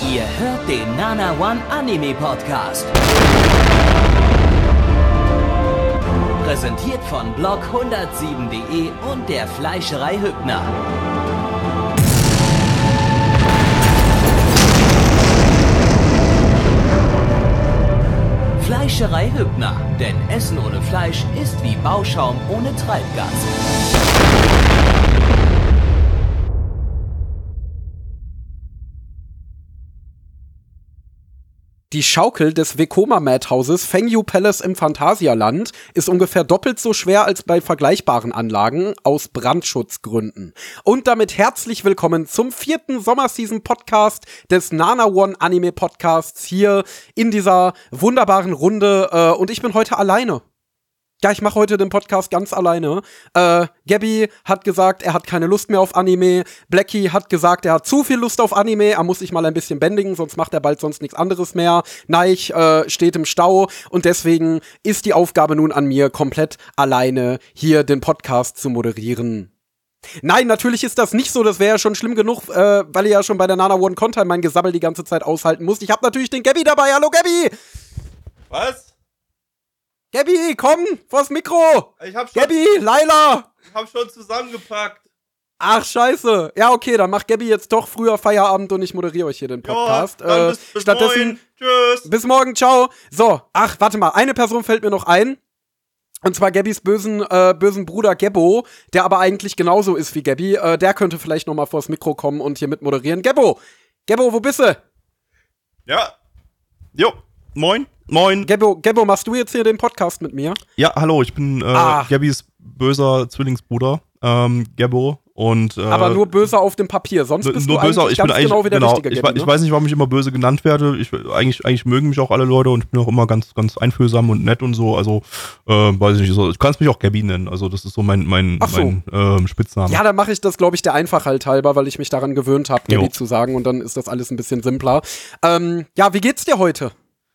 Ihr hört den Nana One Anime Podcast. Präsentiert von blog107.de und der Fleischerei Hübner. Fleischerei Hübner, denn Essen ohne Fleisch ist wie Bauschaum ohne Treibgas. Die Schaukel des Vekoma Madhouses Fengyu Palace im Phantasialand ist ungefähr doppelt so schwer als bei vergleichbaren Anlagen aus Brandschutzgründen. Und damit herzlich willkommen zum 4. Sommerseason-Podcast des Nana One Anime Podcasts hier in dieser wunderbaren Runde. Und ich bin heute alleine. Ja, ich mache heute den Podcast ganz alleine. Gabby hat gesagt, er hat keine Lust mehr auf Anime. Blackie hat gesagt, er hat zu viel Lust auf Anime. Er muss sich mal ein bisschen bändigen, sonst macht er bald sonst nichts anderes mehr. Neich steht im Stau und deswegen ist die Aufgabe nun an mir, komplett alleine hier den Podcast zu moderieren. Nein, natürlich ist das nicht so. Das wäre ja schon schlimm genug, weil ihr ja schon bei der Nana One Content mein Gesabbel die ganze Zeit aushalten musst. Ich habe natürlich den Gabby dabei. Hallo, Gabby! Was? Gabby, komm, vors Mikro! Gabby, Laila! Ich hab schon zusammengepackt. Ach, scheiße. Ja, okay, dann macht Gabby jetzt doch früher Feierabend und ich moderiere euch hier den Podcast. Ja, bis stattdessen, morgen. Tschüss. Bis morgen, ciao. So, ach, warte mal, eine Person fällt mir noch ein. Und zwar Gabbys bösen Bruder Gebbo, der aber eigentlich genauso ist wie Gabby. Der könnte vielleicht noch mal vors Mikro kommen und hier mit moderieren. Gebbo, wo bist du? Ja. Jo, moin. Moin. Gebbo, machst du jetzt hier den Podcast mit mir? Ja, hallo, ich bin Gabbys böser Zwillingsbruder, Gebbo. Und, aber nur böse auf dem Papier, sonst bist nur du böse, eigentlich ganz genau wie der richtige Gabby, ich weiß nicht, warum ich immer böse genannt werde. Eigentlich mögen mich auch alle Leute und ich bin auch immer ganz, ganz einfühlsam und nett und so. Also, weiß ich nicht, so, du kannst mich auch Gabby nennen. Also, das ist so mein Spitzname. Ja, dann mache ich das, glaube ich, der Einfachheit halber, weil ich mich daran gewöhnt habe, Gabby zu sagen. Und dann ist das alles ein bisschen simpler. Ja, wie geht's dir heute?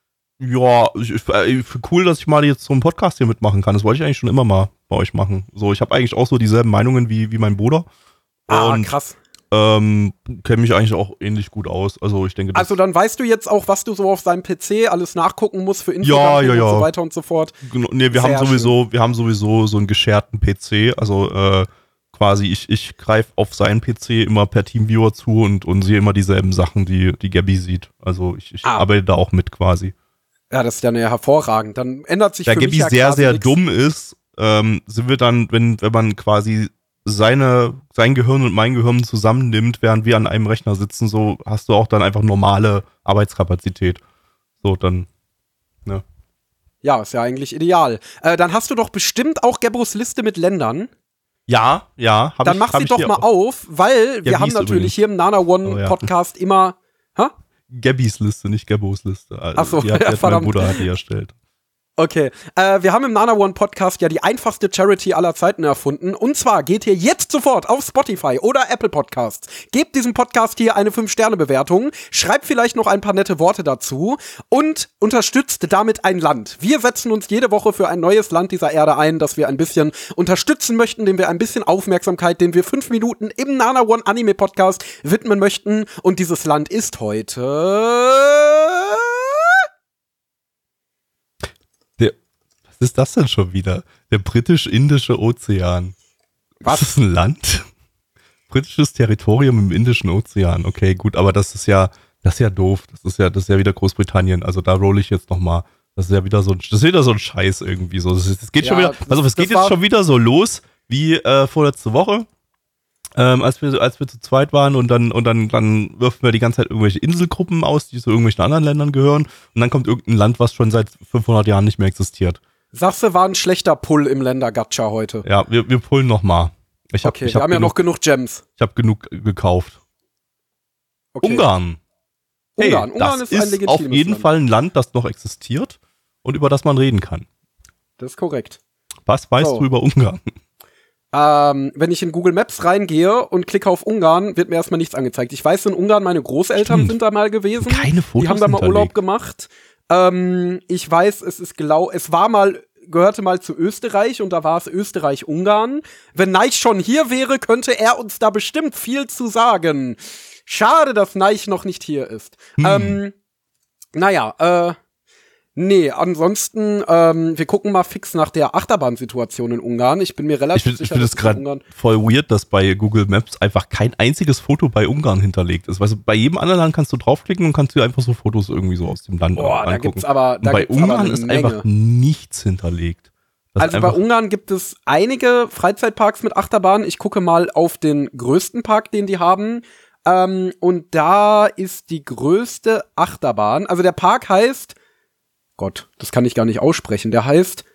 Ja, cool, dass ich mal jetzt so einen Podcast hier mitmachen kann. Das wollte ich eigentlich schon immer mal bei euch machen. So, ich habe eigentlich auch so dieselben Meinungen wie mein Bruder. Und, krass. Kenne mich eigentlich auch ähnlich gut aus. Also ich denke, also dann weißt du jetzt auch, was du so auf seinem PC alles nachgucken musst für Infos ja. und so weiter und so fort. Genau, nee, wir haben sowieso so einen gescherten PC. Also quasi ich greife auf seinen PC immer per Teamviewer zu und sehe immer dieselben Sachen, die Gabby sieht. Also ich arbeite da auch mit quasi. Ja, das ist ja hervorragend. Dann ändert sich für mich ja Gabby sehr, sehr nix. dumm ist, sind wir dann, wenn man quasi sein Gehirn und mein Gehirn zusammennimmt, während wir an einem Rechner sitzen, so hast du auch dann einfach normale Arbeitskapazität. So, dann, ne. Ja, ist ja eigentlich ideal. Dann hast du doch bestimmt auch Gebbos Liste mit Ländern. Ja, dann mach sie doch mal auf, weil wir haben natürlich hier im Nana One Podcast immer. Gabbys Liste, nicht Gebbos Liste. Also, ach so, verdammt. Mein Bruder hat die erstellt. Okay, wir haben im Nana One Podcast ja die einfachste Charity aller Zeiten erfunden. Und zwar geht ihr jetzt sofort auf Spotify oder Apple Podcasts. Gebt diesem Podcast hier eine 5-Sterne-Bewertung, schreibt vielleicht noch ein paar nette Worte dazu und unterstützt damit ein Land. Wir setzen uns jede Woche für ein neues Land dieser Erde ein, das wir ein bisschen unterstützen möchten, dem wir ein bisschen Aufmerksamkeit, dem wir 5 Minuten im Nana One Anime Podcast widmen möchten. Und dieses Land ist heute... Was ist das denn schon wieder? Der britisch-indische Ozean. Was? Ist das ein Land? Britisches Territorium im Indischen Ozean. Okay, gut, aber das ist ja doof. Das ist ja wieder Großbritannien. Also da rolle ich jetzt nochmal. Das ist ja wieder so ein Scheiß irgendwie so. Es geht schon wieder, also es geht jetzt schon wieder so los wie vorletzte Woche. Als wir zu zweit waren und dann wirfen wir die ganze Zeit irgendwelche Inselgruppen aus, die zu irgendwelchen anderen Ländern gehören und dann kommt irgendein Land, was schon seit 500 Jahren nicht mehr existiert. Sagst du, war ein schlechter Pull im Länder-Gacha heute? Ja, wir pullen nochmal. Wir haben ja noch genug Gems. Ich habe genug gekauft. Okay. Ungarn. Ungarn Das ist ein legitimes auf jeden Land. Fall ein Land, das noch existiert und über das man reden kann. Das ist korrekt. Was weißt du über Ungarn? Wenn ich in Google Maps reingehe und klicke auf Ungarn, wird mir erstmal nichts angezeigt. Ich weiß, in Ungarn, meine Großeltern sind da mal gewesen. Keine Fotos. Die haben da mal Urlaub gemacht. Ich weiß, gehörte mal zu Österreich und da war es Österreich-Ungarn. Wenn Neich schon hier wäre, könnte er uns da bestimmt viel zu sagen. Schade, dass Neich noch nicht hier ist. Nee, ansonsten, wir gucken mal fix nach der Achterbahnsituation in Ungarn. Ich bin mir relativ sicher, ich finde es gerade voll weird, dass bei Google Maps einfach kein einziges Foto bei Ungarn hinterlegt ist. Weißt du, bei jedem anderen Land kannst du draufklicken und kannst dir einfach so Fotos irgendwie so aus dem Land angucken. Da gibt's aber bei Ungarn ist einfach nichts hinterlegt. Also bei Ungarn gibt es einige Freizeitparks mit Achterbahnen. Ich gucke mal auf den größten Park, den die haben. Und da ist die größte Achterbahn. Also der Park heißt, Gott, das kann ich gar nicht aussprechen. Der heißt,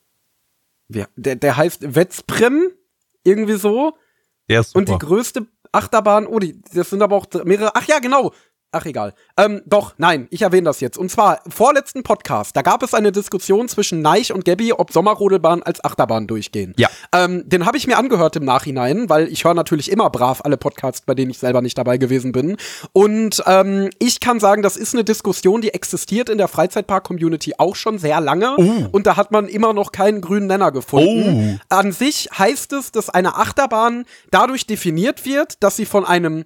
der heißt Veszprém, irgendwie so. Der ist super. Und die größte Achterbahn, das sind aber auch mehrere, ach ja, genau. Ach, egal. Nein, ich erwähne das jetzt. Und zwar, vorletzten Podcast, da gab es eine Diskussion zwischen Neich und Gabby, ob Sommerrodelbahn als Achterbahn durchgehen. Ja. Den habe ich mir angehört im Nachhinein, weil ich höre natürlich immer brav alle Podcasts, bei denen ich selber nicht dabei gewesen bin. Und ich kann sagen, das ist eine Diskussion, die existiert in der Freizeitpark-Community auch schon sehr lange. Und da hat man immer noch keinen grünen Nenner gefunden. An sich heißt es, dass eine Achterbahn dadurch definiert wird, dass sie von einem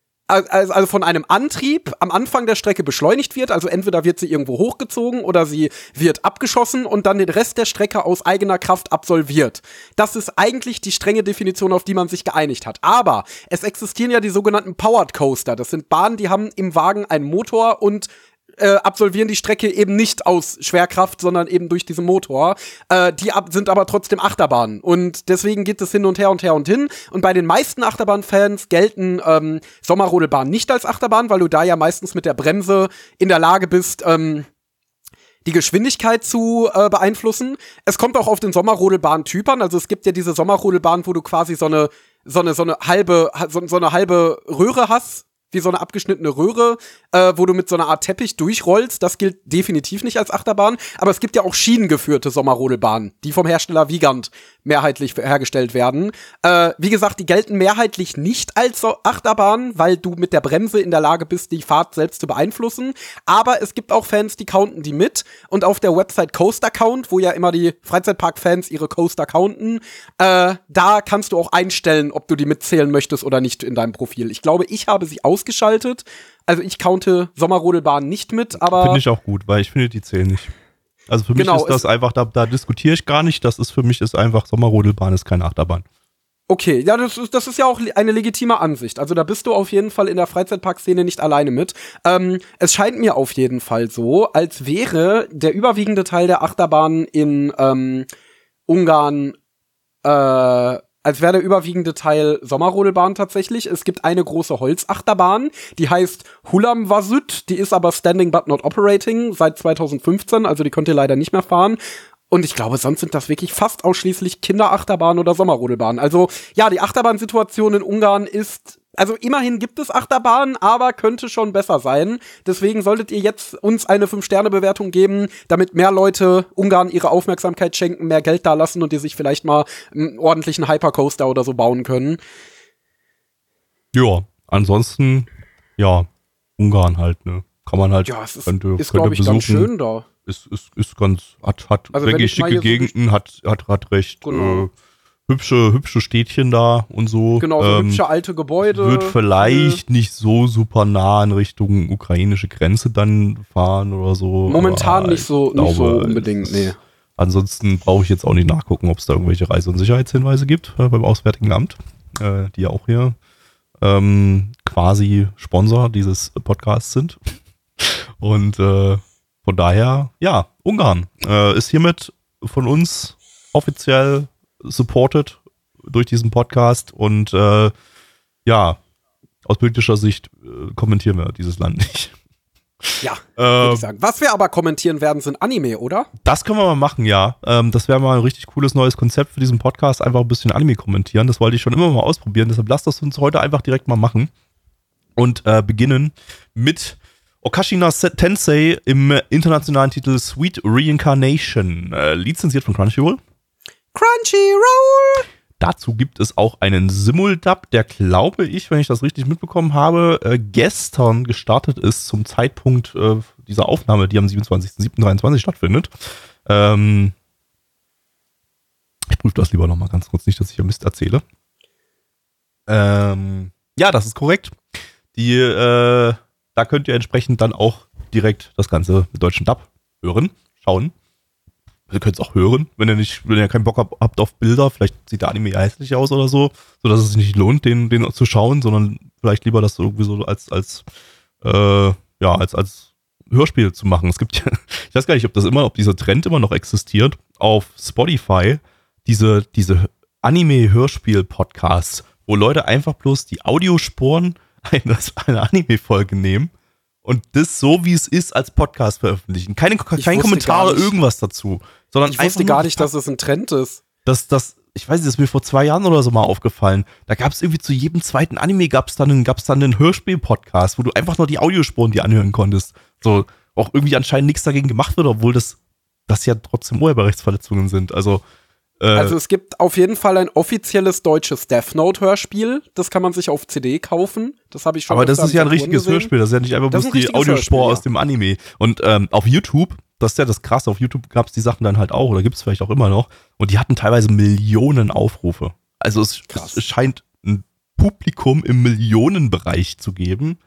Antrieb am Anfang der Strecke beschleunigt wird, also entweder wird sie irgendwo hochgezogen oder sie wird abgeschossen und dann den Rest der Strecke aus eigener Kraft absolviert. Das ist eigentlich die strenge Definition, auf die man sich geeinigt hat. Aber es existieren ja die sogenannten Powered Coaster. Das sind Bahnen, die haben im Wagen einen Motor und absolvieren die Strecke eben nicht aus Schwerkraft, sondern eben durch diesen Motor. Sind aber trotzdem Achterbahnen. Und deswegen geht es hin und her und her und hin. Und bei den meisten Achterbahnfans gelten Sommerrodelbahnen nicht als Achterbahn, weil du da ja meistens mit der Bremse in der Lage bist, die Geschwindigkeit zu beeinflussen. Es kommt auch auf den Sommerrodelbahn-Typ an. Also es gibt ja diese Sommerrodelbahn, wo du quasi so eine halbe Röhre hast, wie so eine abgeschnittene Röhre, wo du mit so einer Art Teppich durchrollst. Das gilt definitiv nicht als Achterbahn. Aber es gibt ja auch schienengeführte Sommerrodelbahnen, die vom Hersteller Wiegand mehrheitlich hergestellt werden. Wie gesagt, die gelten mehrheitlich nicht als Achterbahn, weil du mit der Bremse in der Lage bist, die Fahrt selbst zu beeinflussen. Aber es gibt auch Fans, die counten die mit. Und auf der Website Coaster Count, wo ja immer die Freizeitpark-Fans ihre Coaster counten, da kannst du auch einstellen, ob du die mitzählen möchtest oder nicht in deinem Profil. Ich glaube, ich habe sie ausgeschaltet. Also ich counte Sommerrodelbahn nicht mit, aber finde ich auch gut, weil ich finde, die zählen nicht. Also für mich ist das einfach, da diskutiere ich gar nicht. Für mich ist einfach, Sommerrodelbahn ist keine Achterbahn. Okay, ja, das ist ja auch eine legitime Ansicht. Also da bist du auf jeden Fall in der Freizeitparkszene nicht alleine mit. Es scheint mir auf jeden Fall so, als wäre der überwiegende Teil der Achterbahnen in Ungarn als wäre der überwiegende Teil Sommerrodelbahn tatsächlich. Es gibt eine große Holzachterbahn, die heißt Hullamvasut, die ist aber standing but not operating seit 2015, also die könnt ihr leider nicht mehr fahren. Und ich glaube, sonst sind das wirklich fast ausschließlich Kinderachterbahnen oder Sommerrodelbahnen. Also ja, die Achterbahnsituation in Ungarn ist, also immerhin gibt es Achterbahnen, aber könnte schon besser sein. Deswegen solltet ihr jetzt uns eine 5-Sterne-Bewertung geben, damit mehr Leute Ungarn ihre Aufmerksamkeit schenken, mehr Geld da lassen und die sich vielleicht mal einen ordentlichen Hypercoaster oder so bauen können. Ja, ansonsten, ja, Ungarn halt, ne? Kann man halt, ja, es ist, könnte glaube ich, besuchen. Ganz schön da. Ist ganz, hat also wirklich schicke Gegenden, hat recht genau. hübsche Städtchen da und so. Genau, so hübsche alte Gebäude. Wird vielleicht nicht so super nah in Richtung ukrainische Grenze dann fahren oder so. Momentan nicht so unbedingt, nee. Ansonsten brauche ich jetzt auch nicht nachgucken, ob es da irgendwelche Reise- und Sicherheitshinweise gibt beim Auswärtigen Amt, die ja auch hier quasi Sponsor dieses Podcasts sind. Und von daher, ja, Ungarn ist hiermit von uns offiziell supported durch diesen Podcast und ja, aus politischer Sicht kommentieren wir dieses Land nicht. Ja, würde ich sagen. Was wir aber kommentieren werden, sind Anime, oder? Das können wir mal machen, ja. Das wäre mal ein richtig cooles neues Konzept für diesen Podcast, einfach ein bisschen Anime kommentieren. Das wollte ich schon immer mal ausprobieren, deshalb lasst das uns heute einfach direkt mal machen. Und beginnen mit Okashina Tensei im internationalen Titel Sweet Reincarnation, lizenziert von Crunchyroll. Crunchyroll! Dazu gibt es auch einen Simuldub, der, glaube ich, wenn ich das richtig mitbekommen habe, gestern gestartet ist zum Zeitpunkt dieser Aufnahme, die am 27.07.23 stattfindet. Ich prüfe das lieber nochmal ganz kurz, nicht, dass ich ja Mist erzähle. Ja, das ist korrekt. Da könnt ihr entsprechend dann auch direkt das Ganze mit deutschen Dub hören, schauen. Ihr könnt es auch hören, wenn ihr keinen Bock habt auf Bilder, vielleicht sieht der Anime ja hässlich aus oder so, sodass es sich nicht lohnt, den zu schauen, sondern vielleicht lieber das irgendwie so als Hörspiel zu machen. Es gibt ja, ich weiß gar nicht, ob dieser Trend immer noch existiert, auf Spotify, diese Anime-Hörspiel-Podcasts, wo Leute einfach bloß die Audiospuren einer Anime-Folge nehmen und das so, wie es ist, als Podcast veröffentlichen. Kein Kommentar oder irgendwas dazu. Sondern ich wusste gar nicht, dass es ein Trend ist. Ich weiß nicht, das ist mir vor 2 Jahren oder so mal aufgefallen. Da gab es irgendwie zu jedem zweiten Anime gab's dann einen Hörspiel-Podcast, wo du einfach nur die Audiospuren dir anhören konntest. So, auch irgendwie anscheinend nichts dagegen gemacht wird, obwohl das ja trotzdem Urheberrechtsverletzungen sind. Also es gibt auf jeden Fall ein offizielles deutsches Death Note-Hörspiel. Das kann man sich auf CD kaufen. Das habe ich schon. Aber das ist ja ein richtiges Hörspiel. Das ist ja nicht einfach bloß die Audiospur aus dem Anime. Und auf YouTube, das ist ja das Krasse, auf YouTube gab es die Sachen dann halt auch, oder gibt es vielleicht auch immer noch. Und die hatten teilweise Millionen Aufrufe. Also es scheint ein Publikum im Millionenbereich zu geben,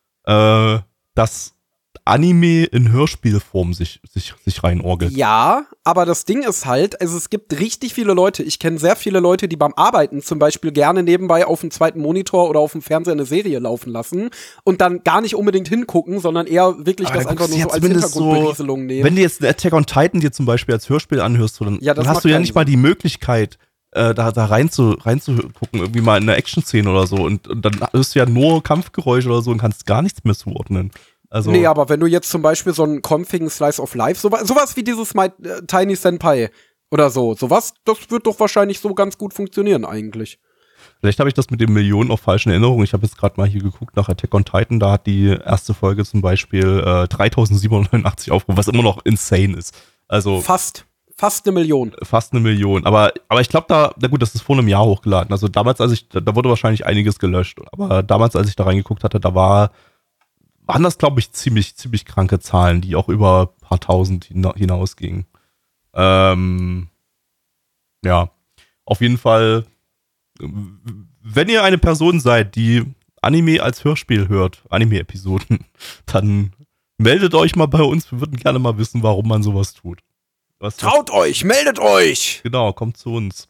das Anime in Hörspielform sich reinorgelt. Ja, aber das Ding ist halt, also es gibt richtig viele Leute, ich kenne sehr viele Leute, die beim Arbeiten zum Beispiel gerne nebenbei auf dem zweiten Monitor oder auf dem Fernseher eine Serie laufen lassen und dann gar nicht unbedingt hingucken, sondern eher wirklich das einfach nur so als Hintergrundberieselung nehmen. Wenn du jetzt Attack on Titan dir zum Beispiel als Hörspiel anhörst, dann hast du ja nicht mal die Möglichkeit, da reinzugucken, irgendwie mal in eine Action-Szene oder so und dann hörst du ja nur Kampfgeräusche oder so und kannst gar nichts mehr zuordnen. Also nee, aber wenn du jetzt zum Beispiel so einen configen Slice of Life, sowas wie dieses Tiny Senpai oder sowas, das wird doch wahrscheinlich so ganz gut funktionieren eigentlich. Vielleicht habe ich das mit den Millionen auf falschen Erinnerungen. Ich habe jetzt gerade mal hier geguckt nach Attack on Titan, da hat die erste Folge zum Beispiel 3789 Aufrufe, was immer noch insane ist. Also Fast eine Million. Fast eine Million. Aber ich glaube das ist vor einem Jahr hochgeladen. Also damals, da wurde wahrscheinlich einiges gelöscht. Aber damals, als ich da reingeguckt hatte, waren das, glaube ich, ziemlich kranke Zahlen, die auch über ein paar tausend hinausgingen. Ja, auf jeden Fall, wenn ihr eine Person seid, die Anime als Hörspiel hört, Anime-Episoden, dann meldet euch mal bei uns. Wir würden gerne mal wissen, warum man sowas tut. Traut euch, meldet euch! Genau, kommt zu uns.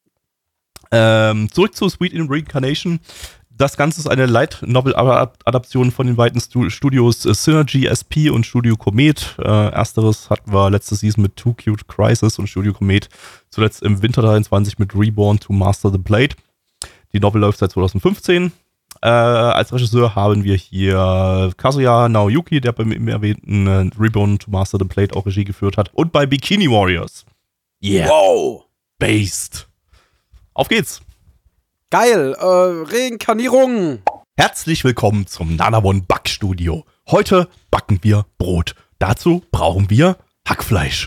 Zurück zu Sweet in Reincarnation. Das Ganze ist eine Light-Novel-Adaption von den beiden Studios Synergy SP und Studio Comet. Ersteres hatten wir letzte Season mit Too Cute Crisis und Studio Comet zuletzt im Winter 23 mit Reborn to Master the Blade. Die Novel läuft seit 2015. Als Regisseur haben wir hier Kazuya Naoyuki, der beim eben erwähnten Reborn to Master the Blade auch Regie geführt hat. Und bei Bikini Warriors. Yeah. Wow. Based. Auf geht's. Geil, Reinkarnierung. Herzlich willkommen zum Nanamon Backstudio. Heute backen wir Brot. Dazu brauchen wir Hackfleisch.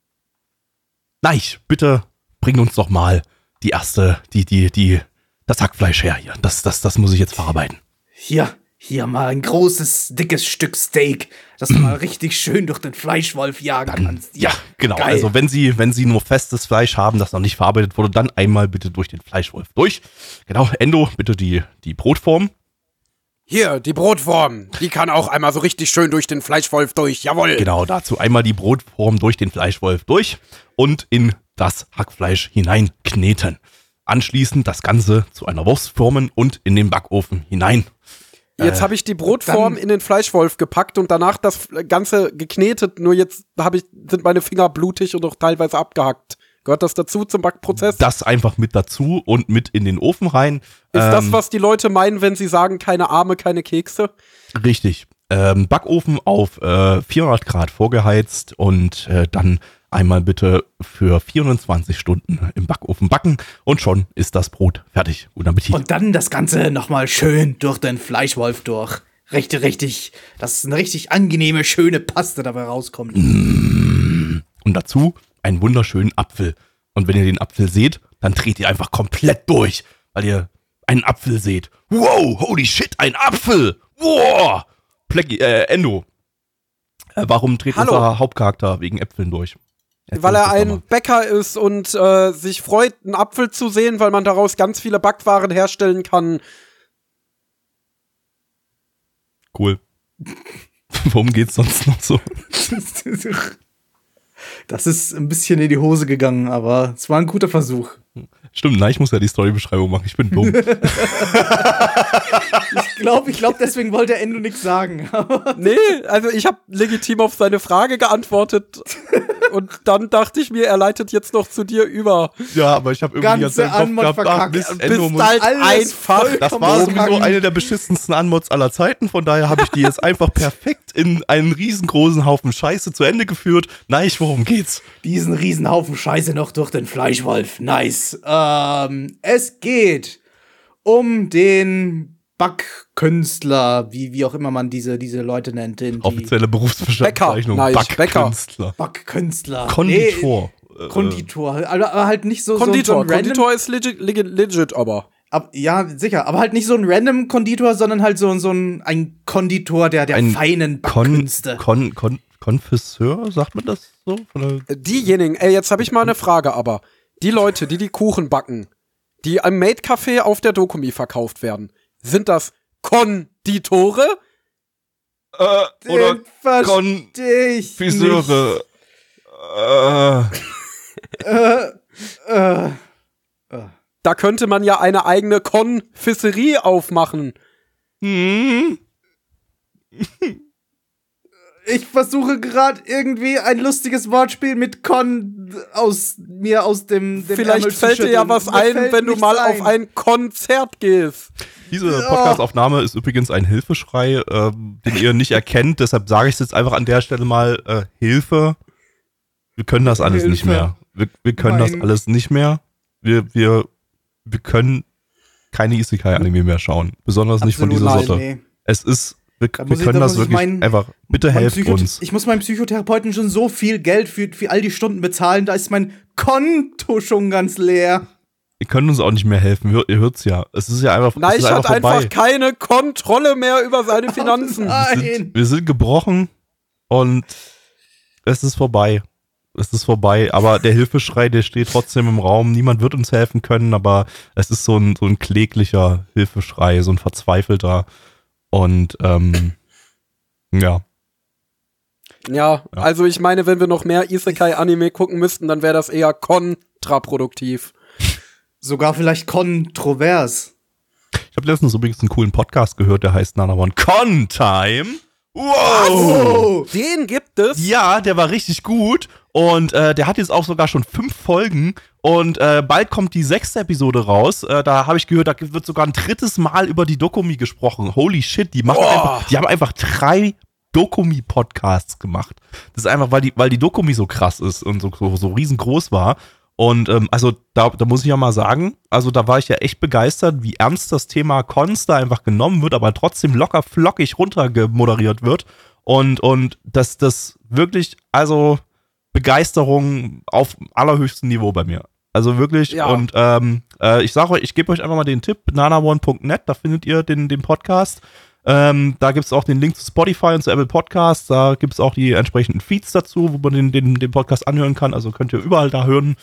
Neich, bitte bring uns doch mal das Hackfleisch her hier. Das muss ich jetzt verarbeiten. Hier mal ein großes, dickes Stück Steak, das du mal richtig schön durch den Fleischwolf jagen kannst. Ja, genau. Geil. Also wenn Sie nur festes Fleisch haben, das noch nicht verarbeitet wurde, dann einmal bitte durch den Fleischwolf durch. Genau, Endo, bitte die Brotform. Hier, die Brotform. Die kann auch einmal so richtig schön durch den Fleischwolf durch. Jawohl. Genau, dazu einmal die Brotform durch den Fleischwolf durch und in das Hackfleisch hineinkneten. Anschließend das Ganze zu einer Wurst formen und in den Backofen hinein. Jetzt habe ich die Brotform in den Fleischwolf gepackt und danach das Ganze geknetet, nur jetzt sind meine Finger blutig und auch teilweise abgehackt. Gehört das dazu zum Backprozess? Das einfach mit dazu und mit in den Ofen rein. Ist das, was die Leute meinen, wenn sie sagen, keine Arme, keine Kekse? Richtig. Backofen auf 400 Grad vorgeheizt und dann einmal bitte für 24 Stunden im Backofen backen und schon ist das Brot fertig. Guten Appetit. Und dann das Ganze nochmal schön durch den Fleischwolf durch. Richtig, dass eine richtig angenehme, schöne Paste dabei rauskommt. Und dazu einen wunderschönen Apfel. Und wenn ihr den Apfel seht, dann dreht ihr einfach komplett durch, weil ihr einen Apfel seht. Wow, holy shit, ein Apfel! Wow! Endo. Warum dreht unser Hauptcharakter wegen Äpfeln durch? Weil er ein Bäcker ist und sich freut, einen Apfel zu sehen, weil man daraus ganz viele Backwaren herstellen kann. Cool. Worum geht's sonst noch so? Das ist ein bisschen in die Hose gegangen, aber es war ein guter Versuch. Stimmt, nein, ich muss ja die Storybeschreibung machen. Ich bin dumm. Ich glaube, deswegen wollte Endo nichts sagen. Nee, also ich habe legitim auf seine Frage geantwortet und dann dachte ich mir, er leitet jetzt noch zu dir über. Ja, aber ich habe irgendwie Ganze jetzt im Kopf gehabt, verkackt. Endo muss halt einfach. Das war sowieso verkacken. eine der beschissensten Anmods aller Zeiten, von daher habe ich die jetzt einfach perfekt in einen riesengroßen Haufen Scheiße zu Ende geführt. Nein, worum geht's? Diesen Riesenhaufen Scheiße noch durch den Fleischwolf. Nice. Es geht um den Backkünstler, wie auch immer man diese Leute nennt. Die Offizielle Berufsbezeichnung. Bäcker. Nein, Backkünstler. Backkünstler. Konditor. Nee, Konditor. Aber halt nicht so Konditor. so ein random, Konditor ist legit, aber. ja, sicher. Aber halt nicht so ein random Konditor, sondern halt so ein Konditor der feinen Backkünste. Konfisseur, sagt man das so? Diejenigen, jetzt habe ich mal eine Frage, aber die Leute, die Kuchen backen, die am Maid-Café auf der Dokumi verkauft werden, sind das Konditore? Oder ich Konfiseure. Da könnte man ja eine eigene Konfisserie aufmachen. Ich versuche gerade irgendwie ein lustiges Wortspiel mit aus dem Vielleicht Ärmel zu fällt dir ja schütteln. was Mir ein, fällt wenn du nichts mal ein. auf ein Konzert gehst. Diese Podcast-Aufnahme ist übrigens ein Hilfeschrei, den ihr nicht erkennt. Deshalb sage ich es jetzt einfach an der Stelle mal, Hilfe. Wir können das alles nicht mehr. Wir können das alles nicht mehr. Wir können keine Isekai-Anime mehr schauen. Besonders nicht von dieser Sorte. Nee. Es ist, wir Da muss können ich- da das muss ich wirklich einfach, bitte helft uns. Ich muss meinem Psychotherapeuten schon so viel Geld für all die Stunden bezahlen, da ist mein Konto schon ganz leer. Ihr könnt uns auch nicht mehr helfen, ihr hört's ja. Es ist ja einfach, es Neich ist hat einfach vorbei. einfach keine Kontrolle mehr über seine Finanzen. Nein. Wir sind gebrochen und es ist vorbei. Es ist vorbei, aber der Hilfeschrei, der steht trotzdem im Raum. Niemand wird uns helfen können, aber es ist so ein kläglicher Hilfeschrei, so ein verzweifelter. Und ja. Ja, also ich meine, wenn wir noch mehr Isekai-Anime gucken müssten, dann wäre das eher kontraproduktiv. Sogar vielleicht kontrovers. Ich habe letztens übrigens einen coolen Podcast gehört, der heißt Nana One Con Time. Wow! Oh. Den gibt es. Ja, der war richtig gut und der hat jetzt auch sogar schon 5 Folgen und bald kommt die 6. Episode raus. Da habe ich gehört, da wird sogar ein 3. Mal über die Dokumi gesprochen. Holy shit, die haben einfach 3 Dokumi-Podcasts gemacht. Das ist einfach, weil die Dokumi so krass ist und so riesengroß war. Und also da muss ich ja mal sagen, also da war ich ja echt begeistert, wie ernst das Thema Cons da einfach genommen wird, aber trotzdem locker flockig runtergemoderiert wird. Und dass das wirklich, also Begeisterung auf allerhöchstem Niveau bei mir. Also wirklich, Ja. und ich sage euch, ich gebe euch einfach mal den Tipp, nanaone.net, da findet ihr den Podcast. Da gibt es auch den Link zu Spotify und zu Apple Podcasts. Da gibt es auch die entsprechenden Feeds dazu, wo man den Podcast anhören kann. Also könnt ihr überall da hören,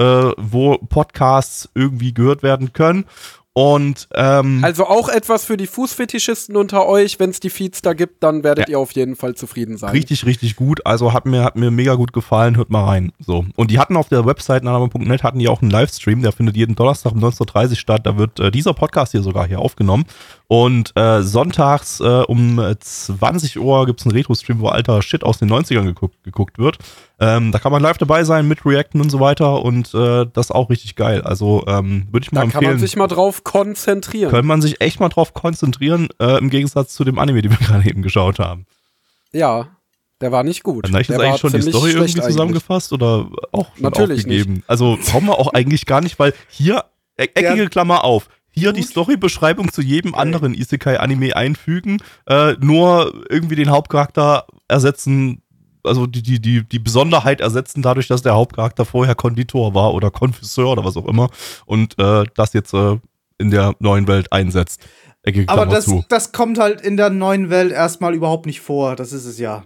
wo Podcasts irgendwie gehört werden können. Und Also auch etwas für die Fußfetischisten unter euch. Wenn es die Feeds da gibt, dann werdet ihr auf jeden Fall zufrieden sein. richtig, richtig gut. Also hat mir mega gut gefallen. Hört mal rein. So. Und die hatten auf der Website nanama.net hatten die auch einen Livestream. Der findet jeden Donnerstag um 19:30 Uhr statt. Da wird dieser Podcast hier sogar hier aufgenommen. Und sonntags um 20 Uhr gibt es einen Retro-Stream, wo alter Shit aus den 90ern geguckt wird. Da kann man live dabei sein, mit Reacten und so weiter. Und das ist auch richtig geil. Also würde ich mal Da empfehlen. kann man sich mal drauf konzentrieren. Könnte man sich echt mal drauf konzentrieren, im Gegensatz zu dem Anime, den wir gerade eben geschaut haben. Ja, der war nicht gut. Dann habe ich Der jetzt war eigentlich schon die ziemlich Story schlecht irgendwie zusammengefasst oder auch schon Natürlich aufgegeben? Also brauchen wir auch eigentlich gar nicht, weil hier, eckige Klammer auf, hier die Storybeschreibung zu jedem anderen Isekai-Anime einfügen, nur irgendwie den Hauptcharakter ersetzen, also die Besonderheit ersetzen dadurch, dass der Hauptcharakter vorher Konditor war oder Konfisseur oder was auch immer und das jetzt in der neuen Welt einsetzt. Eckige Aber Klammer das kommt halt in der neuen Welt erstmal überhaupt nicht vor. Das ist es ja.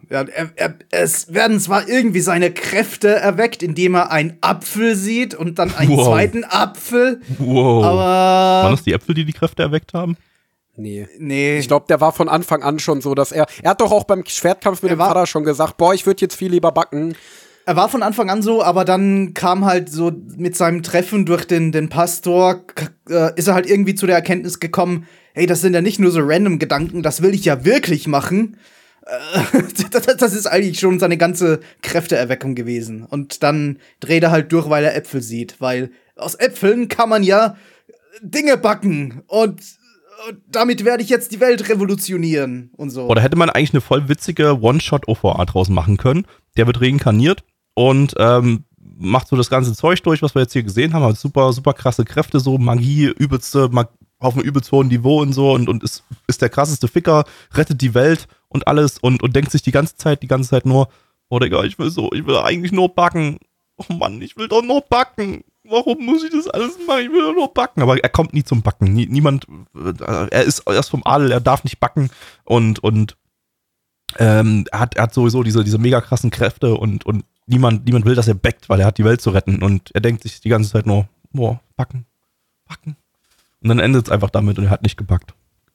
Es werden zwar irgendwie seine Kräfte erweckt, indem er einen Apfel sieht und dann einen Wow. zweiten Apfel. Wow. Waren Aber das die Äpfel, die Kräfte erweckt haben? Nee. Ich glaube, der war von Anfang an schon so, dass er hat doch auch beim Schwertkampf mit dem Vater schon gesagt, boah, ich würde jetzt viel lieber backen. Er war von Anfang an so, aber dann kam halt so mit seinem Treffen durch den Pastor, ist er halt irgendwie zu der Erkenntnis gekommen, hey, das sind ja nicht nur so random Gedanken, das will ich ja wirklich machen. Das ist eigentlich schon seine ganze Kräfteerweckung gewesen. Und dann dreht er halt durch, weil er Äpfel sieht. Weil aus Äpfeln kann man ja Dinge backen. Und damit werde ich jetzt die Welt revolutionieren und so. Oder hätte man eigentlich eine voll witzige One-Shot-OVA draus machen können. Der wird reinkarniert und macht so das ganze Zeug durch, was wir jetzt hier gesehen haben. Hat super, super krasse Kräfte, so Magie, auf einem übelst hohen Niveau und so und ist der krasseste Ficker, rettet die Welt und alles und denkt sich die ganze Zeit nur, oh Digga, ich will eigentlich nur backen. Oh Mann, ich will doch nur backen. Warum muss ich das alles machen? Ich will doch nur backen. Aber er kommt nie zum Backen. Er ist erst vom Adel, er darf nicht backen und er hat sowieso diese mega krassen Kräfte und niemand will, dass er backt, weil er hat die Welt zu retten und er denkt sich die ganze Zeit nur, boah, backen. Und dann endet es einfach damit und er hat nicht gebackt.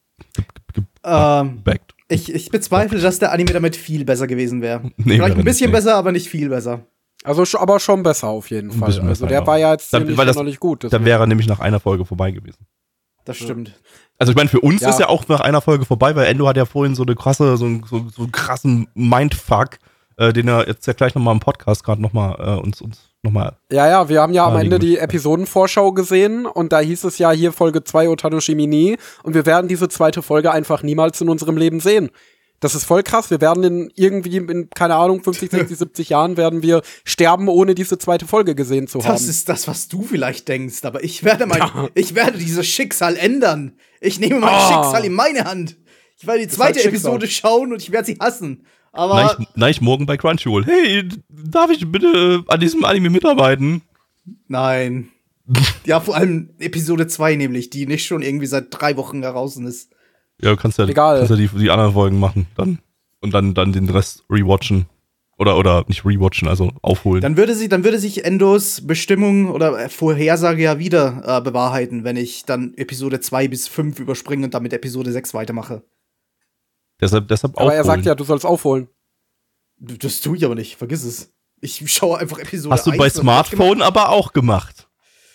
Gebackt. Ich bezweifle, dass der Anime damit viel besser gewesen wäre. Nee, vielleicht ein bisschen besser, aber nicht viel besser. Also aber schon besser auf jeden Fall. Besser, also der war ja jetzt ziemlich gut. Dann wäre er nämlich nach einer Folge vorbei gewesen. Das stimmt. Also ich meine, für uns ist ja auch nach einer Folge vorbei, weil Endo hat ja vorhin so einen krassen Mindfuck, den er jetzt ja gleich nochmal im Podcast gerade nochmal uns nochmal. Ja, wir haben ja am Ende die Episodenvorschau gesehen und da hieß es ja hier Folge 2 Otanoshimi und wir werden diese zweite Folge einfach niemals in unserem Leben sehen. Das ist voll krass. Wir werden in keine Ahnung, 50, 60, 70 Jahren werden wir sterben, ohne diese zweite Folge gesehen zu haben. Das ist das, was du vielleicht denkst, aber ich werde dieses Schicksal ändern. Ich nehme mein Schicksal in meine Hand. Ich werde die zweite Episode schauen und ich werde sie hassen. Aber Nein, morgen bei Crunchyroll. Hey, darf ich bitte an diesem Anime mitarbeiten? Nein. Ja, vor allem Episode 2 nämlich, die nicht schon irgendwie seit 3 Wochen heraus ist. Ja, du kannst ja die anderen Folgen machen dann und dann den Rest rewatchen. Oder nicht rewatchen, also aufholen. Dann würde sich Endos Bestimmung oder Vorhersage ja wieder bewahrheiten, wenn ich dann Episode 2 bis 5 überspringe und dann mit Episode 6 weitermache. Deshalb aufholen. Aber er sagt ja, du sollst aufholen. Das tue ich aber nicht, vergiss es. Ich schaue einfach Episode 1. Hast du bei Smartphone aber auch gemacht?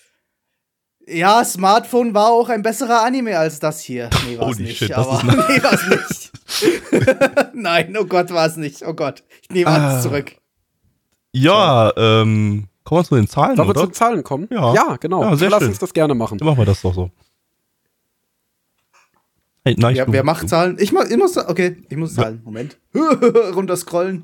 Ja, Smartphone war auch ein besserer Anime als das hier. Nee, war's nicht. Shit, aber nee, war's nicht. Nein, oh Gott, war's nicht. Oh Gott, ich nehme alles zurück. Ja, kommen wir zu den Zahlen, Sollen wir oder? zu den Zahlen kommen? Ja. Ja, genau. Ja, sehr Lass schön. uns das gerne machen. Dann machen wir das doch so. Hey, nein, Wer macht Zahlen? Ich muss Zahlen. Moment. Runterscrollen.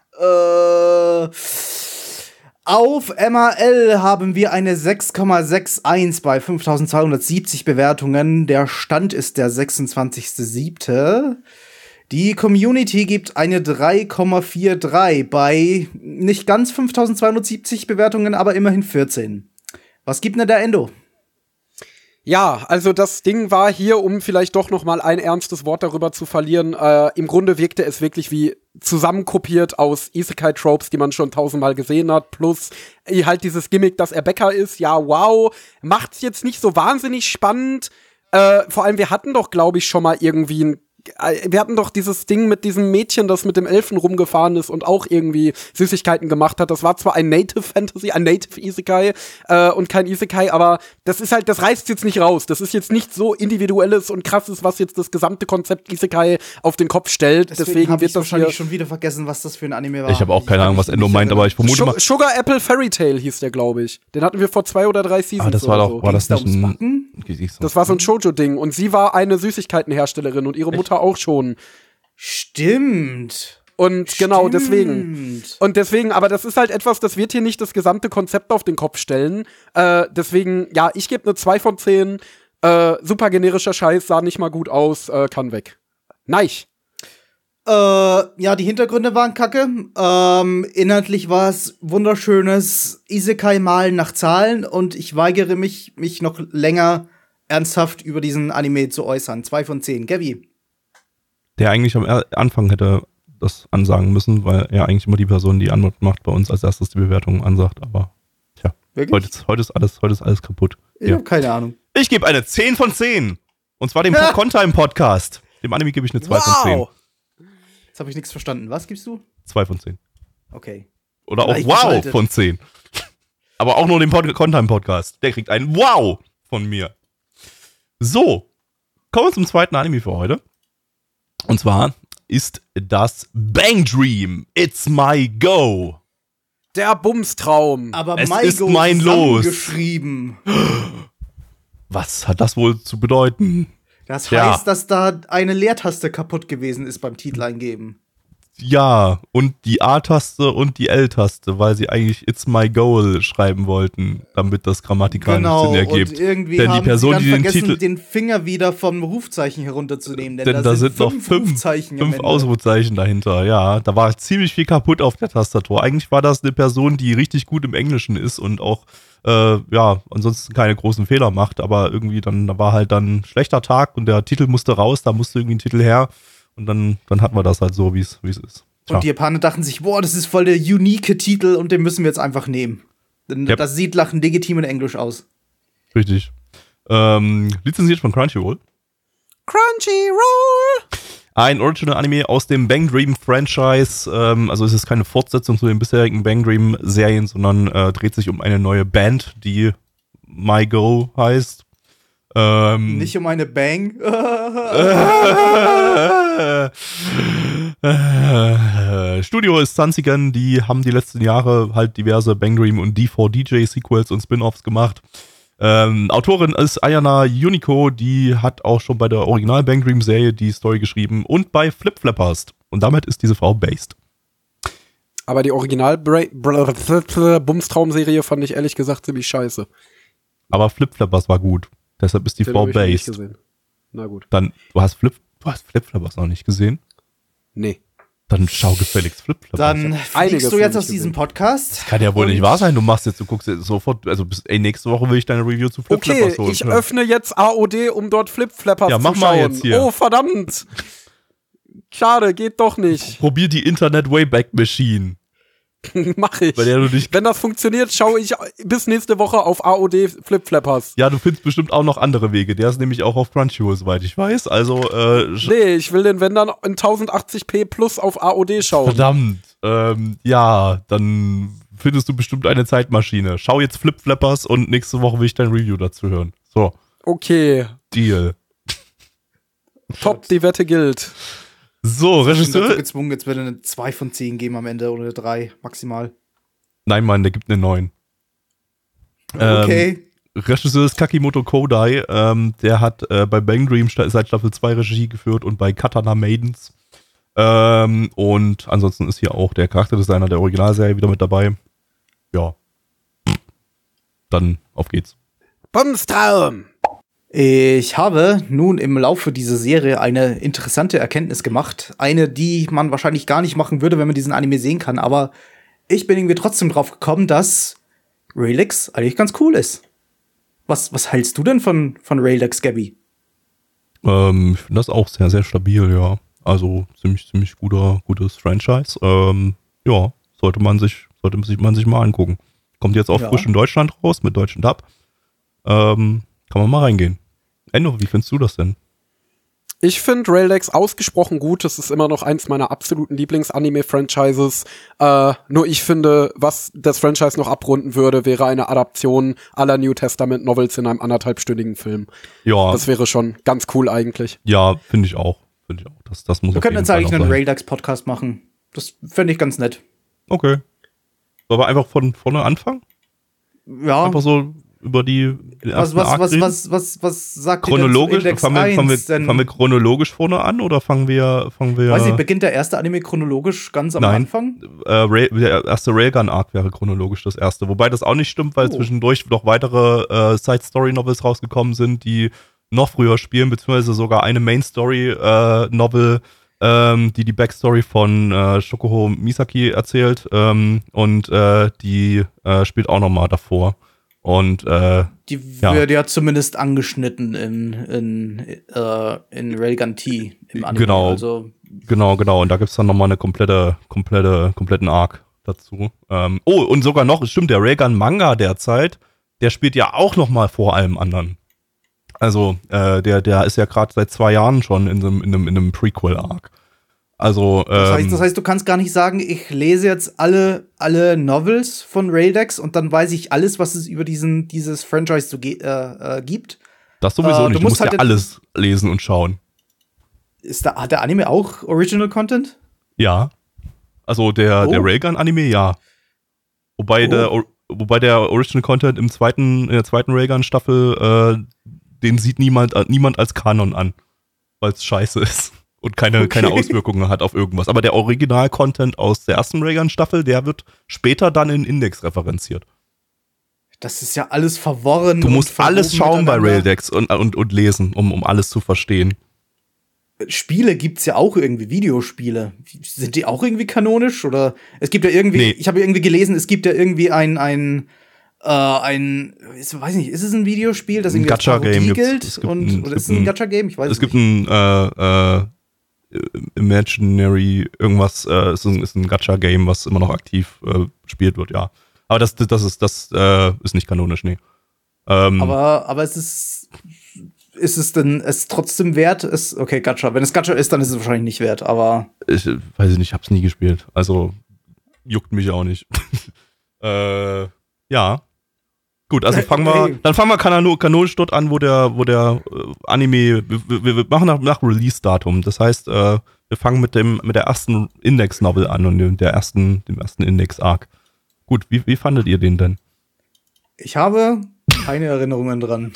Auf MRL haben wir eine 6,61 bei 5270 Bewertungen. Der Stand ist der 26.07. Die Community gibt eine 3,43 bei nicht ganz 5270 Bewertungen, aber immerhin 14. Was gibt denn der Endo? Ja, also das Ding war hier, um vielleicht doch noch mal ein ernstes Wort darüber zu verlieren, im Grunde wirkte es wirklich wie zusammenkopiert aus Isekai-Tropes, die man schon 1000-mal gesehen hat, plus halt dieses Gimmick, dass er Bäcker ist. Ja, wow, macht's jetzt nicht so wahnsinnig spannend. Vor allem, wir hatten doch, glaube ich, schon mal irgendwie wir hatten doch dieses Ding mit diesem Mädchen, das mit dem Elfen rumgefahren ist und auch irgendwie Süßigkeiten gemacht hat. Das war zwar ein Native Fantasy, ein Native Isekai und kein Isekai, aber das ist halt, das reißt jetzt nicht raus. Das ist jetzt nicht so individuelles und krasses, was jetzt das gesamte Konzept Isekai auf den Kopf stellt. Deswegen wird das wahrscheinlich schon wieder vergessen, was das für ein Anime war. Ich habe auch keine Ahnung, was Endo meint, aber ich vermute mal. Sugar Apple Fairy Tale hieß der, glaube ich. Den hatten wir vor 2 oder 3 Seasons. Das war doch, so. war das nicht ein. Das war so ein Shoujo-Ding. Und sie war eine Süßigkeitenherstellerin und ihre Mutter auch schon. Stimmt. Und genau, deswegen. Und deswegen, aber das ist halt etwas, das wird hier nicht das gesamte Konzept auf den Kopf stellen. Deswegen, ja, ich gebe eine 2 von 10. Super generischer Scheiß, sah nicht mal gut aus, kann weg. Neich. Ja, die Hintergründe waren kacke. Inhaltlich war es wunderschönes Isekai-Malen nach Zahlen und ich weigere mich noch länger ernsthaft über diesen Anime zu äußern. 2 von 10. Gavi. Der eigentlich am Anfang hätte das ansagen müssen, weil er eigentlich immer die Person, die macht, bei uns als erstes die Bewertung ansagt, aber tja, heute ist alles kaputt. Ich habe keine Ahnung. Ich gebe eine 10 von 10. Und zwar dem Contime-Podcast. Dem Anime gebe ich eine 2 von 10. Jetzt habe ich nichts verstanden. Was gibst du? 2 von 10. Okay. Oder auch Wow von 10. Aber auch nur dem Contime-Podcast. Der kriegt ein Wow von mir. So, kommen wir zum zweiten Anime für heute. Und zwar ist das Bang Dream. It's my go. Der Bumstraum. Aber Es My ist Go mein Los. geschrieben. Was hat das wohl zu bedeuten? Das Ja. heißt, dass da eine Leertaste kaputt gewesen ist beim Titel eingeben. Ja, und die A-Taste und die L-Taste, weil sie eigentlich It's my goal schreiben wollten, damit das grammatikalisch Sinn ergibt. Und irgendwie Denn die haben Person, sie dann die den vergessen, Titel, den Finger wieder vom Rufzeichen herunterzunehmen. denn da sind noch 5 Rufzeichen am Ende. Ausrufezeichen dahinter. Ja, da war ziemlich viel kaputt auf der Tastatur. Eigentlich war das eine Person, die richtig gut im Englischen ist und auch ansonsten keine großen Fehler macht, aber irgendwie da war halt dann ein schlechter Tag und der Titel musste raus, da musste irgendwie ein Titel her und dann hatten wir das halt so, wie es ist. Tja. Und die Japaner dachten sich, boah, das ist voll der unique Titel und den müssen wir jetzt einfach nehmen. Denn Yep. das sieht nach legitim in Englisch aus. Richtig. Lizenziert von Crunchyroll. Crunchyroll. Ein Original-Anime aus dem Bang Dream Franchise. Also es ist keine Fortsetzung zu den bisherigen Bang Dream Serien, sondern dreht sich um eine neue Band, die My Go heißt. Nicht um eine Bang. Studio ist Sanzigen, die haben die letzten Jahre halt diverse Bang Dream und D4DJ Sequels und Spin-Offs gemacht. Autorin ist Ayana Yuniko, die hat auch schon bei der Original Bang Dream Serie die Story geschrieben und bei Flip Flappers. Und damit ist diese Frau based. Aber die Original-Bumstraum-Serie fand ich ehrlich gesagt ziemlich scheiße. Aber Flip Flappers war gut. Deshalb ist die Den Frau hab ich noch nicht based. gesehen. Na gut. Dann, du hast Flip Flappers noch nicht gesehen? Nee. Dann schau gefälligst Flip Flappers. Dann Einige fliegst du jetzt von aus ich diesem gesehen. Podcast. Kann ja wohl und nicht wahr sein. Du guckst jetzt sofort, also nächste Woche will ich deine Review zu Flip Okay, Flappers holen. ich öffne jetzt AOD, um dort Flip-Flappers Ja, zu mach schauen. mal jetzt hier. Oh, verdammt. Schade, geht doch nicht. Probier die Internet Wayback Machine, Mach ich. bei der du dich. Wenn das funktioniert, schaue ich bis nächste Woche auf AOD Flip-Flappers. Ja, du findest bestimmt auch noch andere Wege. Der ist nämlich auch auf Crunchyroll, soweit ich weiß. Also, Nee, ich will den, wenn dann, in 1080p plus auf AOD schauen. verdammt. Ja, dann findest du bestimmt eine Zeitmaschine. Schau jetzt Flip Flappers und nächste Woche will ich dein Review dazu hören. So, Okay, Deal. top, die Wette gilt. So, Ich bin dazu Regisseur. gezwungen, jetzt wird er eine 2 von 10 geben am Ende oder eine 3 maximal. Nein, Mann, der gibt eine 9. Okay. Regisseur ist Kakimoto Kodai. Der hat bei Bang Dream seit Staffel 2 Regie geführt und bei Katana Maidens. Und ansonsten ist hier auch der Charakterdesigner der Originalserie wieder mit dabei. Ja. Dann auf geht's. Bumstraum. Ich habe nun im Laufe dieser Serie eine interessante Erkenntnis gemacht. Eine, die man wahrscheinlich gar nicht machen würde, wenn man diesen Anime sehen kann. Aber ich bin irgendwie trotzdem drauf gekommen, dass Raylix eigentlich ganz cool ist. Was hältst du denn von Raylix, Gabby? Ich finde das auch sehr, sehr stabil, ja. Also ziemlich gutes Franchise. Ja, sollte man sich mal angucken. Kommt jetzt auch Ja. frisch in Deutschland raus mit deutschen Dub. Kann man mal reingehen. Enno, wie findest du das denn? Ich finde Raildex ausgesprochen gut. Das ist immer noch eins meiner absoluten Lieblings-Anime-Franchises. Nur ich finde, was das Franchise noch abrunden würde, wäre eine Adaption aller New Testament-Novels in einem 1,5-stündigen Film. Ja, Das wäre schon ganz cool eigentlich. ja, finde ich auch. Das muss Wir auf könnten jeden jetzt Fall eigentlich noch einen sein. Raylix-Podcast machen. Das fände ich ganz nett. Okay. Sollen wir einfach von vorne anfangen? Ja. Einfach so über den Was ersten Arc reden? sagt ihr Chronologisch? denn zu Fangen Index 1? wir Denn, chronologisch vorne an oder fangen wir weiß ich, beginnt der erste Anime chronologisch ganz am Nein. Anfang? der erste Railgun-Arc wäre chronologisch das erste. Wobei das auch nicht stimmt, weil Oh. zwischendurch noch weitere Side-Story-Novels rausgekommen sind, die noch früher spielen, beziehungsweise sogar eine Main-Story-Novel, die Backstory von Shokuho Misaki erzählt und die spielt auch noch mal davor. Und Die wird ja zumindest angeschnitten in Railgun T im Anime. Genau. Also, Genau. Und da gibt's dann nochmal eine kompletten Arc dazu. Und sogar noch, es stimmt, der Railgun Manga derzeit, der spielt ja auch nochmal vor allem anderen. Also, der ist ja gerade seit 2 Jahren schon in einem Prequel-Arc. Also, Das heißt, du kannst gar nicht sagen, ich lese jetzt alle Novels von Raildex und dann weiß ich alles, was es über dieses Franchise gibt. das sowieso nicht. Du musst halt ja alles lesen und schauen. Hat der Anime auch Original Content? Ja. Also der Railgun-Anime, ja. Wobei der Original Content in der zweiten Railgun-Staffel, den sieht niemand als Kanon an, weil es scheiße ist und keine Auswirkungen hat auf irgendwas. Aber der Original-Content aus der ersten Railgun-Staffel, der wird später dann in Index referenziert. Das ist ja alles verworren. Du musst alles schauen bei Raildex und lesen, um alles zu verstehen. Spiele gibt's ja auch irgendwie, Videospiele. Sind die auch irgendwie kanonisch? Oder es gibt ja irgendwie, Ich habe irgendwie gelesen, es gibt ja irgendwie ein weiß nicht, ist es ein Videospiel, das irgendwie als Parodie gilt? Oder ist es ein Gacha-Game? Ich weiß es nicht. Es gibt ein Imaginary irgendwas, ist ein Gacha-Game, was immer noch aktiv gespielt wird, ja. Aber das ist nicht kanonisch, nee. Aber ist es denn trotzdem wert? Okay, Gacha. Wenn es Gacha ist, dann ist es wahrscheinlich nicht wert, aber. Ich weiß nicht, ich hab's nie gespielt. Also, juckt mich auch nicht. Ja. Gut, also fangen wir kanonisch dort an, wo der Anime, wir machen nach Release-Datum. Das heißt, wir fangen mit der ersten Index-Novel an und dem ersten Index-Arc. Gut, wie fandet ihr den denn? Ich habe keine Erinnerungen dran.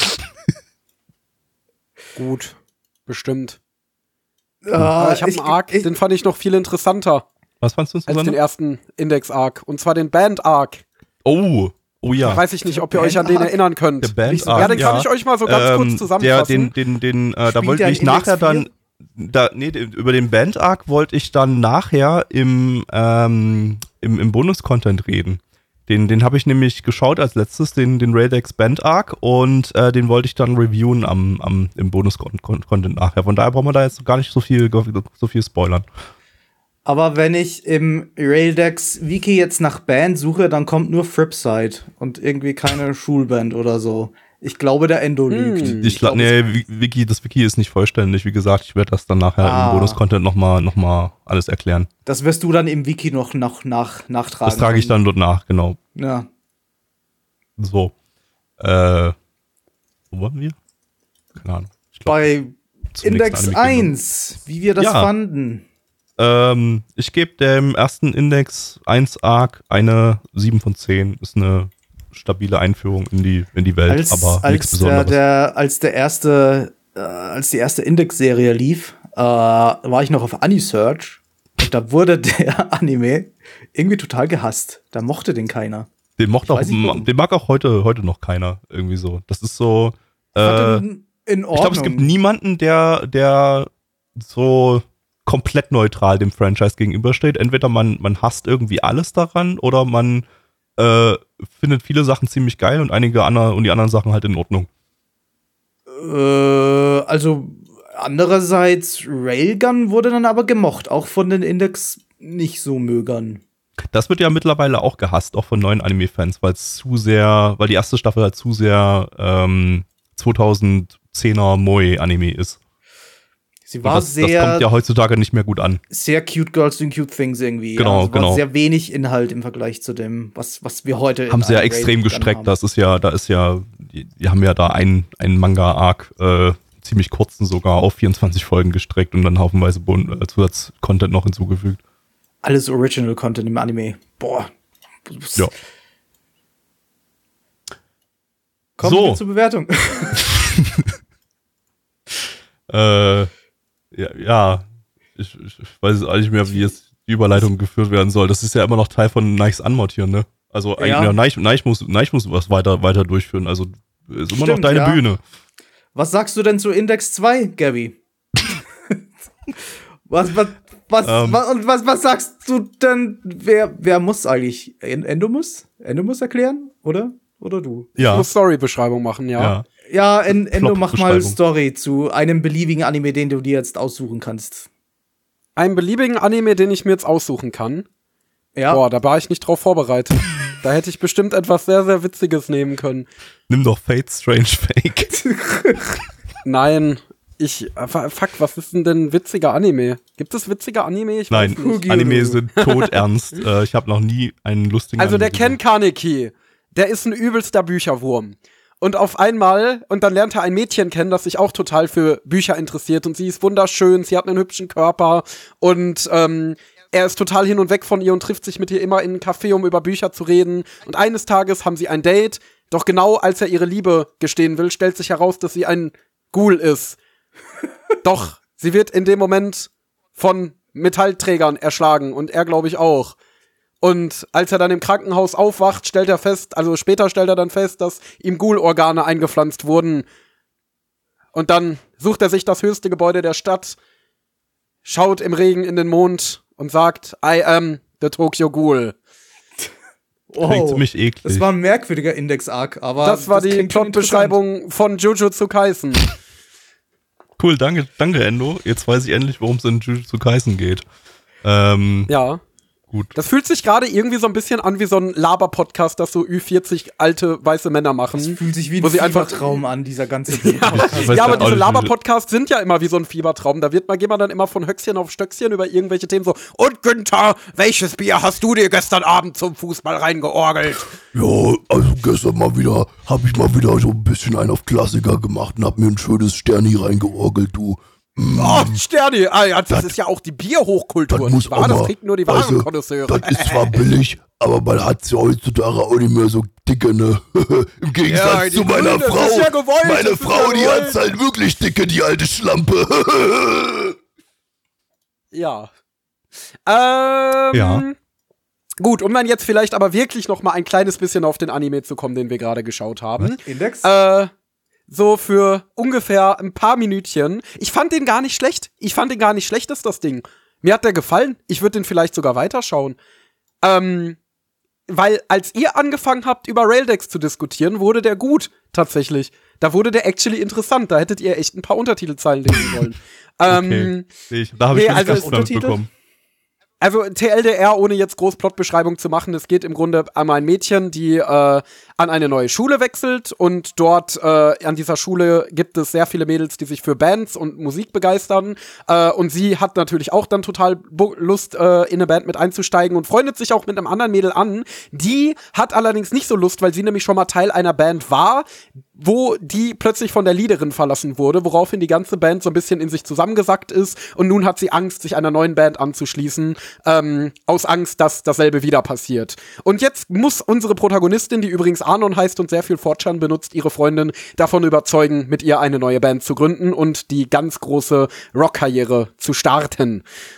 Gut, bestimmt. Ich habe einen Arc, den fand ich noch viel interessanter. Was fandst du interessanter? Als den ersten Index-Arc. Und zwar den Band-Arc. Oh ja. Ich weiß nicht, ob ihr euch an den erinnern könnt. Der Band-Arc, ja, den kann ich euch mal so ganz kurz zusammenfassen. Da wollte ich nachher dann... über den Band-Arc wollte ich dann nachher im Bonus-Content reden. Den habe ich nämlich geschaut als letztes, den Raildex Band Arc, und den wollte ich dann reviewen im Bonus-Content nachher. Von daher brauchen wir da jetzt gar nicht so viel spoilern. Aber wenn ich im Raildex Wiki jetzt nach Band suche, dann kommt nur Fripside und irgendwie keine Schulband oder so. Ich glaube, der Endo lügt. Das Wiki ist nicht vollständig. Wie gesagt, ich werde das dann nachher im Bonus-Content noch mal alles erklären. Das wirst du dann im Wiki noch nachtragen. Das trage ich dann dort nach, genau. Ja. So. Wo waren wir? Keine Ahnung. Bei Index 1, wie wir das fanden. Ich gebe dem ersten Index 1 Arc eine 7 von 10. Ist eine stabile Einführung in die Welt, aber nichts Besonderes. Als die erste Index-Serie lief, war ich noch auf Anisearch und da wurde der Anime irgendwie total gehasst. Da mochte den keiner. Den mag auch heute noch keiner irgendwie so. Das ist so. In Ordnung. Ich glaube, es gibt niemanden, der so komplett neutral dem Franchise gegenübersteht. Entweder man hasst irgendwie alles daran oder man findet viele Sachen ziemlich geil und die anderen Sachen halt in Ordnung. Also andererseits, Railgun wurde dann aber gemocht, auch von den Index nicht so Mögern. Das wird ja mittlerweile auch gehasst, auch von neuen Anime-Fans, weil die erste Staffel halt zu sehr 2010er Moe-Anime ist. Das kommt ja heutzutage nicht mehr gut an. Sehr cute Girls doing cute things irgendwie. Genau. War sehr wenig Inhalt im Vergleich zu dem, was wir heute haben sie ja extrem gestreckt. Die haben ja da einen Manga-Arc, ziemlich kurzen sogar, auf 24 Folgen gestreckt und dann haufenweise Zusatzcontent noch hinzugefügt. Alles Original-Content im Anime. Boah. Ja. Kommen wir zur Bewertung. Ich weiß auch nicht mehr, wie jetzt die Überleitung geführt werden soll. Das ist ja immer noch Teil von Nikes Anmod hier, ne? Also eigentlich, Nike muss was weiter durchführen. Also ist immer noch deine Bühne. Was sagst du denn zu Index 2, Gabby? Was sagst du denn? Wer muss eigentlich? Endo muss erklären, oder? Oder du? Ja. Ich muss Story-Beschreibung machen, ja. Ja, Endo, mach mal Story zu einem beliebigen Anime, den du dir jetzt aussuchen kannst. Einen beliebigen Anime, den ich mir jetzt aussuchen kann? Ja. Boah, da war ich nicht drauf vorbereitet. Da hätte ich bestimmt etwas sehr, sehr Witziges nehmen können. Nimm doch Fate Strange Fake. Nein. Fuck, was ist denn ein witziger Anime? Gibt es witzige Anime? Ich weiß Nein, nicht. Anime sind todernst. Ich habe noch nie einen lustigen Also der Anime Ken Kaneki, der ist ein übelster Bücherwurm. Und auf einmal, und dann lernt er ein Mädchen kennen, das sich auch total für Bücher interessiert. Und sie ist wunderschön, sie hat einen hübschen Körper. Und er ist total hin und weg von ihr und trifft sich mit ihr immer in einen Café, um über Bücher zu reden. Und eines Tages haben sie ein Date. Doch genau als er ihre Liebe gestehen will, stellt sich heraus, dass sie ein Ghoul ist. Doch, sie wird in dem Moment von Metallträgern erschlagen und er, glaube ich, auch. Und als er dann im Krankenhaus aufwacht, später stellt er dann fest, dass ihm Ghoul-Organe eingepflanzt wurden. Und dann sucht er sich das höchste Gebäude der Stadt, schaut im Regen in den Mond und sagt, I am the Tokyo Ghoul. Klingt ziemlich eklig. Das war ein merkwürdiger Index-Arc, aber Das war die Plotbeschreibung von Jujutsu Kaisen. Cool, danke Endo. Jetzt weiß ich endlich, worum es in Jujutsu Kaisen geht. Ja. Gut. Das fühlt sich gerade irgendwie so ein bisschen an wie so ein Laber-Podcast, das so Ü40 alte weiße Männer machen. Das fühlt sich wie ein wo sie einfach Fiebertraum an, dieser ganze Ja, aber diese Laber-Podcasts sind ja immer wie so ein Fiebertraum. Da geht man dann immer von Höchstchen auf Stöckchen über irgendwelche Themen so. Und Günther, welches Bier hast du dir gestern Abend zum Fußball reingeorgelt? Ja, also gestern habe ich mal wieder so ein bisschen einen auf Klassiker gemacht und hab mir ein schönes Sterni reingeorgelt, du. Oh, Sterni, ja, das ist ja auch die Bierhochkultur, nicht wahr? Das kriegt nur die wahren Konnoisseure. Das ist zwar billig, aber man hat's ja heutzutage auch nicht mehr so dicke, ne? Im Gegensatz zu meiner Grüne, Frau. ja gewollt, Meine Frau, die hat's halt wirklich dicke, die alte Schlampe. Ja. Ja. Gut, um dann jetzt vielleicht aber wirklich noch mal ein kleines bisschen auf den Anime zu kommen, den wir gerade geschaut haben. Index? So für ungefähr ein paar Minütchen. Ich fand den gar nicht schlecht. Ist das Ding. Mir hat der gefallen. Ich würde den vielleicht sogar weiterschauen. Weil als ihr angefangen habt, über Raildex zu diskutieren, wurde der gut, tatsächlich. Da wurde der actually interessant. Da hättet ihr echt ein paar Untertitelzeilen lesen sollen. Okay. Da habe ich nicht ganz mitbekommen. Also TLDR, ohne jetzt groß Plotbeschreibung zu machen, es geht im Grunde um ein Mädchen, die an eine neue Schule wechselt und dort an dieser Schule gibt es sehr viele Mädels, die sich für Bands und Musik begeistern und sie hat natürlich auch dann total Lust, in eine Band mit einzusteigen und freundet sich auch mit einem anderen Mädel an. Die hat allerdings nicht so Lust, weil sie nämlich schon mal Teil einer Band war, wo die plötzlich von der Leaderin verlassen wurde, woraufhin die ganze Band so ein bisschen in sich zusammengesackt ist und nun hat sie Angst, sich einer neuen Band anzuschließen, aus Angst, dass dasselbe wieder passiert. Und jetzt muss unsere Protagonistin, die übrigens Anon heißt und sehr viel 4chan benutzt, ihre Freundin davon überzeugen, mit ihr eine neue Band zu gründen und die ganz große Rockkarriere zu starten.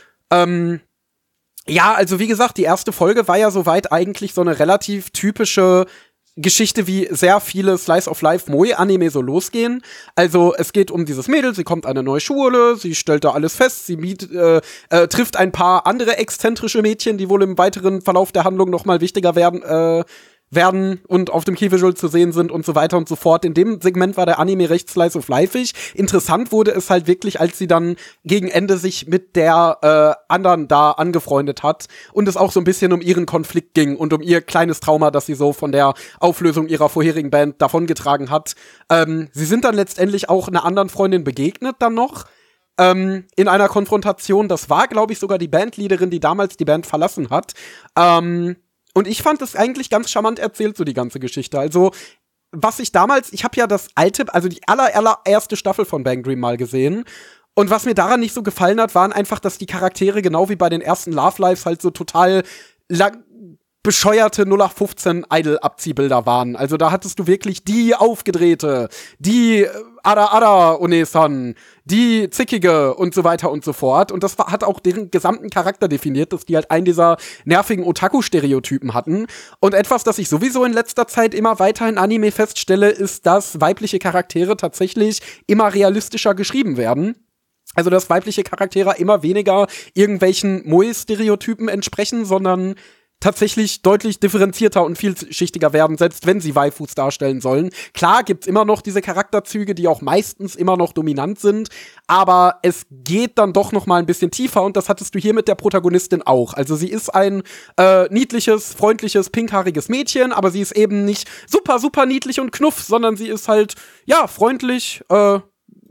Ja, also wie gesagt, die erste Folge war ja soweit eigentlich so eine relativ typische Geschichte, wie sehr viele Slice-of-Life-Moe-Anime so losgehen. Also es geht um dieses Mädel, sie kommt an eine neue Schule, sie stellt da alles fest, sie trifft ein paar andere exzentrische Mädchen, die wohl im weiteren Verlauf der Handlung noch mal wichtiger werden und auf dem Key-Visual zu sehen sind und so weiter und so fort. In dem Segment war der Anime recht slice-of-life-ig. Interessant wurde es halt wirklich, als sie dann gegen Ende sich mit der anderen da angefreundet hat und es auch so ein bisschen um ihren Konflikt ging und um ihr kleines Trauma, das sie so von der Auflösung ihrer vorherigen Band davongetragen hat. Sie sind dann letztendlich auch einer anderen Freundin begegnet dann noch. In einer Konfrontation. Das war, glaube ich, sogar die Bandleaderin, die damals die Band verlassen hat. Und ich fand das eigentlich ganz charmant erzählt, so die ganze Geschichte. Also, ich habe ja die allererste Staffel von Bang Dream mal gesehen. Und was mir daran nicht so gefallen hat, waren einfach, dass die Charaktere genau wie bei den ersten Love Lives halt so total bescheuerte 0815 Idol-Abziehbilder waren. Also da hattest du wirklich die aufgedrehte, die Ada-Ada-One-san, die zickige und so weiter und so fort. Und das hat auch deren gesamten Charakter definiert, dass die halt einen dieser nervigen Otaku-Stereotypen hatten. Und etwas, das ich sowieso in letzter Zeit immer weiter in Anime feststelle, ist, dass weibliche Charaktere tatsächlich immer realistischer geschrieben werden. Also, dass weibliche Charaktere immer weniger irgendwelchen Moe-Stereotypen entsprechen, sondern tatsächlich deutlich differenzierter und vielschichtiger werden, selbst wenn sie Waifus darstellen sollen. Klar gibt's immer noch diese Charakterzüge, die auch meistens immer noch dominant sind, aber es geht dann doch noch mal ein bisschen tiefer und das hattest du hier mit der Protagonistin auch. Also sie ist ein niedliches, freundliches, pinkhaariges Mädchen, aber sie ist eben nicht super, super niedlich und knuff, sondern sie ist halt, ja, freundlich,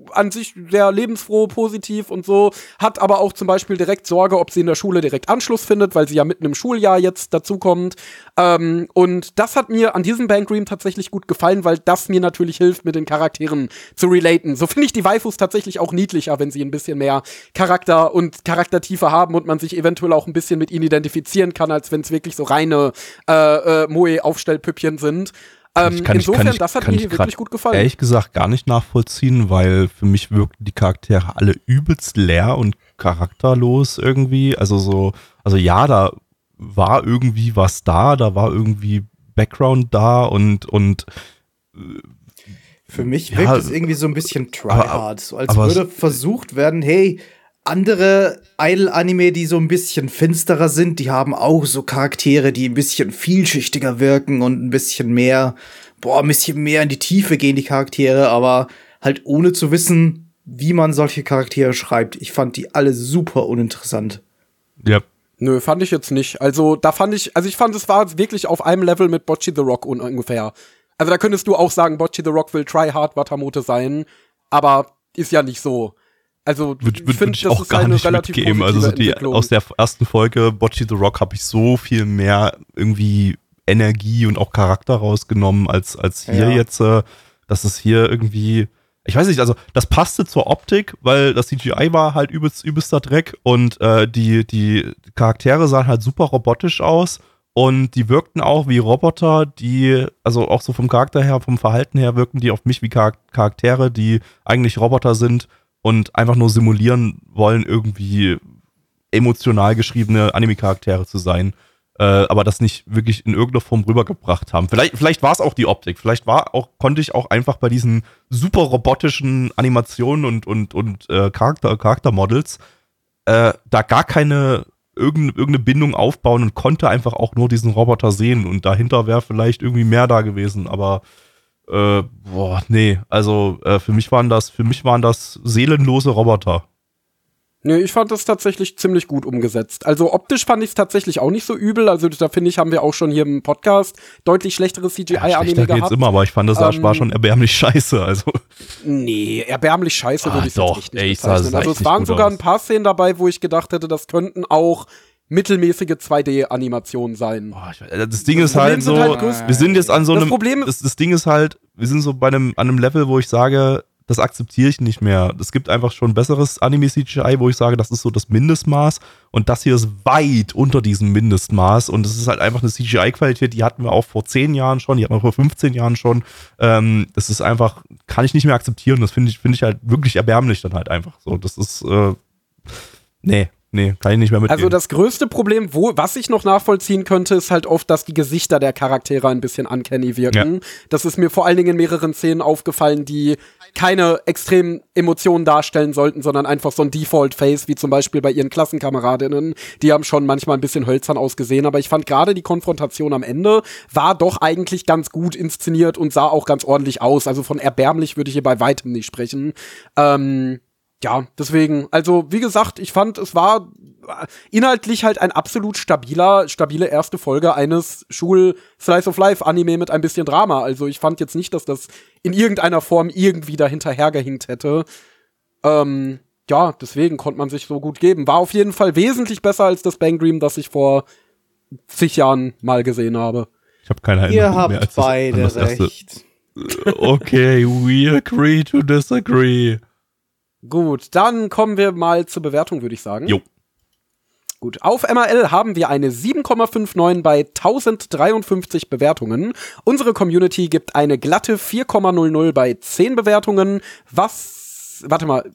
an sich sehr lebensfroh, positiv und so, hat aber auch zum Beispiel direkt Sorge, ob sie in der Schule direkt Anschluss findet, weil sie ja mitten im Schuljahr jetzt dazukommt. Und das hat mir an diesem Bang Dream tatsächlich gut gefallen, weil das mir natürlich hilft, mit den Charakteren zu relaten. So finde ich die Waifus tatsächlich auch niedlicher, wenn sie ein bisschen mehr Charakter und Charaktertiefe haben und man sich eventuell auch ein bisschen mit ihnen identifizieren kann, als wenn es wirklich so reine Moe-Aufstellpüppchen sind. Insofern, das hat mir wirklich gut gefallen. Ehrlich gesagt gar nicht nachvollziehen, weil für mich wirkten die Charaktere alle übelst leer und charakterlos irgendwie. Also ja, da war irgendwie was da war irgendwie Background da und für mich wirkt es irgendwie so ein bisschen tryhard, so als würde versucht werden, hey, andere Idol-Anime, die so ein bisschen finsterer sind, die haben auch so Charaktere, die ein bisschen vielschichtiger wirken und ein bisschen mehr in die Tiefe gehen, die Charaktere, aber halt ohne zu wissen, wie man solche Charaktere schreibt. Ich fand die alle super uninteressant. Ja. Nö, fand ich jetzt nicht. Also, ich fand, es war wirklich auf einem Level mit Bocchi the Rock ungefähr. Also, da könntest du auch sagen, Bocchi the Rock will try hard Watamote sein, aber ist ja nicht so. Also, ich finde, das ist eine relativ positive also Entwicklung. Aus der ersten Folge Bocchi the Rock habe ich so viel mehr irgendwie Energie und auch Charakter rausgenommen als hier jetzt, dass es hier irgendwie, ich weiß nicht, also das passte zur Optik, weil das CGI war halt übelster Dreck und die Charaktere sahen halt super robotisch aus und die wirkten auch wie Roboter, die, also auch so vom Charakter her, vom Verhalten her wirkten die auf mich wie Charaktere, die eigentlich Roboter sind und einfach nur simulieren wollen, irgendwie emotional geschriebene Anime-Charaktere zu sein, aber das nicht wirklich in irgendeiner Form rübergebracht haben. Vielleicht war es auch die Optik, konnte ich auch einfach bei diesen super robotischen Animationen und Charaktermodels da gar keine irgendeine Bindung aufbauen und konnte einfach auch nur diesen Roboter sehen und dahinter wäre vielleicht irgendwie mehr da gewesen, aber nee, also für mich waren das seelenlose Roboter. Nee, ich fand das tatsächlich ziemlich gut umgesetzt. Also optisch fand ich es tatsächlich auch nicht so übel. Also da finde ich, haben wir auch schon hier im Podcast deutlich schlechtere CGI-Anime gehabt. Geht's immer, aber ich fand, das war schon erbärmlich scheiße. Also. Nee, erbärmlich scheiße würde ich jetzt nicht bezeichnen. Also es nicht waren sogar ein paar Szenen dabei, wo ich gedacht hätte, das könnten auch mittelmäßige 2D-Animationen sein. Das Ding ist halt so, wir sind jetzt an so einem, das Ding ist halt, wir sind so an einem Level, wo ich sage, das akzeptiere ich nicht mehr. Es gibt einfach schon besseres Anime-CGI, wo ich sage, das ist so das Mindestmaß und das hier ist weit unter diesem Mindestmaß und es ist halt einfach eine CGI-Qualität, die hatten wir auch vor 10 Jahren schon, die hatten wir vor 15 Jahren schon. Das ist einfach, kann ich nicht mehr akzeptieren. Das finde ich halt wirklich erbärmlich dann halt einfach so. Das ist, Nee, kann ich nicht mehr mitgehen. Also das größte Problem, was ich noch nachvollziehen könnte, ist halt oft, dass die Gesichter der Charaktere ein bisschen uncanny wirken. Ja. Das ist mir vor allen Dingen in mehreren Szenen aufgefallen, die keine extremen Emotionen darstellen sollten, sondern einfach so ein Default-Face, wie zum Beispiel bei ihren Klassenkameradinnen. Die haben schon manchmal ein bisschen hölzern ausgesehen, aber ich fand gerade die Konfrontation am Ende war doch eigentlich ganz gut inszeniert und sah auch ganz ordentlich aus. Also von erbärmlich würde ich hier bei weitem nicht sprechen. Ja, deswegen, also wie gesagt, ich fand, es war inhaltlich halt ein absolut stabile erste Folge eines Schul-Slice-of-Life-Anime mit ein bisschen Drama. Also ich fand jetzt nicht, dass das in irgendeiner Form irgendwie dahinterhergehinkt hätte. Ja, deswegen konnte man sich so gut geben. War auf jeden Fall wesentlich besser als das Bang Dream, das ich vor zig Jahren mal gesehen habe. Ich habe keine Erinnerung mehr. Ihr habt beide recht. Okay, we agree to disagree. Gut, dann kommen wir mal zur Bewertung, würde ich sagen. Jo. Gut, auf MRL haben wir eine 7,59 bei 1053 Bewertungen. Unsere Community gibt eine glatte 4,00 bei 10 Bewertungen. Warte mal,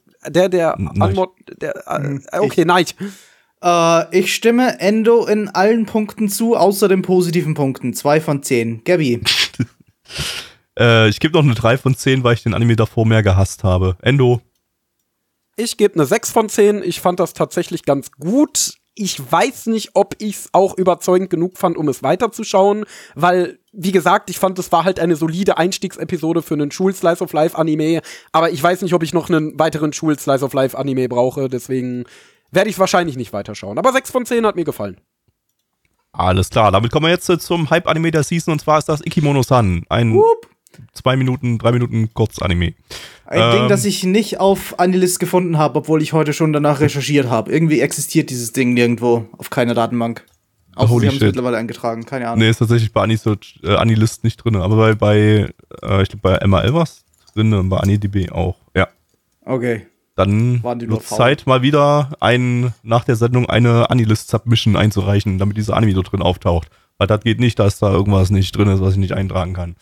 okay, Neid. Ich stimme Endo in allen Punkten zu, außer den positiven Punkten. 2 von 10. Gabby. Ich gebe noch eine 3 von 10, weil ich den Anime davor mehr gehasst habe. Endo. Ich gebe eine 6 von 10. Ich fand das tatsächlich ganz gut. Ich weiß nicht, ob ich es auch überzeugend genug fand, um es weiterzuschauen, weil, wie gesagt, ich fand, es war halt eine solide Einstiegsepisode für einen Schul-Slice-of-Life-Anime, aber ich weiß nicht, ob ich noch einen weiteren Schul-Slice-of-Life-Anime brauche, deswegen werde ich wahrscheinlich nicht weiterschauen. Aber 6 von 10 hat mir gefallen. Alles klar, damit kommen wir jetzt zum Hype-Anime der Season, und zwar ist das Ikimono-san. Ein 2 Minuten, 3 Minuten Kurzanime. Ein Ding, das ich nicht auf Anilist gefunden habe, obwohl ich heute schon danach recherchiert habe. Irgendwie existiert dieses Ding nirgendwo auf keiner Datenbank. Auch sie haben es mittlerweile eingetragen, keine Ahnung. Nee, ist tatsächlich bei Anilist nicht drin, aber ich glaube bei MAL war es drin und bei AniDB auch, ja. Okay. Dann wird Zeit, mal wieder nach der Sendung eine Anilist-Submission einzureichen, damit diese Anime da drin auftaucht. Weil das geht nicht, dass da irgendwas nicht drin ist, was ich nicht eintragen kann.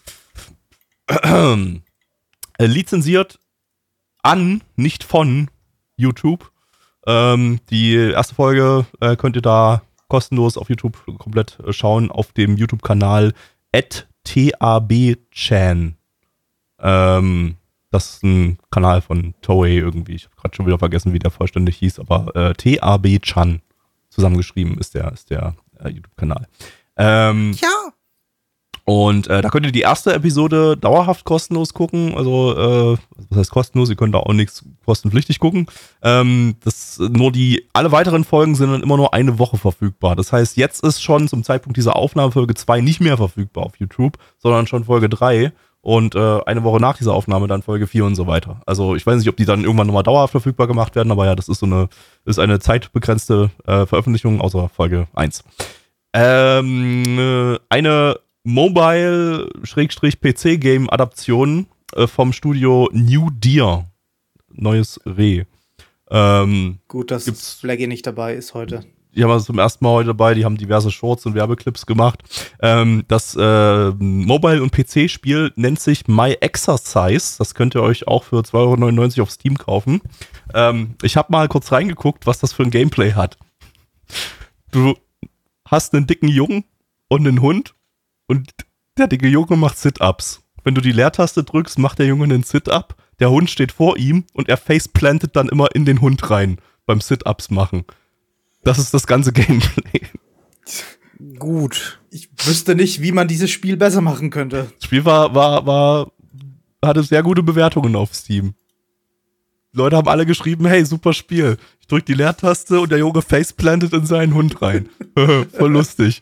Lizenziert an, nicht von YouTube. Die erste Folge könnt ihr da kostenlos auf YouTube komplett schauen, auf dem YouTube-Kanal @tabchan. Das ist ein Kanal von Toei irgendwie. Ich habe gerade schon wieder vergessen, wie der vollständig hieß, aber tabchan zusammengeschrieben ist der YouTube-Kanal. Ja. Und da könnt ihr die erste Episode dauerhaft kostenlos gucken. Also, was heißt kostenlos? Ihr könnt da auch nichts kostenpflichtig gucken. Alle weiteren Folgen sind dann immer nur eine Woche verfügbar. Das heißt, jetzt ist schon zum Zeitpunkt dieser Aufnahme Folge 2 nicht mehr verfügbar auf YouTube, sondern schon Folge 3. Und eine Woche nach dieser Aufnahme dann Folge 4 und so weiter. Also ich weiß nicht, ob die dann irgendwann nochmal dauerhaft verfügbar gemacht werden, aber ja, das ist eine zeitbegrenzte Veröffentlichung außer Folge 1. Eine Mobile-PC-Game-Adaption vom Studio New Deer. Neues Reh. Gut, dass Flaggy nicht dabei ist heute. Die haben also zum ersten Mal heute dabei, die haben diverse Shorts und Werbeclips gemacht. Das Mobile- und PC-Spiel nennt sich My Exercise. Das könnt ihr euch auch für 2,99 € auf Steam kaufen. Ich habe mal kurz reingeguckt, was das für ein Gameplay hat. Du hast einen dicken Jungen und einen Hund und der dicke Junge macht Sit-Ups. Wenn du die Leertaste drückst, macht der Junge einen Sit-Up, der Hund steht vor ihm und er faceplantet dann immer in den Hund rein beim Sit-Ups machen. Das ist das ganze Gameplay. Gut. Ich wüsste nicht, wie man dieses Spiel besser machen könnte. Das Spiel hatte sehr gute Bewertungen auf Steam. Leute haben alle geschrieben, hey, super Spiel. Ich drück die Leertaste und der Junge faceplantet in seinen Hund rein. Voll lustig.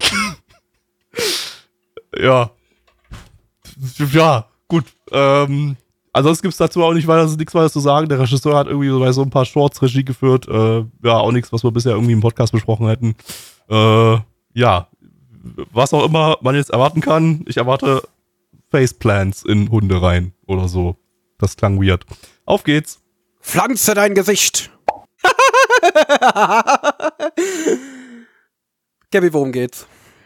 Ja. Ja, gut. Ansonsten gibt es dazu auch nichts weiter zu sagen. Der Regisseur hat irgendwie bei so ein paar Shorts Regie geführt. Ja, auch nichts, was wir bisher irgendwie im Podcast besprochen hätten. Ja, was auch immer man jetzt erwarten kann. Ich erwarte Faceplants in Hunde rein oder so. Das klang weird. Auf geht's. Pflanze dein Gesicht. Gabby, worum geht's?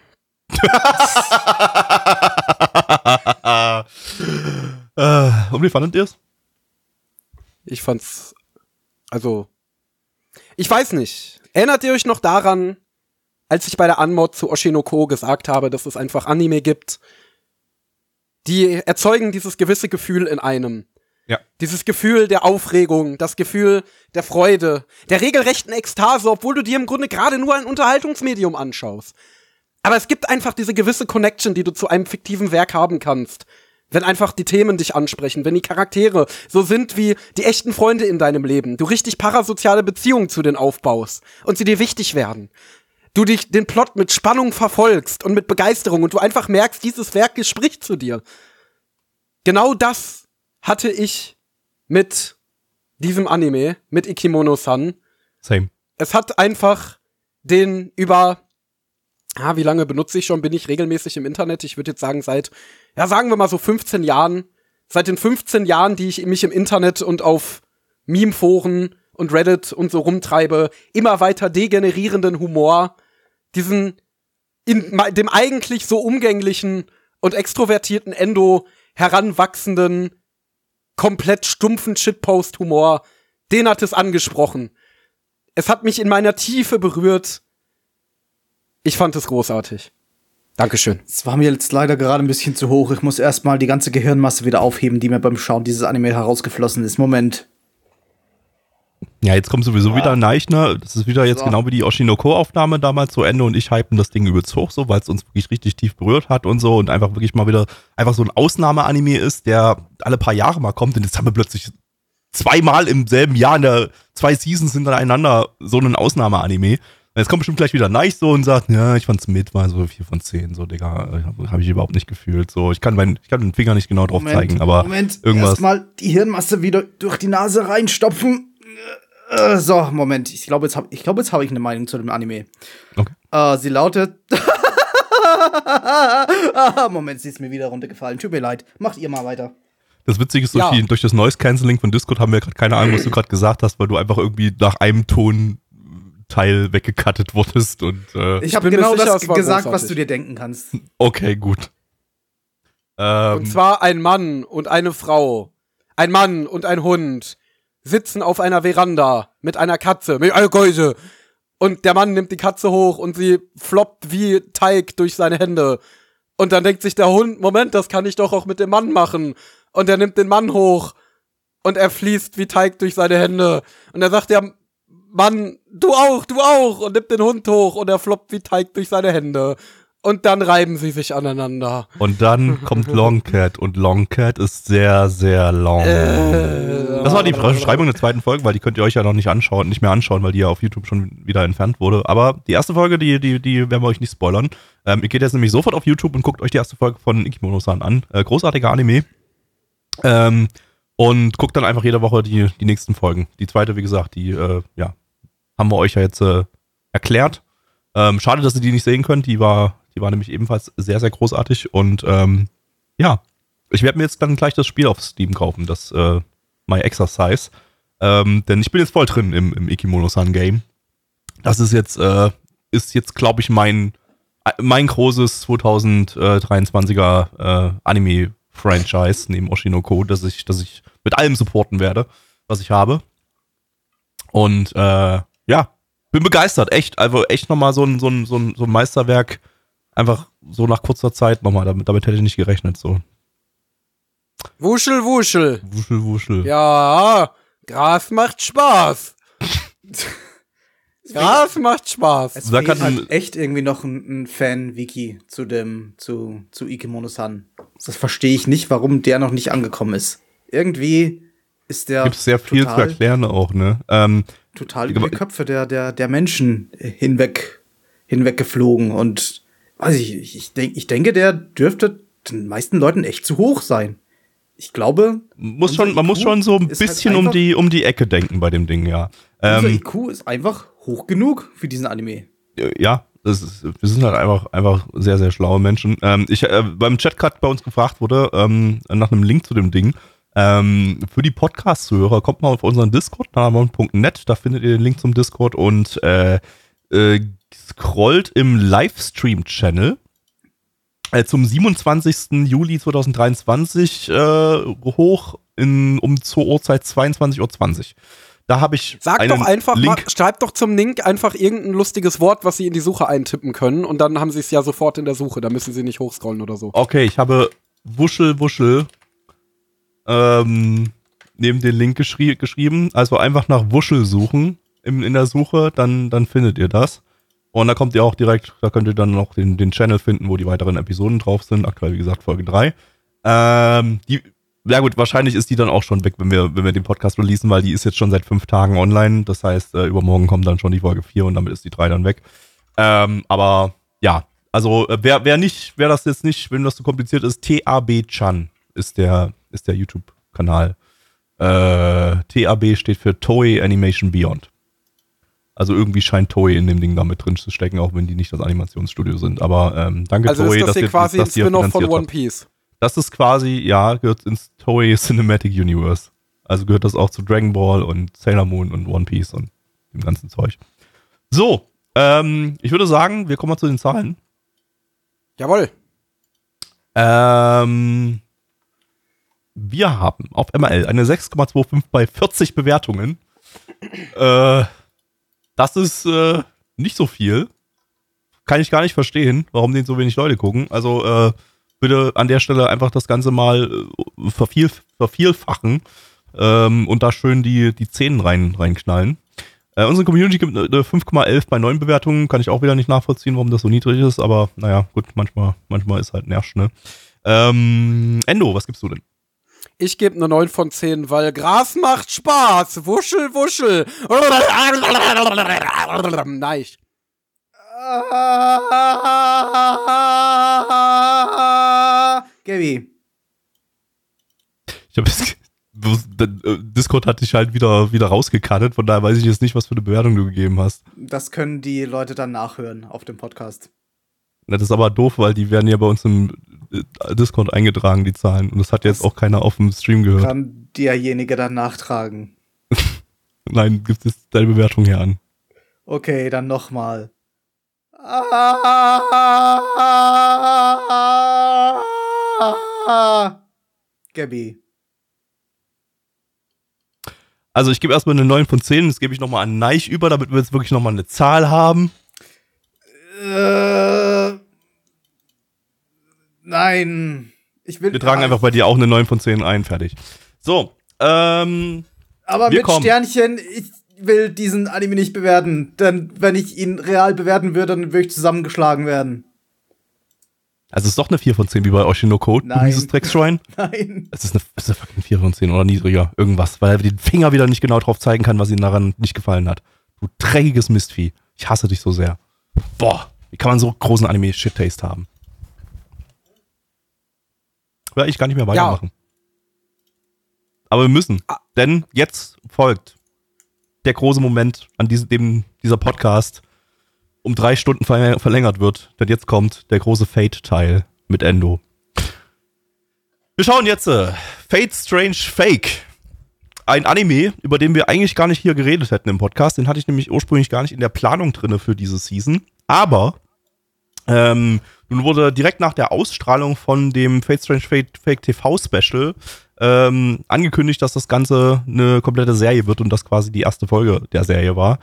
Und wie fandet ihr es? Ich fand's, ich weiß nicht. Erinnert ihr euch noch daran, als ich bei der Anmod zu Oshinoko gesagt habe, dass es einfach Anime gibt, die erzeugen dieses gewisse Gefühl in einem. Ja. Dieses Gefühl der Aufregung, das Gefühl der Freude, der regelrechten Ekstase, obwohl du dir im Grunde gerade nur ein Unterhaltungsmedium anschaust. Aber es gibt einfach diese gewisse Connection, die du zu einem fiktiven Werk haben kannst. Wenn einfach die Themen dich ansprechen, wenn die Charaktere so sind wie die echten Freunde in deinem Leben, du richtig parasoziale Beziehungen zu denen aufbaust und sie dir wichtig werden. Du den Plot mit Spannung verfolgst und mit Begeisterung und du einfach merkst, dieses Werk spricht zu dir. Genau das hatte ich mit diesem Anime, mit Ikimono-san. Same. Es hat einfach den wie lange benutze ich schon? Bin ich regelmäßig im Internet? Ich würde jetzt sagen, sagen wir mal so 15 Jahren. Seit den 15 Jahren, die ich mich im Internet und auf Meme-Foren und Reddit und so rumtreibe, immer weiter degenerierenden Humor, diesen in dem eigentlich so umgänglichen und extrovertierten Endo heranwachsenden, komplett stumpfen Shitpost-Humor, den hat es angesprochen. Es hat mich in meiner Tiefe berührt. Ich fand es großartig. Dankeschön. Es war mir jetzt leider gerade ein bisschen zu hoch. Ich muss erstmal die ganze Gehirnmasse wieder aufheben, die mir beim Schauen dieses Anime herausgeflossen ist. Moment. Ja, jetzt kommt sowieso wieder ein Neichner. Das ist wieder jetzt genau wie die Oshinoko-Aufnahme damals zu Ende und ich hypen das Ding übelst hoch, so, weil es uns wirklich richtig tief berührt hat und so und einfach wirklich mal wieder einfach so ein Ausnahme-Anime ist, der alle paar Jahre mal kommt und jetzt haben wir plötzlich zweimal im selben Jahr 2 Seasons hintereinander so einen Ausnahme-Anime. Jetzt kommt bestimmt gleich wieder Nice so und sagt, ja, ich fand's mit, war so 4 von 10, so, Digga, habe ich überhaupt nicht gefühlt, so, ich kann den Finger nicht genau drauf zeigen, aber irgendwas. Erstmal die Hirnmasse wieder durch die Nase reinstopfen. So, Moment, ich glaube, jetzt habe ich eine Meinung zu dem Anime. Okay. Sie lautet, Moment, sie ist mir wieder runtergefallen, tut mir leid, macht ihr mal weiter. Das Witzige ist, durch das Noise-Canceling von Discord haben wir gerade keine Ahnung, was du gerade gesagt hast, weil du einfach irgendwie nach einem Tonteil weggekattet wurdest. Und, ich habe genau sicher, das gesagt, großartig. Was du dir denken kannst. Okay, gut. Und zwar ein Mann und eine Frau, ein Mann und ein Hund sitzen auf einer Veranda mit einer Katze, mit einer Geuse. Und der Mann nimmt die Katze hoch und sie floppt wie Teig durch seine Hände. Und dann denkt sich der Hund, Moment, das kann ich doch auch mit dem Mann machen. Und er nimmt den Mann hoch und er fließt wie Teig durch seine Hände. Und er sagt der Mann, du auch. Und nimmt den Hund hoch und er floppt wie Teig durch seine Hände. Und dann reiben sie sich aneinander. Und dann kommt Longcat und Longcat ist sehr, sehr long. Das war die Beschreibung der zweiten Folge, weil die könnt ihr euch ja noch nicht mehr anschauen, weil die ja auf YouTube schon wieder entfernt wurde. Aber die erste Folge, die werden wir euch nicht spoilern. Ihr geht jetzt nämlich sofort auf YouTube und guckt euch die erste Folge von Ikimono-san an. Großartiger Anime. Und guckt dann einfach jede Woche die nächsten Folgen. Die zweite, wie gesagt, die haben wir euch ja jetzt erklärt. Schade, dass ihr die nicht sehen könnt. Die war nämlich ebenfalls sehr, sehr großartig. Und ich werde mir jetzt dann gleich das Spiel auf Steam kaufen, das My Exercise. Denn ich bin jetzt voll drin im Ikimono-san Game. Das ist jetzt, glaube ich, mein großes 2023er Anime-Franchise neben Oshinoko, das ich mit allem supporten werde, was ich habe. Und bin begeistert, echt. Also echt nochmal so ein Meisterwerk. Einfach so nach kurzer Zeit nochmal. Damit hätte ich nicht gerechnet. So. Wuschel. Wuschel. Ja, Gras macht Spaß. Gras macht Spaß. Es fehlt halt echt irgendwie noch ein Fan-Wiki zu Ikimono-san. Das verstehe ich nicht, warum der noch nicht angekommen ist. Irgendwie ist der gibt sehr viel zu erklären auch, ne? Total über die Köpfe der Menschen hinweggeflogen und weiß ich denke, der dürfte den meisten Leuten echt zu hoch sein. Ich glaube, man muss schon so ein bisschen halt um die Ecke denken bei dem Ding, ja. Unser IQ ist einfach hoch genug für diesen Anime. Ja, wir sind halt einfach sehr, sehr schlaue Menschen. Beim Chatcut bei uns gefragt wurde, nach einem Link zu dem Ding. Für die Podcast-Zuhörer kommt mal auf unseren Discord, nanamon.net, da findet ihr den Link zum Discord und scrollt im Livestream-Channel zum 27. Juli 2023 hoch zur Uhrzeit 22:20 Uhr. Da habe ich schreibt doch zum Link einfach irgendein lustiges Wort, was sie in die Suche eintippen können und dann haben sie es ja sofort in der Suche, da müssen sie nicht hochscrollen oder so. Okay, ich habe Wuschel neben den Link geschrieben, also einfach nach Wuschel suchen in der Suche, dann findet ihr das. Und da kommt ihr auch direkt, da könnt ihr dann noch den Channel finden, wo die weiteren Episoden drauf sind. Aktuell, wie gesagt, Folge 3. Ja gut, wahrscheinlich ist die dann auch schon weg, wenn wir den Podcast releasen, weil die ist jetzt schon seit 5 Tagen online. Das heißt, übermorgen kommt dann schon die Folge 4 und damit ist die 3 dann weg. Aber ja, also wer das jetzt nicht, wenn das zu kompliziert ist, TAB-chan ist der YouTube-Kanal. TAB steht für Toei Animation Beyond. Also irgendwie scheint Toei in dem Ding da mit drin zu stecken, auch wenn die nicht das Animationsstudio sind. Aber danke also Toei, dass ihr quasi ein Spin-off von One Piece. Das ist quasi, gehört ins Toei Cinematic Universe. Also gehört das auch zu Dragon Ball und Sailor Moon und One Piece und dem ganzen Zeug. So, ich würde sagen, wir kommen mal zu den Zahlen. Jawohl. Wir haben auf MRL eine 6,25 bei 40 Bewertungen. Das ist nicht so viel. Kann ich gar nicht verstehen, warum den so wenig Leute gucken. Also bitte an der Stelle einfach das Ganze mal vervielfachen und da schön die 10 reinknallen. Unsere Community gibt eine 5,11 bei 9 Bewertungen. Kann ich auch wieder nicht nachvollziehen, warum das so niedrig ist. Aber naja, gut, manchmal ist halt Nersch, ne? Endo, was gibst du denn? Ich gebe eine 9 von 10, weil Gras macht Spaß. Wuschel. Nice. Gaby. Ich habe Discord hat dich halt wieder rausgekattet, von daher weiß ich jetzt nicht, was für eine Bewertung du gegeben hast. Das können die Leute dann nachhören auf dem Podcast. Das ist aber doof, weil die werden ja bei uns im Discord eingetragen, die Zahlen. Und das hat jetzt auch keiner auf dem Stream gehört. Kann derjenige dann nachtragen. Nein, gibst jetzt deine Bewertung hier an. Okay, dann nochmal. Gaby. Also ich gebe erstmal eine 9 von 10, das gebe ich nochmal an Neich über, damit wir jetzt wirklich nochmal eine Zahl haben. Nein. Wir tragen einfach bei dir auch eine 9 von 10 ein, fertig. So, aber mit Sternchen, ich will diesen Anime nicht bewerten, denn wenn ich ihn real bewerten würde, dann würde ich zusammengeschlagen werden. Also es ist doch eine 4 von 10 wie bei Oshinoko, du dieses Drecksschwein? Nein. Es ist eine fucking 4 von 10 oder niedriger, irgendwas, weil er den Finger wieder nicht genau drauf zeigen kann, was ihm daran nicht gefallen hat. Du dreckiges Mistvieh. Ich hasse dich so sehr. Boah, wie kann man so großen Anime-Shit-Taste haben? Will ich gar nicht mehr weitermachen. Ja. Aber wir müssen, denn jetzt folgt der große Moment, an dieser Podcast um 3 Stunden verlängert wird, denn jetzt kommt der große Fate-Teil mit Endo. Wir schauen jetzt Fate Strange Fake. Ein Anime, über den wir eigentlich gar nicht hier geredet hätten im Podcast. Den hatte ich nämlich ursprünglich gar nicht in der Planung drin für diese Season. Aber nun wurde direkt nach der Ausstrahlung von dem Fate Strange Fake TV Special angekündigt, dass das Ganze eine komplette Serie wird und das quasi die erste Folge der Serie war.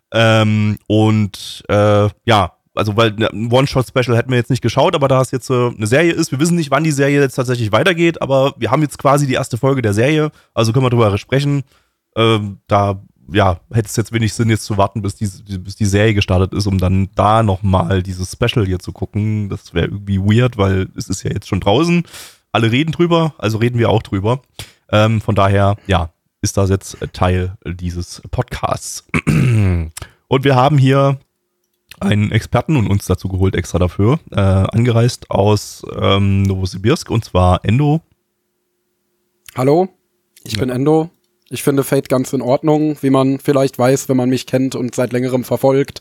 Also weil ein One-Shot-Special hätten wir jetzt nicht geschaut, aber da es jetzt eine Serie ist, wir wissen nicht, wann die Serie jetzt tatsächlich weitergeht, aber wir haben jetzt quasi die erste Folge der Serie, also können wir darüber sprechen. Hätte es jetzt wenig Sinn, jetzt zu warten, bis die Serie gestartet ist, um dann da nochmal dieses Special hier zu gucken. Das wäre irgendwie weird, weil es ist ja jetzt schon draußen. Alle reden drüber, also reden wir auch drüber. Von daher, ja, ist das jetzt Teil dieses Podcasts. Und wir haben hier einen Experten und uns dazu geholt extra dafür, angereist aus Novosibirsk, und zwar Endo. Hallo, ich bin Endo. Ich finde Fate ganz in Ordnung, wie man vielleicht weiß, wenn man mich kennt und seit längerem verfolgt.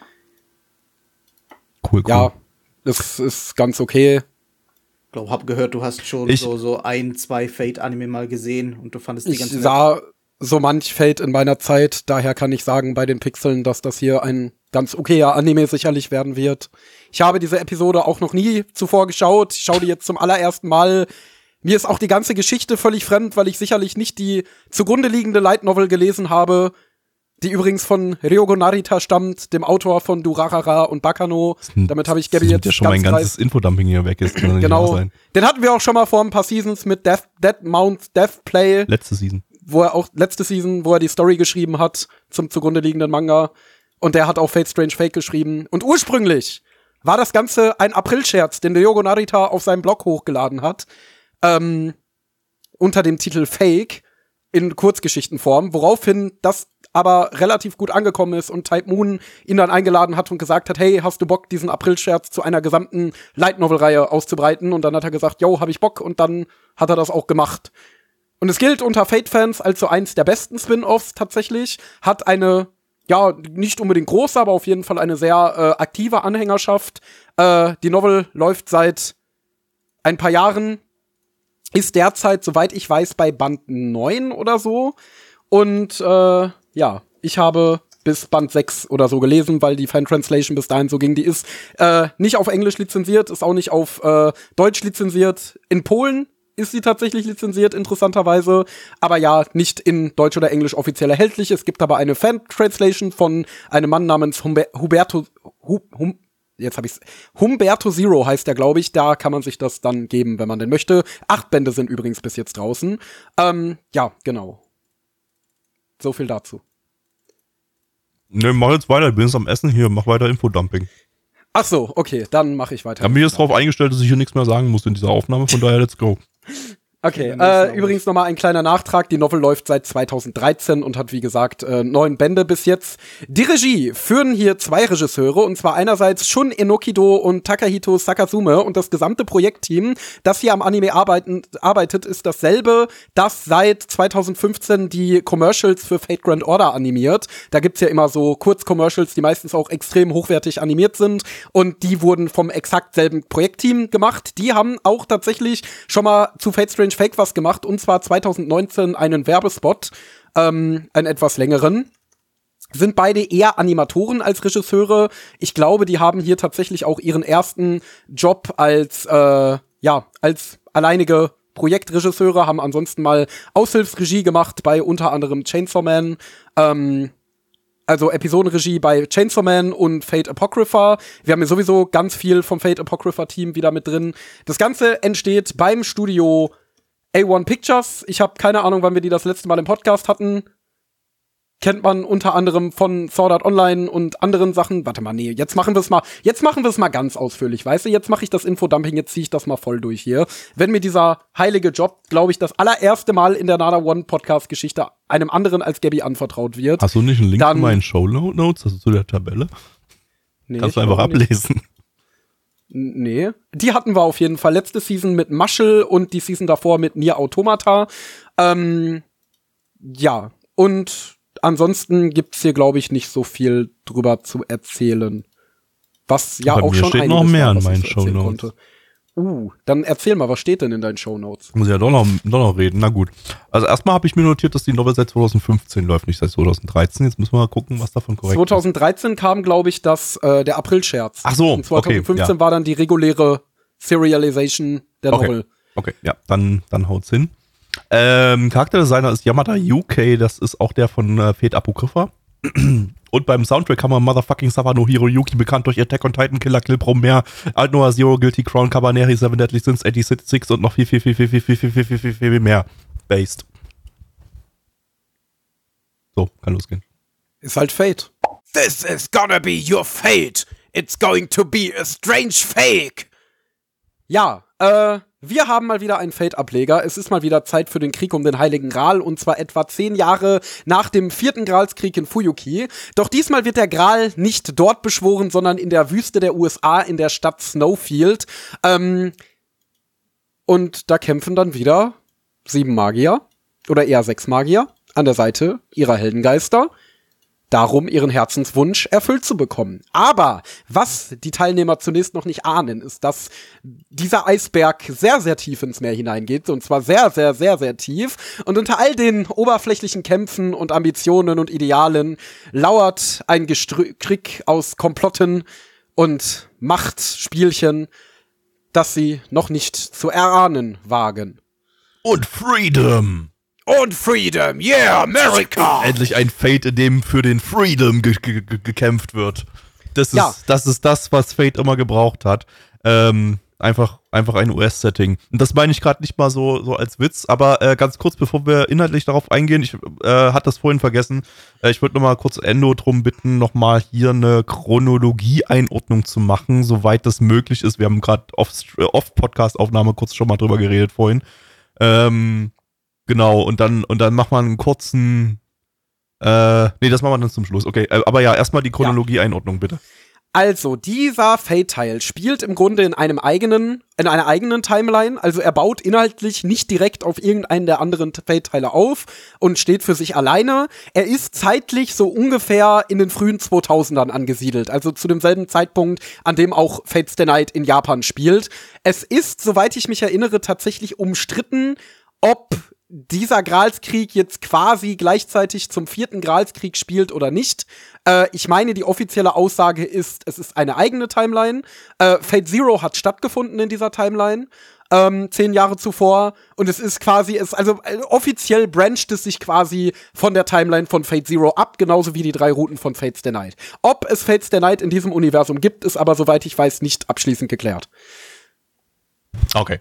Cool. Ja, es ist ganz okay. Ich glaube, hab gehört, du hast schon so 1-2 Fate-Anime mal gesehen und du fandest die ganze Ich sah so manch Fate in meiner Zeit, daher kann ich sagen bei den Pixeln, dass das hier ein ganz okayer Anime sicherlich werden wird. Ich habe diese Episode auch noch nie zuvor geschaut. Ich schaue die jetzt zum allerersten Mal. Mir ist auch die ganze Geschichte völlig fremd, weil ich sicherlich nicht die zugrunde liegende Light Novel gelesen habe, die übrigens von Ryogo Narita stammt, dem Autor von Durarara und Bakano. Damit habe ich Gaby jetzt ja schon mein ganzes Infodumping hier weg ist. Genau. Den hatten wir auch schon mal vor ein paar Seasons mit Dead Mount Death Play. Letzte Season, wo er die Story geschrieben hat zum zugrunde liegenden Manga. Und der hat auch Fate Strange Fake geschrieben. Und ursprünglich war das Ganze ein Aprilscherz, den Ryogo Narita auf seinem Blog hochgeladen hat. Unter dem Titel Fake in Kurzgeschichtenform, woraufhin das aber relativ gut angekommen ist und Type Moon ihn dann eingeladen hat und gesagt hat, hey, hast du Bock, diesen Aprilscherz zu einer gesamten Light-Novel-Reihe auszubreiten? Und dann hat er gesagt, yo, hab ich Bock, und dann hat er das auch gemacht. Und es gilt unter Fate-Fans als so eins der besten Spin-Offs tatsächlich, hat eine, ja, nicht unbedingt große, aber auf jeden Fall eine sehr aktive Anhängerschaft. Die Novel läuft seit ein paar Jahren, ist derzeit, soweit ich weiß, bei Band 9 oder so. Und ich habe bis Band 6 oder so gelesen, weil die Fan-Translation bis dahin so ging. Die ist nicht auf Englisch lizenziert, ist auch nicht auf Deutsch lizenziert. In Polen ist sie tatsächlich lizenziert, interessanterweise. Aber ja, nicht in Deutsch oder Englisch offiziell erhältlich. Es gibt aber eine Fan-Translation von einem Mann namens Humberto Zero heißt der, glaube ich. Da kann man sich das dann geben, wenn man denn möchte. 8 Bände sind übrigens bis jetzt draußen. Ja, genau. So viel dazu. Ne, mach jetzt weiter. Ich bin jetzt am Essen hier. Mach weiter Infodumping. Ach so, okay. Dann mache ich weiter. Ich habe mich jetzt drauf eingestellt, dass ich hier nichts mehr sagen muss in dieser Aufnahme. Von daher, let's go. Okay, übrigens nochmal ein kleiner Nachtrag. Die Novel läuft seit 2013 und hat, wie gesagt, 9 Bände bis jetzt. Die Regie führen hier 2 Regisseure, und zwar einerseits Shun Enokido und Takahito Sakazume, und das gesamte Projektteam, das hier am Anime arbeitet, ist dasselbe, das seit 2015 die Commercials für Fate Grand Order animiert. Da gibt's ja immer so Kurzcommercials, die meistens auch extrem hochwertig animiert sind, und die wurden vom exakt selben Projektteam gemacht. Die haben auch tatsächlich schon mal zu Fate Strange Fake was gemacht, und zwar 2019 einen Werbespot, einen etwas längeren. Sind beide eher Animatoren als Regisseure. Ich glaube, die haben hier tatsächlich auch ihren ersten Job als alleinige Projektregisseure, haben ansonsten mal Aushilfsregie gemacht bei unter anderem Chainsaw Man, also Episodenregie bei Chainsaw Man und Fate Apocrypha. Wir haben hier sowieso ganz viel vom Fate Apocrypha-Team wieder mit drin. Das Ganze entsteht beim Studio A1 Pictures. Ich habe keine Ahnung, wann wir die das letzte Mal im Podcast hatten. Kennt man unter anderem von Sword Art Online und anderen Sachen. Warte mal, nee, jetzt machen wir es mal ganz ausführlich, weißt du? Jetzt mache ich das Infodumping, jetzt ziehe ich das mal voll durch hier. Wenn mir dieser heilige Job, glaube ich, das allererste Mal in der Nana One Podcast-Geschichte einem anderen als Gabby anvertraut wird. Hast du nicht einen Link zu meinen Shownotes, also zu der Tabelle? Nee, kannst du einfach ablesen. Nee, die hatten wir auf jeden Fall letzte Season mit Mushel und die Season davor mit Nier Automata. Ja, und ansonsten gibt's hier, glaube ich, nicht so viel drüber zu erzählen. Was ja auch schon steht noch mehr in meinen Shownotes. Dann erzähl mal, was steht denn in deinen Shownotes? Muss ja doch noch reden, na gut. Also erstmal habe ich mir notiert, dass die Novel seit 2015 läuft, nicht seit 2013. Jetzt müssen wir mal gucken, was davon korrekt 2013 kam, glaube ich, der April-Scherz. Ach so, und 2015 war dann die reguläre Serialization der Novel. Okay, ja, dann haut's hin. Charakterdesigner ist Yamada UK, das ist auch der von Fate Apocrypha. Und beim Soundtrack haben wir Motherfucking Sawano Hiroyuki, bekannt durch Attack on Titan, Killer Kill, Promare, Alt Noir Zero, Guilty Crown, Cabaneri, Seven Deadly Sins, 86 und noch viel mehr. Based. So, kann losgehen. Ist halt Fate. This is gonna be your fate. It's going to be a strange fake. Ja, wir haben mal wieder einen Fate-Ableger. Es ist mal wieder Zeit für den Krieg um den Heiligen Gral, und zwar etwa 10 Jahre nach dem 4. Gralskrieg in Fuyuki. Doch diesmal wird der Gral nicht dort beschworen, sondern in der Wüste der USA in der Stadt Snowfield. Und da kämpfen dann wieder 7 Magier, oder eher 6 Magier, an der Seite ihrer Heldengeister, darum ihren Herzenswunsch erfüllt zu bekommen. Aber was die Teilnehmer zunächst noch nicht ahnen, ist, dass dieser Eisberg sehr, sehr tief ins Meer hineingeht, und zwar sehr, sehr, sehr, sehr tief. Und unter all den oberflächlichen Kämpfen und Ambitionen und Idealen lauert ein Krieg aus Komplotten und Machtspielchen, das sie noch nicht zu erahnen wagen. Und Freedom! Und Freedom, yeah, America! Endlich ein Fate, in dem für den Freedom gekämpft wird. Das ist das, was Fate immer gebraucht hat. Einfach ein US-Setting. Und das meine ich gerade nicht mal so als Witz, aber ganz kurz, bevor wir inhaltlich darauf eingehen, ich hatte das vorhin vergessen, ich würde noch mal kurz Endo drum bitten, noch mal hier eine Chronologie-Einordnung zu machen, soweit das möglich ist. Wir haben gerade off-Podcast-Aufnahme kurz schon mal drüber geredet vorhin. Genau, und dann macht man einen kurzen das machen wir dann zum Schluss. Okay, aber ja, erstmal die Chronologie-Einordnung, bitte. Also, dieser Fate-Teil spielt im Grunde in einer eigenen Timeline. Also er baut inhaltlich nicht direkt auf irgendeinen der anderen Fate-Teile auf und steht für sich alleine. Er ist zeitlich so ungefähr in den frühen 2000ern angesiedelt. Also zu demselben Zeitpunkt, an dem auch Fate Stay Night in Japan spielt. Es ist, soweit ich mich erinnere, tatsächlich umstritten, ob dieser Gralskrieg jetzt quasi gleichzeitig zum 4. Gralskrieg spielt oder nicht. Ich meine, die offizielle Aussage ist, es ist eine eigene Timeline. Fate Zero hat stattgefunden in dieser Timeline 10 Jahre zuvor, und es ist quasi, offiziell brancht es sich quasi von der Timeline von Fate Zero ab, genauso wie die 3 Routen von Fate Stay Night. Ob es Fate Stay Night in diesem Universum gibt, ist aber, soweit ich weiß, nicht abschließend geklärt. Okay.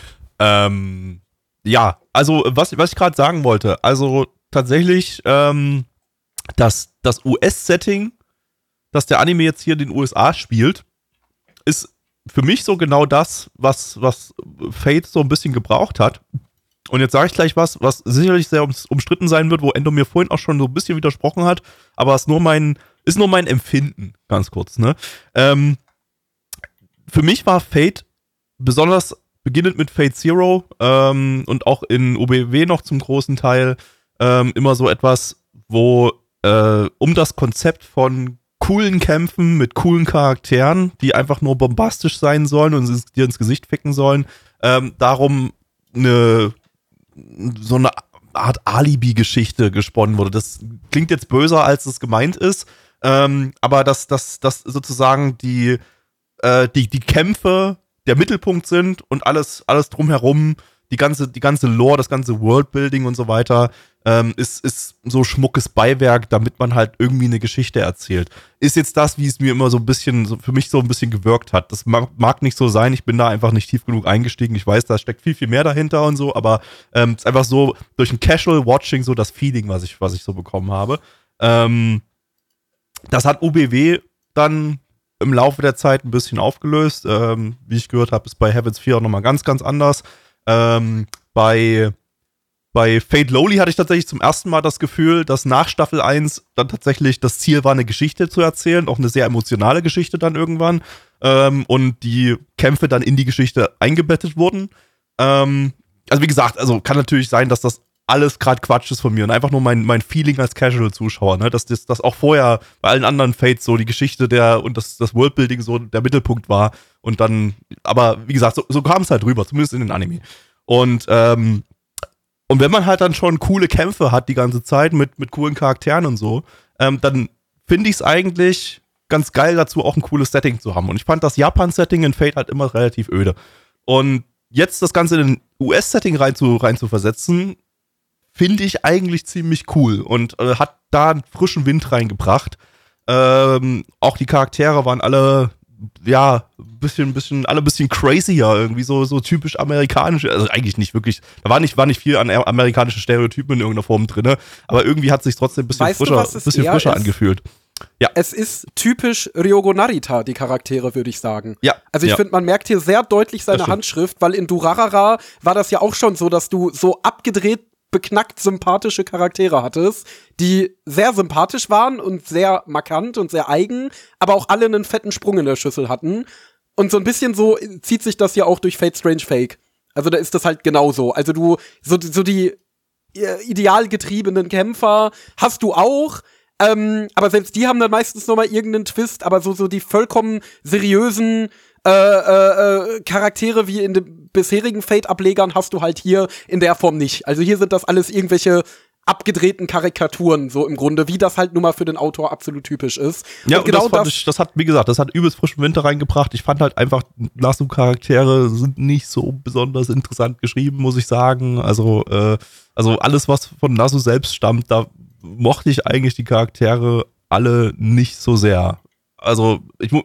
Ja, also was ich gerade sagen wollte, also tatsächlich das US-Setting, das der Anime jetzt hier in den USA spielt, ist für mich so genau das, was Fate so ein bisschen gebraucht hat. und jetzt sage ich gleich was sicherlich sehr umstritten sein wird, wo Endo mir vorhin auch schon so ein bisschen widersprochen hat, aber ist nur mein Empfinden, ganz kurz, ne? Für mich war Fate, besonders beginnend mit Fate Zero und auch in OBW noch zum großen Teil, immer so etwas, wo um das Konzept von coolen Kämpfen mit coolen Charakteren, die einfach nur bombastisch sein sollen und dir ins Gesicht ficken sollen, darum so eine Art Alibi-Geschichte gesponnen wurde. Das klingt jetzt böser, als es gemeint ist, aber dass sozusagen die Kämpfe der Mittelpunkt sind und alles drumherum, die ganze Lore, das ganze Worldbuilding und so weiter, ist so schmuckes Beiwerk, damit man halt irgendwie eine Geschichte erzählt. Ist jetzt das, wie es mir immer so ein bisschen, für mich so ein bisschen gewirkt hat. Das mag nicht so sein, ich bin da einfach nicht tief genug eingestiegen. Ich weiß, da steckt viel, viel mehr dahinter und so, aber es ist einfach so durch ein Casual Watching so das Feeling, was ich so bekommen habe. Das hat UBW dann im Laufe der Zeit ein bisschen aufgelöst. Wie ich gehört habe, ist bei Heaven's 4 auch nochmal ganz, ganz anders. Bei Fate Lowly hatte ich tatsächlich zum ersten Mal das Gefühl, dass nach Staffel 1 dann tatsächlich das Ziel war, eine Geschichte zu erzählen, auch eine sehr emotionale Geschichte dann irgendwann, und die Kämpfe dann in die Geschichte eingebettet wurden. Also wie gesagt, also kann natürlich sein, dass das alles gerade Quatsch ist von mir und einfach nur mein Feeling als Casual-Zuschauer, ne? Dass das auch vorher bei allen anderen Fates so die Geschichte und das Worldbuilding so der Mittelpunkt war und dann, aber wie gesagt, so kam es halt rüber, zumindest in den Anime. Und wenn man halt dann schon coole Kämpfe hat die ganze Zeit mit coolen Charakteren und so, dann finde ich es eigentlich ganz geil dazu, auch ein cooles Setting zu haben. Und ich fand das Japan-Setting in Fate halt immer relativ öde. Und jetzt das Ganze in ein US-Setting rein zu versetzen, finde ich eigentlich ziemlich cool und hat da einen frischen Wind reingebracht. Auch die Charaktere waren alle ja, alle ein bisschen crazier, irgendwie so typisch amerikanisch, also eigentlich nicht wirklich, da war nicht viel an amerikanischen Stereotypen in irgendeiner Form drin, aber irgendwie hat es sich trotzdem ein bisschen frischer angefühlt. Ja. Es ist typisch Ryogo Narita, die Charaktere, würde ich sagen. Ja. Also ich finde, man merkt hier sehr deutlich seine Handschrift, weil in Durarara war das ja auch schon so, dass du so abgedreht, beknackt sympathische Charaktere hattest, die sehr sympathisch waren und sehr markant und sehr eigen, aber auch alle einen fetten Sprung in der Schüssel hatten. Und so ein bisschen so zieht sich das ja auch durch Fate Strange Fake. Also da ist das halt genauso. Also du, so die ideal getriebenen Kämpfer hast du auch, aber selbst die haben dann meistens noch mal irgendeinen Twist, aber so die vollkommen seriösen Charaktere wie in den bisherigen Fate-Ablegern hast du halt hier in der Form nicht. Also hier sind das alles irgendwelche abgedrehten Karikaturen, so im Grunde, wie das halt nun mal für den Autor absolut typisch ist. Ja, und genau das hat, wie gesagt, das hat übelst frischen Winter reingebracht. Ich fand halt einfach, Nasu-Charaktere sind nicht so besonders interessant geschrieben, muss ich sagen. Also alles, was von Nasu selbst stammt, da mochte ich eigentlich die Charaktere alle nicht so sehr. Also,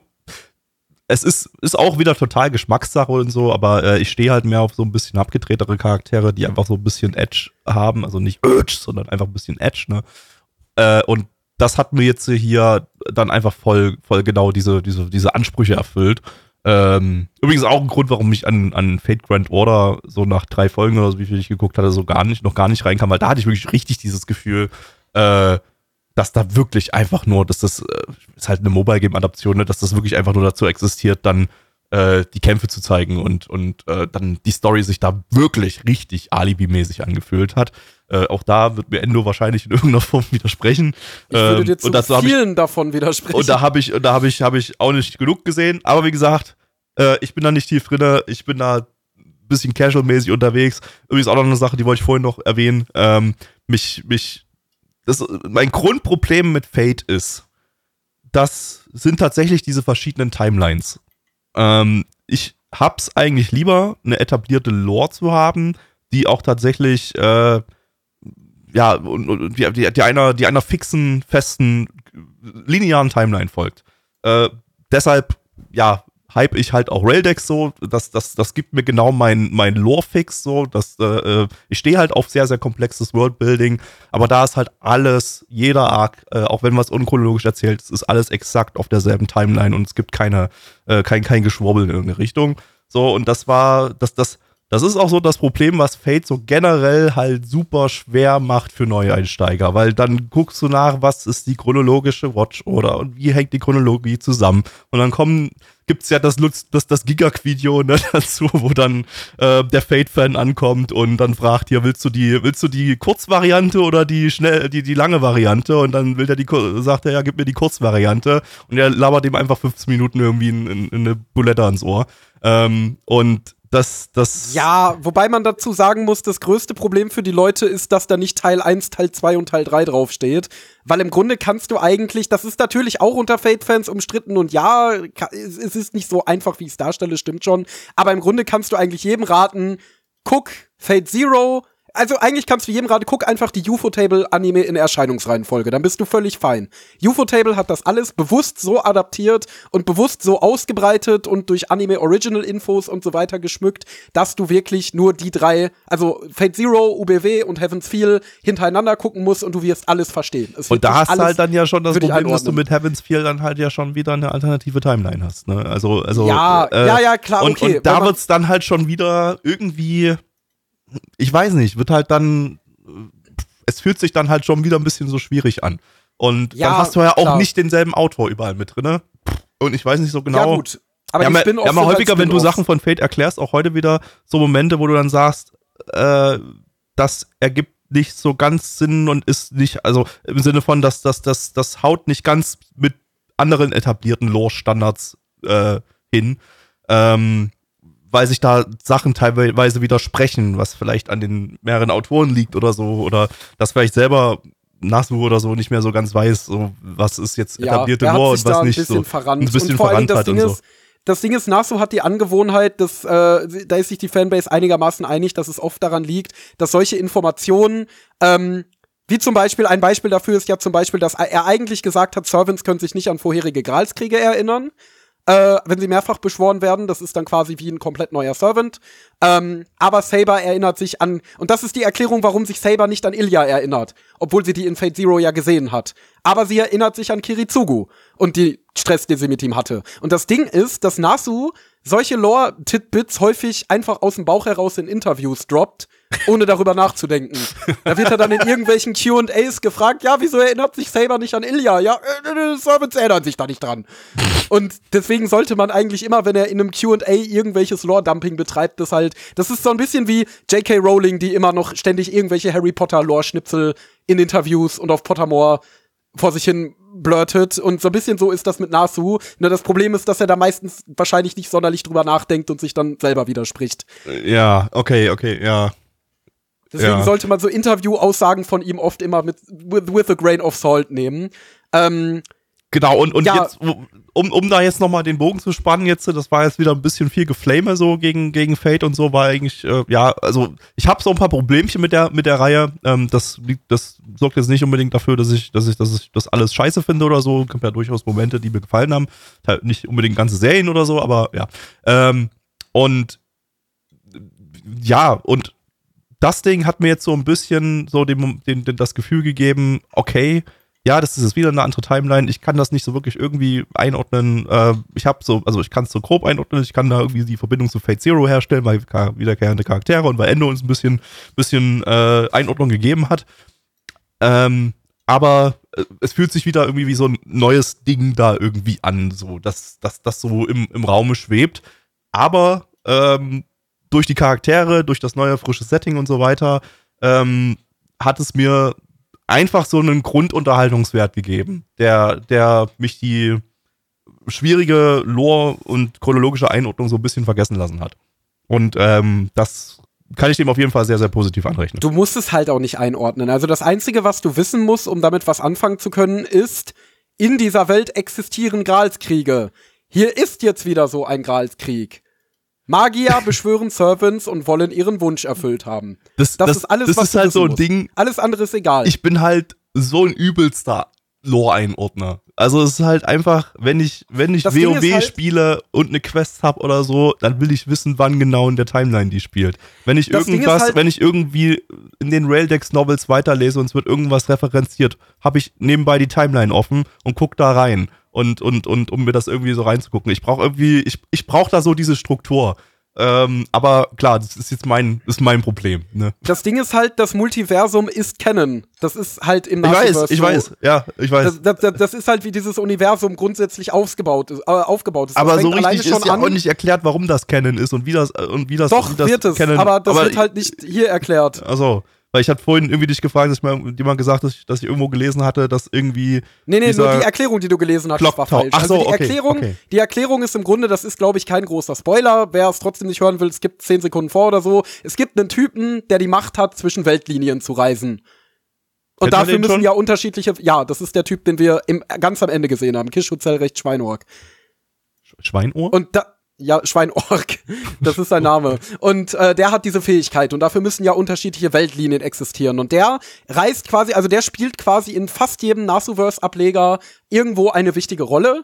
es ist auch wieder total Geschmackssache und so, aber ich stehe halt mehr auf so ein bisschen abgedrehtere Charaktere, die einfach so ein bisschen Edge haben, also nicht Edge, sondern einfach ein bisschen Edge, ne? Und das hat mir jetzt hier dann einfach voll genau diese Ansprüche erfüllt. Übrigens auch ein Grund, warum ich an Fate Grand Order so nach 3 Folgen oder so, wie viel ich geguckt hatte, noch gar nicht reinkam, weil da hatte ich wirklich richtig dieses Gefühl, dass da wirklich einfach nur, dass das ist halt eine Mobile-Game-Adaption, ne, dass das wirklich einfach nur dazu existiert, dann die Kämpfe zu zeigen und dann die Story sich da wirklich richtig Alibi-mäßig angefühlt hat. Auch da wird mir Endo wahrscheinlich in irgendeiner Form widersprechen. Ich würde dir zu vielen davon widersprechen. Und da habe ich auch nicht genug gesehen. Aber wie gesagt, ich bin da nicht tief drin. Ich bin da ein bisschen casual-mäßig unterwegs. Übrigens auch noch eine Sache, die wollte ich vorhin noch erwähnen. Mein Grundproblem mit Fate ist, das sind tatsächlich diese verschiedenen Timelines. Ich hab's eigentlich lieber, eine etablierte Lore zu haben, die auch tatsächlich die einer fixen, festen, linearen Timeline folgt. Deshalb, ja, hype ich halt auch Raildex so, das gibt mir genau mein Lore-Fix so, ich stehe halt auf sehr, sehr komplexes Worldbuilding, aber da ist halt alles, jeder Arc, auch wenn man es unchronologisch erzählt, es ist alles exakt auf derselben Timeline und es gibt kein Geschwurbel in irgendeine Richtung. So, und das Das ist auch so das Problem, was Fate so generell halt super schwer macht für Neueinsteiger, weil dann guckst du nach, was ist die chronologische Watch-Order und wie hängt die Chronologie zusammen. Und dann gibt's ja das Gigak-Video, ne, dazu, wo dann der Fate-Fan ankommt und dann fragt hier, willst du die Kurzvariante oder die lange Variante? Und dann sagt er, ja, gib mir die Kurzvariante. Und er labert ihm einfach 15 Minuten irgendwie in eine Bulette ans Ohr. Und das. Ja, wobei man dazu sagen muss, das größte Problem für die Leute ist, dass da nicht Teil 1, Teil 2 und Teil 3 draufsteht. Weil im Grunde kannst du eigentlich, das ist natürlich auch unter Fate-Fans umstritten und ja, es ist nicht so einfach, wie ich es darstelle, stimmt schon. Aber im Grunde kannst du eigentlich jedem raten, guck Fate Zero. Also eigentlich kannst du jedem raten, guck einfach die UFO-Table-Anime in Erscheinungsreihenfolge, dann bist du völlig fein. UFO-Table hat das alles bewusst so adaptiert und bewusst so ausgebreitet und durch Anime-Original-Infos und so weiter geschmückt, dass du wirklich nur die 3, also Fate Zero, UBW und Heaven's Feel hintereinander gucken musst und du wirst alles verstehen. Und da hast du halt dann ja schon das Problem, dass du mit Heaven's Feel dann halt ja schon wieder eine alternative Timeline hast, ne? Also ja, klar, okay. Und da wird's dann halt schon wieder irgendwie, ich weiß nicht, es fühlt sich dann halt schon wieder ein bisschen so schwierig an. Und dann hast du ja auch nicht denselben Autor überall mit drin. Und ich weiß nicht so genau. Ja, gut. Aber ja, mal häufiger, wenn du Sachen von Fate erklärst, auch heute wieder so Momente, wo du dann sagst, das ergibt nicht so ganz Sinn und ist nicht, also im Sinne von, dass das haut nicht ganz mit anderen etablierten Lore-Standards hin. Weil sich da Sachen teilweise widersprechen, was vielleicht an den mehreren Autoren liegt oder so, oder dass vielleicht selber Nasu oder so nicht mehr so ganz weiß, so, was ist jetzt etablierte Lore und was nicht so ein bisschen verrannt hat und so. Das Ding ist, Nasu hat die Angewohnheit, da ist sich die Fanbase einigermaßen einig, dass es oft daran liegt, dass solche Informationen, wie zum Beispiel, ein Beispiel dafür ist ja zum Beispiel, dass er eigentlich gesagt hat, Servants können sich nicht an vorherige Gralskriege erinnern. Wenn sie mehrfach beschworen werden, das ist dann quasi wie ein komplett neuer Servant. Aber Saber erinnert sich an, und das ist die Erklärung, warum sich Saber nicht an Ilya erinnert, obwohl sie die in Fate Zero ja gesehen hat. Aber sie erinnert sich an Kiritsugu und die Stress, den sie mit ihm hatte. Und das Ding ist, dass Nasu solche Lore-Titbits häufig einfach aus dem Bauch heraus in Interviews droppt, ohne darüber nachzudenken. Da wird er dann in irgendwelchen Q&As gefragt, ja, wieso erinnert sich Saber nicht an Ilya? Ja, Servants erinnern sich da nicht dran. Und deswegen sollte man eigentlich immer, wenn er in einem Q&A irgendwelches Lore-Dumping betreibt, das ist so ein bisschen wie J.K. Rowling, die immer noch ständig irgendwelche Harry Potter-Lore-Schnipsel in Interviews und auf Pottermore vor sich hin blurtet, und so ein bisschen so ist das mit Nasu. Nur das Problem ist, dass er da meistens wahrscheinlich nicht sonderlich drüber nachdenkt und sich dann selber widerspricht. Ja, okay, ja. Deswegen sollte man so Interview-Aussagen von ihm oft immer with a grain of salt nehmen. Genau, und ja, jetzt, um da jetzt nochmal den Bogen zu spannen jetzt, das war jetzt wieder ein bisschen viel Geflame so gegen Fate und so, war eigentlich, also ich habe so ein paar Problemchen mit der Reihe, das sorgt jetzt nicht unbedingt dafür, dass ich das alles scheiße finde oder so, es gibt ja durchaus Momente, die mir gefallen haben, nicht unbedingt ganze Serien oder so, aber ja, und das Ding hat mir jetzt so ein bisschen so das Gefühl gegeben, okay, ja, das ist jetzt wieder eine andere Timeline. Ich kann das nicht so wirklich irgendwie einordnen. Ich kann es so grob einordnen. Ich kann da irgendwie die Verbindung zu Fate Zero herstellen, weil wiederkehrende Charaktere und weil Endo uns ein bisschen Einordnung gegeben hat. Aber es fühlt sich wieder irgendwie wie so ein neues Ding da irgendwie an, so, dass das so im Raume schwebt. Aber durch die Charaktere, durch das neue, frische Setting und so weiter, hat es mir einfach so einen Grundunterhaltungswert gegeben, der mich die schwierige Lore und chronologische Einordnung so ein bisschen vergessen lassen hat. Und das kann ich dem auf jeden Fall sehr, sehr positiv anrechnen. Du musst es halt auch nicht einordnen. Also das Einzige, was du wissen musst, um damit was anfangen zu können, ist, in dieser Welt existieren Gralskriege. Hier ist jetzt wieder so ein Gralskrieg. Magier beschwören Servants und wollen ihren Wunsch erfüllt haben. Das ist alles, das was ist halt so ein Ding. Alles andere ist egal. Ich bin halt so ein übelster Lore-Einordner. Also es ist halt einfach, wenn ich WoW spiele und eine Quest habe oder so, dann will ich wissen, wann genau in der Timeline die spielt. Wenn ich irgendwie in den Raildex-Novels weiterlese und es wird irgendwas referenziert, habe ich nebenbei die Timeline offen und guck da rein. Und um mir das irgendwie so reinzugucken. Ich brauche da so diese Struktur. Aber klar, das ist jetzt mein Problem. Ne? Das Ding ist halt, das Multiversum ist Canon. Das ist halt im Multiverse. Ich weiß. Das ist halt, wie dieses Universum grundsätzlich aufgebaut ist. Aber so richtig ist ja auch nicht erklärt, warum das Canon ist und wie das Doch, wird es, Canon, aber das wird halt nicht hier erklärt. Also, weil ich hatte vorhin irgendwie dich gefragt, dass mir jemand gesagt hat, dass ich irgendwo gelesen hatte, dass irgendwie Nee, nur die Erklärung, die du gelesen hast, war falsch. Ach so, also die Erklärung ist im Grunde, das ist, glaube ich, kein großer Spoiler. Wer es trotzdem nicht hören will, es gibt 10 Sekunden vor oder so. Es gibt einen Typen, der die Macht hat, zwischen Weltlinien zu reisen. Und dafür müssen ja unterschiedliche, das ist der Typ, den wir ganz am Ende gesehen haben. Kischutzelrecht Schweinorg. Schweinohr? Und Schweinorg. Das ist sein Name. Und der hat diese Fähigkeit. Und dafür müssen ja unterschiedliche Weltlinien existieren. Und der reist quasi, also der spielt quasi in fast jedem Nasuverse-Ableger irgendwo eine wichtige Rolle.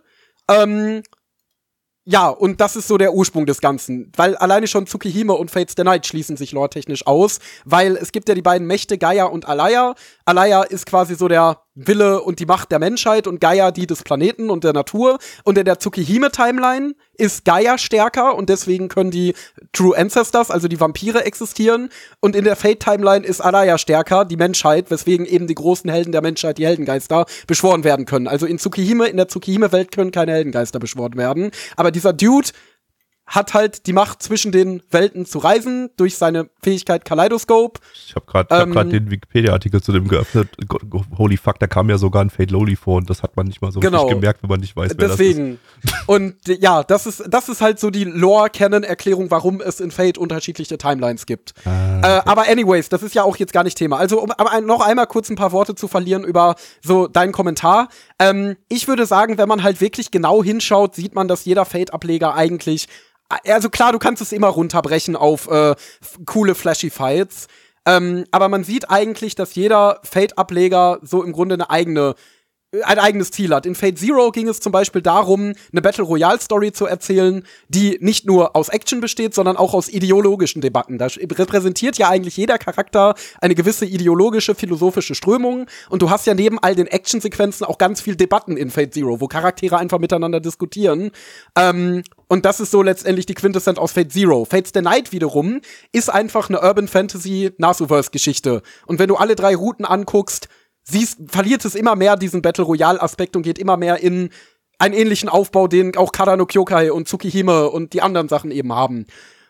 Ja, und das ist so der Ursprung des Ganzen. Weil alleine schon Tsukihime und Fates the Night schließen sich lore-technisch aus. Weil es gibt ja die beiden Mächte, Gaia und Alaya. Alaya ist quasi so der Wille und die Macht der Menschheit und Gaia die des Planeten und der Natur. Und in der Tsukihime-Timeline ist Gaia stärker und deswegen können die True Ancestors, also die Vampire, existieren. Und in der Fate-Timeline ist Alaya stärker, die Menschheit, weswegen eben die großen Helden der Menschheit, die Heldengeister, beschworen werden können. Also in der Tsukihime-Welt können keine Heldengeister beschworen werden. Aber dieser Dude hat halt die Macht, zwischen den Welten zu reisen, durch seine Fähigkeit Kaleidoskop. Ich hab grad den Wikipedia-Artikel zu dem geöffnet. Holy fuck, da kam ja sogar ein Fate Loli vor und das hat man nicht mal so richtig gemerkt, wenn man nicht weiß, wer deswegen. Das ist. Und ja, das ist halt so die Lore-Canon-Erklärung, warum es in Fate unterschiedliche Timelines gibt. Okay. Aber anyways, das ist ja auch jetzt gar nicht Thema. Also, um noch einmal kurz ein paar Worte zu verlieren über so deinen Kommentar. Ich würde sagen, wenn man halt wirklich genau hinschaut, sieht man, dass jeder Fate-Ableger eigentlich, also klar, du kannst es immer runterbrechen auf coole, flashy Fights. Aber man sieht eigentlich, dass jeder Fate-Ableger so im Grunde ein eigenes Ziel hat. In Fate Zero ging es zum Beispiel darum, eine Battle Royale Story zu erzählen, die nicht nur aus Action besteht, sondern auch aus ideologischen Debatten. Da repräsentiert ja eigentlich jeder Charakter eine gewisse ideologische, philosophische Strömung. Und du hast ja neben all den Action-Sequenzen auch ganz viel Debatten in Fate Zero, wo Charaktere einfach miteinander diskutieren. Und das ist so letztendlich die Quintessenz aus Fate Zero. Fates the Night wiederum ist einfach eine Urban Fantasy Nasuverse-Geschichte. Und wenn du alle 3 Routen anguckst, verliert es immer mehr diesen Battle Royale Aspekt und geht immer mehr in einen ähnlichen Aufbau, den auch Kara no Kyokai und Tsukihime und die anderen Sachen eben haben.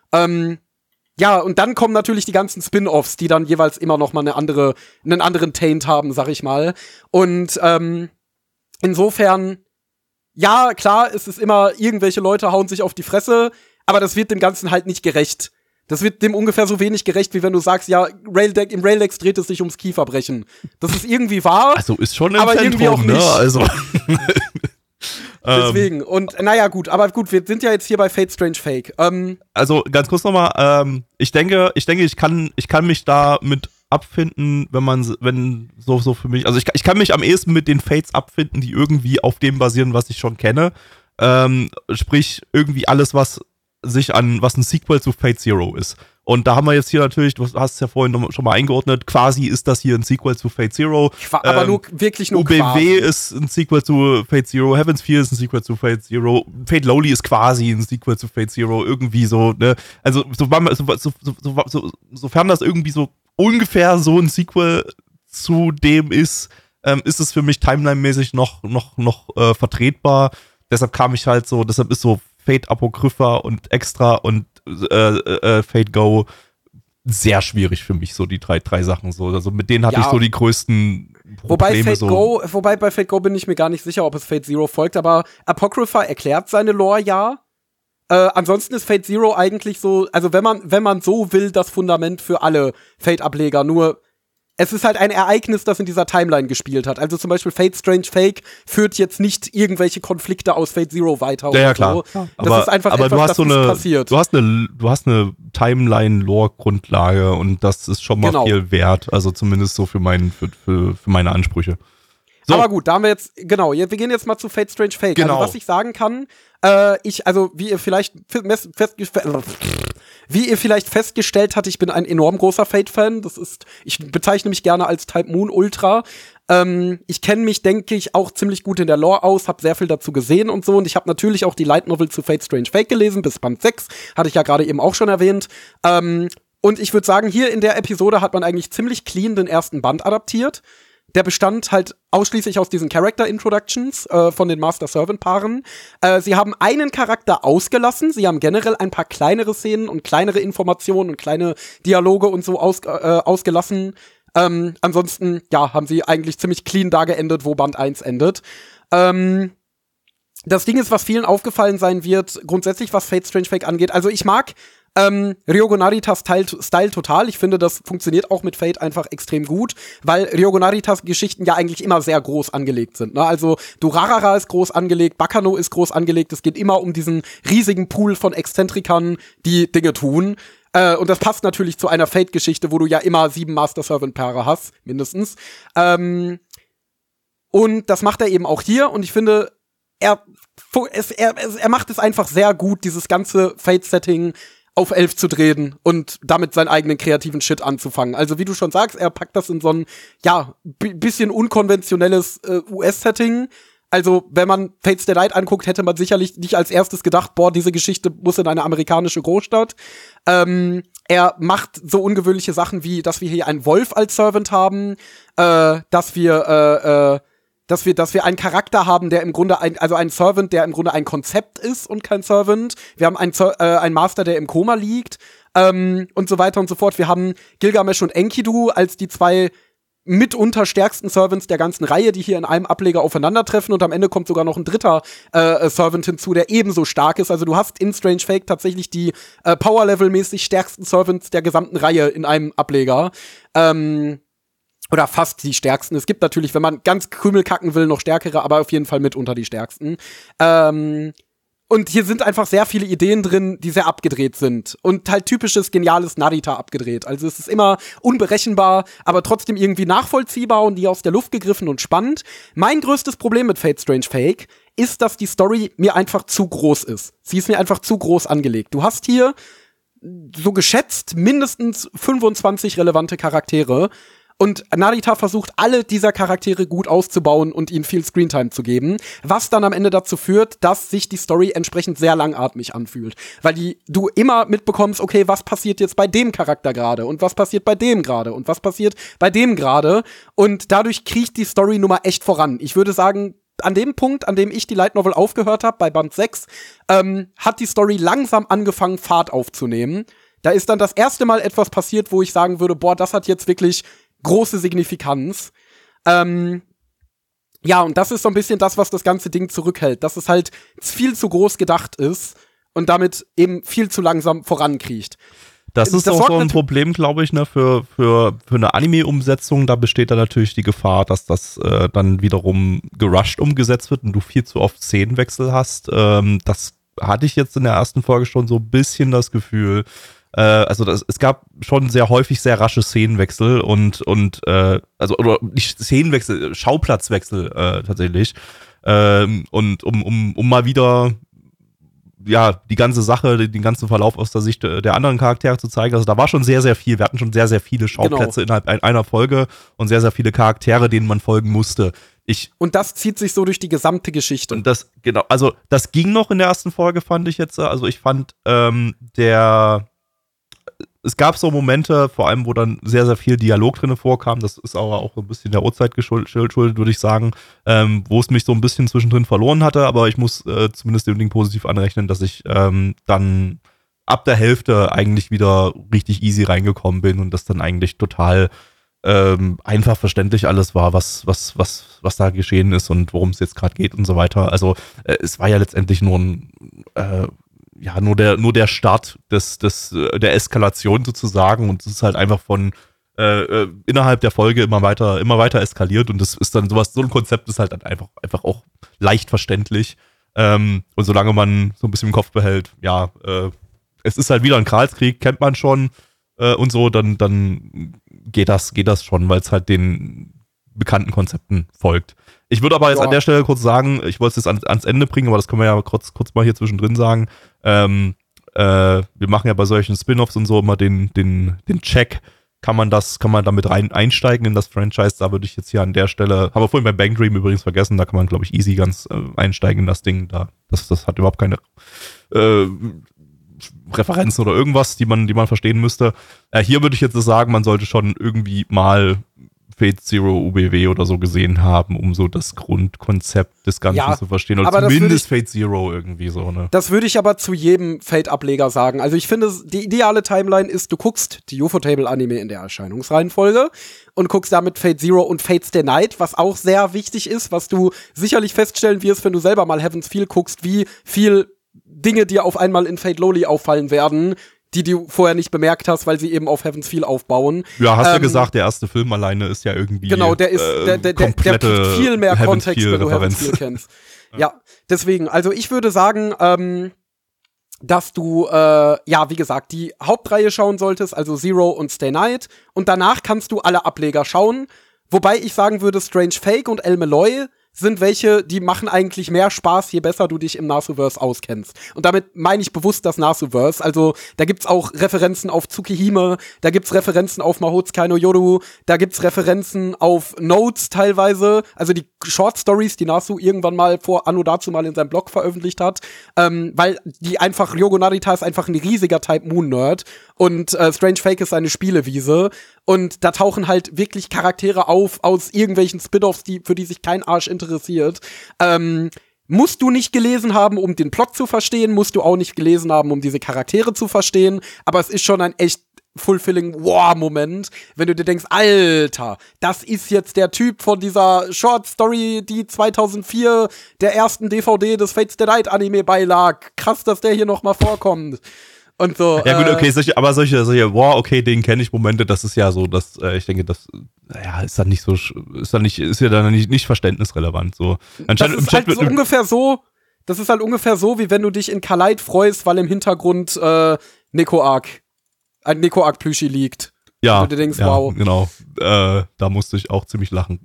Ja, und dann kommen natürlich die ganzen Spin-Offs, die dann jeweils immer noch mal einen anderen Taint haben, sag ich mal. Und insofern, ja, klar, es ist immer, irgendwelche Leute hauen sich auf die Fresse, aber das wird dem Ganzen halt nicht gerecht. Das wird dem ungefähr so wenig gerecht, wie wenn du sagst, ja, im Raildex dreht es sich ums Kieferbrechen. Das ist irgendwie wahr. Also ist schon im aber Zentrum, irgendwie auch nicht. Ne? Also. Deswegen. Und naja, gut, aber gut, wir sind ja jetzt hier bei Fate Strange Fake. Also ganz kurz nochmal, ich denke, ich kann mich da mit abfinden, wenn so für mich, also ich kann mich am ehesten mit den Fates abfinden, die irgendwie auf dem basieren, was ich schon kenne. Sprich, irgendwie alles, was ein Sequel zu Fate Zero ist. Und da haben wir jetzt hier natürlich, du hast es ja vorhin schon mal eingeordnet, quasi ist das hier ein Sequel zu Fate Zero. Aber wirklich nur UBW quasi. ist ein Sequel zu Fate Zero, Heaven's Feel ist ein Sequel zu Fate Zero, Fate Lowly ist quasi ein Sequel zu Fate Zero, irgendwie so, ne? Also, sofern das irgendwie so ungefähr so ein Sequel zu dem ist es für mich timeline-mäßig noch vertretbar. Deshalb ist so Fate Apocrypha und Extra und Fate Go sehr schwierig für mich, so die drei Sachen so. Also mit denen hatte ich so die größten Probleme. Wobei bei Fate Go bin ich mir gar nicht sicher, ob es Fate Zero folgt, aber Apocrypha erklärt seine Lore ja. Ansonsten ist Fate Zero eigentlich so, also wenn man so will, das Fundament für alle Fate-Ableger, nur es ist halt ein Ereignis, das in dieser Timeline gespielt hat. Also zum Beispiel Fate Strange Fake führt jetzt nicht irgendwelche Konflikte aus Fate Zero weiter. Ja, klar. So. Das ist einfach etwas, das ist passiert. Du hast eine Timeline-Lore-Grundlage und das ist schon mal viel wert. Also zumindest so für meine Ansprüche. So. Aber gut, da haben wir jetzt, genau, wir gehen jetzt mal zu Fate Strange Fake. Genau. Also was ich sagen kann, wie ihr vielleicht Wie ihr vielleicht festgestellt habt, ich bin ein enorm großer Fate-Fan. Ich bezeichne mich gerne als Type Moon Ultra. Ich kenne mich, denke ich, auch ziemlich gut in der Lore aus, habe sehr viel dazu gesehen und so. Und ich habe natürlich auch die Light Novel zu Fate Strange Fake gelesen, bis Band 6, hatte ich ja gerade eben auch schon erwähnt. Und ich würde sagen, hier in der Episode hat man eigentlich ziemlich clean den ersten Band adaptiert. Der bestand halt ausschließlich aus diesen Character-Introductions von den Master-Servant-Paaren. Sie haben einen Charakter ausgelassen. Sie haben generell ein paar kleinere Szenen und kleinere Informationen und kleine Dialoge und so ausgelassen. Ansonsten, ja, haben sie eigentlich ziemlich clean da geendet, wo Band 1 endet. Das Ding ist, was vielen aufgefallen sein wird, grundsätzlich was Fate Strange Fake angeht. Also ich mag Ryogo Naritas Style total. Ich finde, das funktioniert auch mit Fate einfach extrem gut, weil Ryogo Naritas Geschichten ja eigentlich immer sehr groß angelegt sind. Ne? Also Durarara ist groß angelegt, Bakano ist groß angelegt. Es geht immer um diesen riesigen Pool von Exzentrikern, die Dinge tun. Und das passt natürlich zu einer Fate-Geschichte, wo du ja immer 7 Master-Servant-Paare hast, mindestens. Und das macht er eben auch hier. Und ich finde, er macht es einfach sehr gut, dieses ganze Fate-Setting auf 11 zu drehen und damit seinen eigenen kreativen Shit anzufangen. Also wie du schon sagst, er packt das in so ein, ja, bisschen unkonventionelles US-Setting. Also wenn man Fates Stay Night anguckt, hätte man sicherlich nicht als erstes gedacht, boah, diese Geschichte muss in eine amerikanische Großstadt. Er macht so ungewöhnliche Sachen wie, dass wir hier einen Wolf als Servant haben, dass wir einen Charakter haben, der im Grunde ein Servant, der im Grunde ein Konzept ist und kein Servant. Wir haben einen Master, der im Koma liegt, und so weiter und so fort. Wir haben Gilgamesh und Enkidu als die 2 mitunter stärksten Servants der ganzen Reihe, die hier in einem Ableger aufeinandertreffen, und am Ende kommt sogar noch ein dritter Servant hinzu, der ebenso stark ist. Also du hast in Strange Fake tatsächlich die Power-Level-mäßig stärksten Servants der gesamten Reihe in einem Ableger. Oder fast die stärksten. Es gibt natürlich, wenn man ganz Krümel kacken will, noch stärkere, aber auf jeden Fall mitunter die stärksten. Und hier sind einfach sehr viele Ideen drin, die sehr abgedreht sind. Und halt typisches, geniales Narita abgedreht. Also es ist immer unberechenbar, aber trotzdem irgendwie nachvollziehbar und die aus der Luft gegriffen und spannend. Mein größtes Problem mit Fate Strange Fake ist, dass die Story mir einfach zu groß ist. Sie ist mir einfach zu groß angelegt. Du hast hier so geschätzt mindestens 25 relevante Charaktere. Und Narita versucht, alle dieser Charaktere gut auszubauen und ihnen viel Screentime zu geben, was dann am Ende dazu führt, dass sich die Story entsprechend sehr langatmig anfühlt. Weil du immer mitbekommst, okay, was passiert jetzt bei dem Charakter gerade und was passiert bei dem gerade und was passiert bei dem gerade. Und dadurch kriecht die Story-Nummer echt voran. Ich würde sagen, an dem Punkt, an dem ich die Light Novel aufgehört habe, bei Band 6, hat die Story langsam angefangen, Fahrt aufzunehmen. Da ist dann das erste Mal etwas passiert, wo ich sagen würde, boah, das hat jetzt wirklich große Signifikanz. Ja, und das ist so ein bisschen das, was das ganze Ding zurückhält. Dass es halt viel zu groß gedacht ist und damit eben viel zu langsam vorankriecht. Das ist auch so ein Problem, glaube ich, ne, für eine Anime-Umsetzung. Da besteht dann natürlich die Gefahr, dass das dann wiederum gerusht umgesetzt wird und du viel zu oft Szenenwechsel hast. Das hatte ich jetzt in der ersten Folge schon so ein bisschen das Gefühl. Es gab schon sehr häufig sehr rasche Szenenwechsel oder nicht Szenenwechsel, Schauplatzwechsel tatsächlich. Und um mal wieder ja die ganze Sache, den ganzen Verlauf aus der Sicht der anderen Charaktere zu zeigen. Also da war schon sehr, sehr viel. Wir hatten schon sehr, sehr viele Schauplätze innerhalb einer Folge und sehr, sehr viele Charaktere, denen man folgen musste. Und das zieht sich so durch die gesamte Geschichte. Und das ging noch in der ersten Folge, fand ich jetzt. Also ich fand es gab so Momente, vor allem, wo dann sehr, sehr viel Dialog drin vorkam. Das ist aber auch so ein bisschen der Uhrzeit geschuldet, würde ich sagen, wo es mich so ein bisschen zwischendrin verloren hatte. Aber ich muss zumindest dem Ding positiv anrechnen, dass ich dann ab der Hälfte eigentlich wieder richtig easy reingekommen bin und das dann eigentlich total einfach verständlich alles war, was da geschehen ist und worum es jetzt gerade geht und so weiter. Also es war ja letztendlich nur der Start der Eskalation sozusagen, und es ist halt einfach von innerhalb der Folge immer weiter eskaliert, und das ist dann so ein Konzept ist halt dann einfach auch leicht verständlich, und solange man so ein bisschen im Kopf behält, es ist halt wieder ein Kralskrieg, kennt man schon, und so, dann geht das schon, weil es halt den bekannten Konzepten folgt. Ich würde aber jetzt an der Stelle kurz sagen, ich wollte es jetzt ans Ende bringen, aber das können wir ja kurz mal hier zwischendrin sagen. wir machen ja bei solchen Spin-Offs und so immer den Check, kann man damit einsteigen in das Franchise. Da würde ich jetzt hier an der Stelle, haben wir vorhin beim Bang Dream übrigens vergessen, da kann man, glaube ich, easy ganz einsteigen in das Ding. Das hat überhaupt keine Referenzen oder irgendwas, die man verstehen müsste. Hier würde ich jetzt sagen, man sollte schon irgendwie mal Fate Zero UBW oder so gesehen haben, um so das Grundkonzept des Ganzen zu verstehen. Oder zumindest Fate Zero irgendwie so, ne? Das würde ich aber zu jedem Fate-Ableger sagen. Also ich finde, die ideale Timeline ist, du guckst die UFO-Table-Anime in der Erscheinungsreihenfolge und guckst damit Fate Zero und Fate Stay Night, was auch sehr wichtig ist, was du sicherlich feststellen wirst, wenn du selber mal Heaven's Feel guckst, wie viel Dinge dir auf einmal in Fate Lowly auffallen werden, die du vorher nicht bemerkt hast, weil sie eben auf Heaven's Feel aufbauen. Ja, hast ja gesagt, der erste Film alleine ist ja irgendwie genau, der kriegt viel mehr Heaven's Kontext, Feel wenn du Referenz. Heaven's Feel kennst. Ja, deswegen, also ich würde sagen, dass du, wie gesagt, die Hauptreihe schauen solltest, also Zero und Stay Night, und danach kannst du alle Ableger schauen, wobei ich sagen würde, Strange Fake und El Meloy sind welche, die machen eigentlich mehr Spaß, je besser du dich im Nasuverse auskennst. Und damit meine ich bewusst das Nasuverse. Also da gibt's auch Referenzen auf Tsukihime, da gibt's Referenzen auf Mahotsukai no Yoru, da gibt's Referenzen auf Notes teilweise, also die Short Stories, die Nasu irgendwann mal vor Anno dazu mal in seinem Blog veröffentlicht hat, weil die einfach, Ryogo Narita ist einfach ein riesiger Type Moon Nerd und Strange Fake ist eine Spielewiese. Und da tauchen halt wirklich Charaktere auf aus irgendwelchen Spin-Offs, für die sich kein Arsch interessiert. Musst du nicht gelesen haben, um den Plot zu verstehen, musst du auch nicht gelesen haben, um diese Charaktere zu verstehen, aber es ist schon ein echt fulfilling Wow-Moment, wenn du dir denkst, Alter, das ist jetzt der Typ von dieser Short Story, die 2004 der ersten DVD des Fate Stay Night Anime beilag. Krass, dass der hier noch mal vorkommt. Und so, ja gut, okay, solche, wow, okay, den kenne ich Momente, das ist ja so, dass ich denke, das ist dann nicht so, ist ja dann nicht verständnisrelevant. So. Das ist halt so ungefähr so, wie wenn du dich in Kalite freust, weil im Hintergrund ein Neko-Arc-Plüschi liegt. Ja, und du denkst, ja, wow. Genau. Da musste ich auch ziemlich lachen.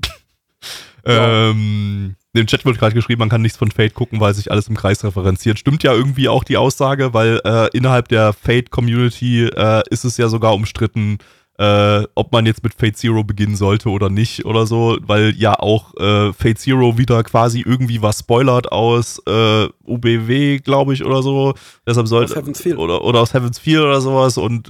Ja. Im Chat wird gerade geschrieben, man kann nichts von Fate gucken, weil sich alles im Kreis referenziert. Stimmt ja irgendwie auch die Aussage, weil innerhalb der Fate-Community ist es ja sogar umstritten, ob man jetzt mit Fate Zero beginnen sollte oder nicht oder so, weil ja auch Fate Zero wieder quasi irgendwie was spoilert aus UBW, glaube ich, oder so. Deshalb sollte, aus Heaven's Feel. Oder aus Heaven's Feel oder sowas und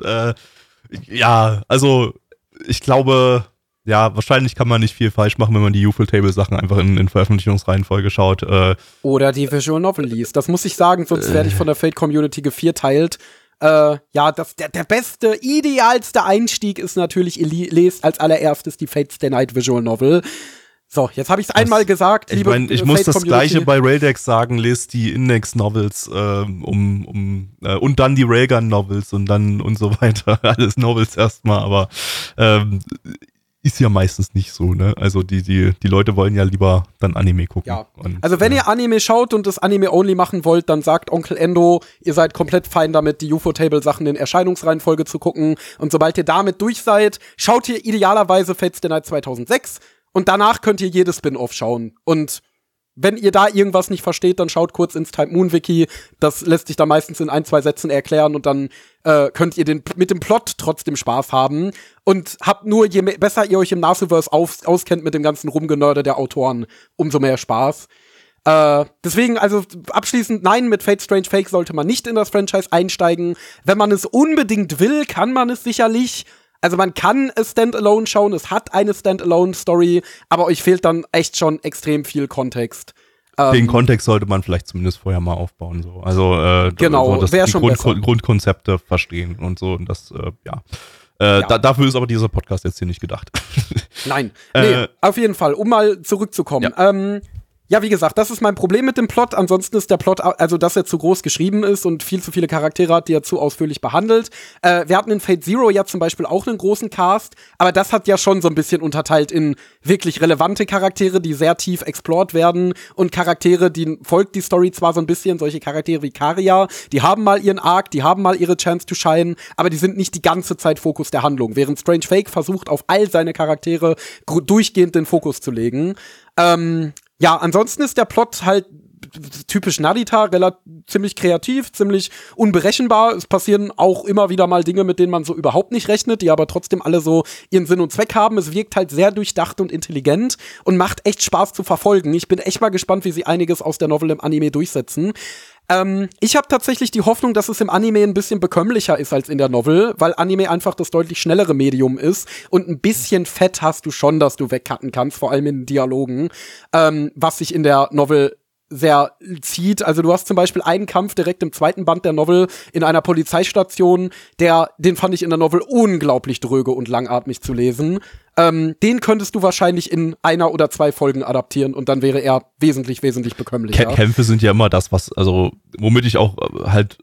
ja, also ich glaube, ja, wahrscheinlich kann man nicht viel falsch machen, wenn man die UFO-Table-Sachen einfach in Veröffentlichungsreihenfolge schaut. Oder die Visual Novel liest. Das muss ich sagen, sonst werde ich von der Fate-Community gevierteilt. Der beste, idealste Einstieg ist natürlich, ihr lest als allererstes die Fate Stay Night Visual Novel. So, jetzt habe ich es einmal gesagt, liebe ich muss das Gleiche bei Raildex sagen, lest die Index-Novels und dann die Railgun-Novels und dann und so weiter. Alles Novels erstmal, aber ist ja meistens nicht so, ne? Also die Leute wollen ja lieber dann Anime gucken. Ja. Also wenn ihr Anime schaut und das Anime-only machen wollt, dann sagt Onkel Endo, ihr seid komplett fein damit, die UFO-Table-Sachen in Erscheinungsreihenfolge zu gucken. Und sobald ihr damit durch seid, schaut ihr idealerweise Fate Stay Night 2006 und danach könnt ihr jedes Spin-Off schauen. Und wenn ihr da irgendwas nicht versteht, dann schaut kurz ins Type Moon Wiki. Das lässt sich da meistens in 1-2 Sätzen erklären und dann könnt ihr mit dem Plot trotzdem Spaß haben. Und habt nur, je besser ihr euch im Nasuverse auskennt mit dem ganzen Rumgenörde der Autoren, umso mehr Spaß. Deswegen, also abschließend, nein, mit Fate Strange Fake sollte man nicht in das Franchise einsteigen. Wenn man es unbedingt will, kann man es sicherlich. Also man kann es Standalone schauen, es hat eine Standalone-Story, aber euch fehlt dann echt schon extrem viel Kontext. Den Kontext sollte man vielleicht zumindest vorher mal aufbauen. So. Also genau, so, wäre schon besser. Grundkonzepte verstehen und so. Und das, dafür ist aber dieser Podcast jetzt hier nicht gedacht. Nein, nee, auf jeden Fall, um mal zurückzukommen. Ja. Ja, wie gesagt, das ist mein Problem mit dem Plot. Ansonsten ist der Plot, also dass er zu groß geschrieben ist und viel zu viele Charaktere hat, die er zu ausführlich behandelt. Wir hatten in Fate Zero ja zum Beispiel auch einen großen Cast, aber das hat ja schon so ein bisschen unterteilt in wirklich relevante Charaktere, die sehr tief explored werden und Charaktere, die folgt die Story zwar so ein bisschen, solche Charaktere wie Karia, die haben mal ihren Arc, die haben mal ihre Chance to shine, aber die sind nicht die ganze Zeit Fokus der Handlung, während Strange Fake versucht, auf all seine Charaktere durchgehend den Fokus zu legen. Ja, ansonsten ist der Plot halt typisch Narita, ziemlich kreativ, ziemlich unberechenbar. Es passieren auch immer wieder mal Dinge, mit denen man so überhaupt nicht rechnet, die aber trotzdem alle so ihren Sinn und Zweck haben. Es wirkt halt sehr durchdacht und intelligent und macht echt Spaß zu verfolgen. Ich bin echt mal gespannt, wie sie einiges aus der Novel im Anime durchsetzen. Ich habe tatsächlich die Hoffnung, dass es im Anime ein bisschen bekömmlicher ist als in der Novel, weil Anime einfach das deutlich schnellere Medium ist und ein bisschen Fett hast du schon, dass du wegcutten kannst, vor allem in den Dialogen, was sich in der Novel sehr zieht. Also du hast zum Beispiel einen Kampf direkt im zweiten Band der Novel in einer Polizeistation, den fand ich in der Novel unglaublich dröge und langatmig zu lesen. Den könntest du wahrscheinlich in 1 oder 2 Folgen adaptieren und dann wäre er wesentlich, wesentlich bekömmlicher. Kämpfe sind ja immer das, womit ich auch halt,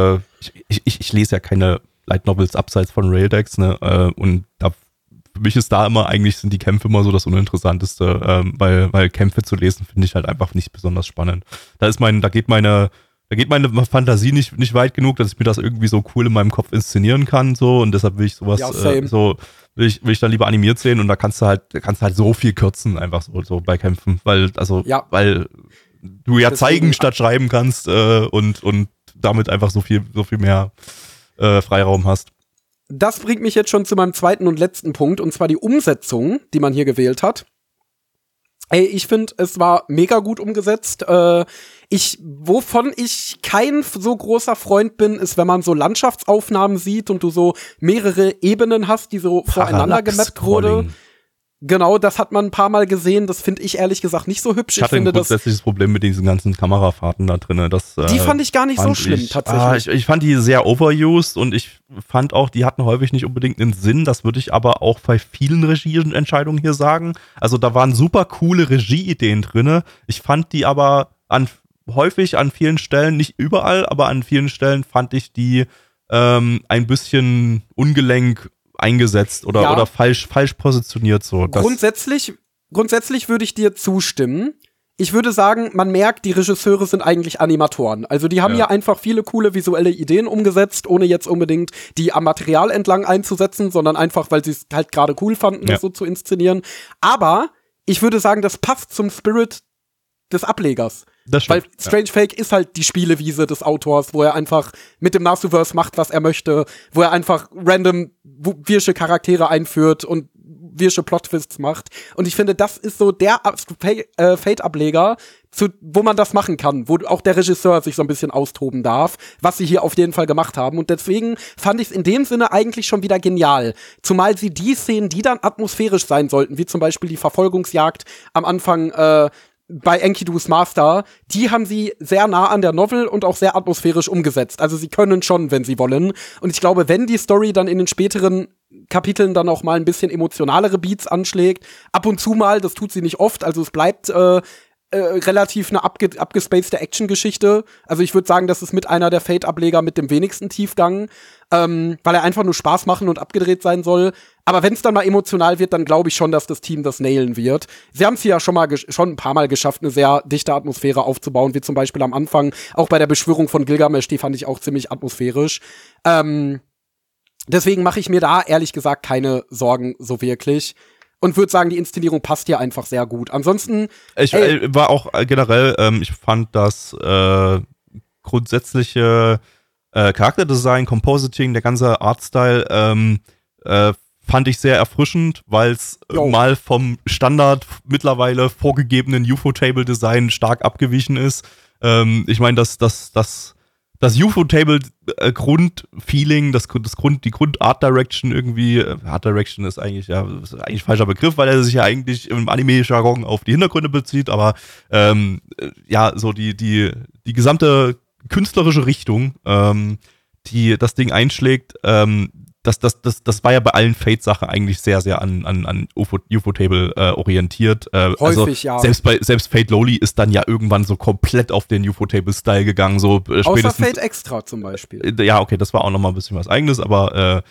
ich lese ja keine Light Novels abseits von Raildex, ne, und für mich ist da immer, eigentlich sind die Kämpfe immer so das Uninteressanteste, weil Kämpfe zu lesen finde ich halt einfach nicht besonders spannend. Da geht meine Fantasie nicht weit genug, dass ich mir das irgendwie so cool in meinem Kopf inszenieren kann, so, und deshalb will ich sowas, will ich dann lieber animiert sehen, und da kannst du halt so viel kürzen, einfach so bei Kämpfen, weil du ja zeigen statt schreiben kannst, und damit einfach so viel mehr Freiraum hast. Das bringt mich jetzt schon zu meinem zweiten und letzten Punkt, und zwar die Umsetzung, die man hier gewählt hat. Ey, ich finde, es war mega gut umgesetzt. Wovon ich kein so großer Freund bin, ist, wenn man so Landschaftsaufnahmen sieht und du so mehrere Ebenen hast, die so voreinander gemappt wurde. Genau, das hat man ein paar Mal gesehen. Das finde ich ehrlich gesagt nicht so hübsch. Ich hatte ein grundsätzliches Problem mit diesen ganzen Kamerafahrten da drin. Die fand ich gar nicht so schlimm, tatsächlich. Ich fand die sehr overused, und ich fand auch, die hatten häufig nicht unbedingt einen Sinn. Das würde ich aber auch bei vielen Regieentscheidungen hier sagen. Also da waren super coole Regieideen drin. Ich fand die aber häufig an vielen Stellen, nicht überall, aber an vielen Stellen fand ich die ein bisschen ungelenk eingesetzt oder falsch positioniert. So. Grundsätzlich würde ich dir zustimmen. Ich würde sagen, man merkt, die Regisseure sind eigentlich Animatoren. Also die haben ja einfach viele coole visuelle Ideen umgesetzt, ohne jetzt unbedingt die am Material entlang einzusetzen, sondern einfach, weil sie es halt gerade cool fanden, das so zu inszenieren. Aber ich würde sagen, das passt zum Spirit des Ablegers. Das stimmt. Weil Strange Fake ist halt die Spielewiese des Autors, wo er einfach mit dem Nasuverse macht, was er möchte, wo er einfach random wirsche Charaktere einführt und wirsche Plot-Twists macht. Und ich finde, das ist so der Fate-Ableger, wo man das machen kann, wo auch der Regisseur sich so ein bisschen austoben darf, was sie hier auf jeden Fall gemacht haben. Und deswegen fand ich es in dem Sinne eigentlich schon wieder genial. Zumal sie die Szenen, die dann atmosphärisch sein sollten, wie zum Beispiel die Verfolgungsjagd am Anfang bei Enkidu's Master, die haben sie sehr nah an der Novel und auch sehr atmosphärisch umgesetzt. Also sie können schon, wenn sie wollen. Und ich glaube, wenn die Story dann in den späteren Kapiteln dann auch mal ein bisschen emotionalere Beats anschlägt, ab und zu mal, das tut sie nicht oft, also es bleibt relativ eine abgespacede Action-Geschichte. Also ich würde sagen, das ist mit einer der Fate-Ableger mit dem wenigsten Tiefgang, weil er einfach nur Spaß machen und abgedreht sein soll. Aber wenn es dann mal emotional wird, dann glaube ich schon, dass das Team das nailen wird. Sie haben es ja schon ein paar Mal geschafft, eine sehr dichte Atmosphäre aufzubauen, wie zum Beispiel am Anfang, auch bei der Beschwörung von Gilgamesh, die fand ich auch ziemlich atmosphärisch. Deswegen mache ich mir da ehrlich gesagt keine Sorgen so wirklich. Und würde sagen, die Inszenierung passt hier einfach sehr gut. Ansonsten ich war auch generell, ich fand das grundsätzliche Charakterdesign, Compositing, der ganze Artstyle fand ich sehr erfrischend, weil es mal vom Standard mittlerweile vorgegebenen UFO-Table-Design stark abgewichen ist. Ich meine, das UFO-Table-Grundfeeling, die Grund-Art-Direction irgendwie, Art Direction ist eigentlich ein falscher Begriff, weil er sich ja eigentlich im Anime-Jargon auf die Hintergründe bezieht, aber so die gesamte künstlerische Richtung, die das Ding einschlägt, das war ja bei allen Fate-Sachen eigentlich sehr, sehr an UFO-Table orientiert. Häufig, ja. Selbst Fate Lowly ist dann ja irgendwann so komplett auf den UFO-Table-Style gegangen. So, außer Fate Extra zum Beispiel. Ja, okay, das war auch noch mal ein bisschen was Eigenes, aber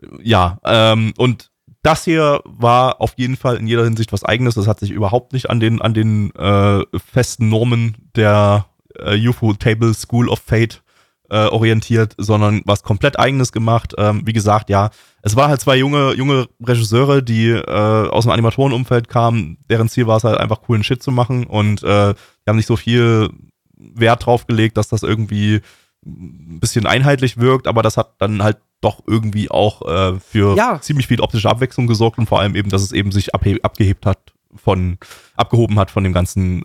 und das hier war auf jeden Fall in jeder Hinsicht was Eigenes. Das hat sich überhaupt nicht an den festen Normen der UFO-Table School of Fate orientiert, sondern was komplett Eigenes gemacht. Wie gesagt, ja, es war halt 2 junge Regisseure, die aus dem Animatorenumfeld kamen, deren Ziel war es halt einfach coolen Shit zu machen, und die haben nicht so viel Wert drauf gelegt, dass das irgendwie ein bisschen einheitlich wirkt, aber das hat dann halt doch irgendwie auch für ziemlich viel optische Abwechslung gesorgt und vor allem eben, dass es eben sich abgehoben hat von dem ganzen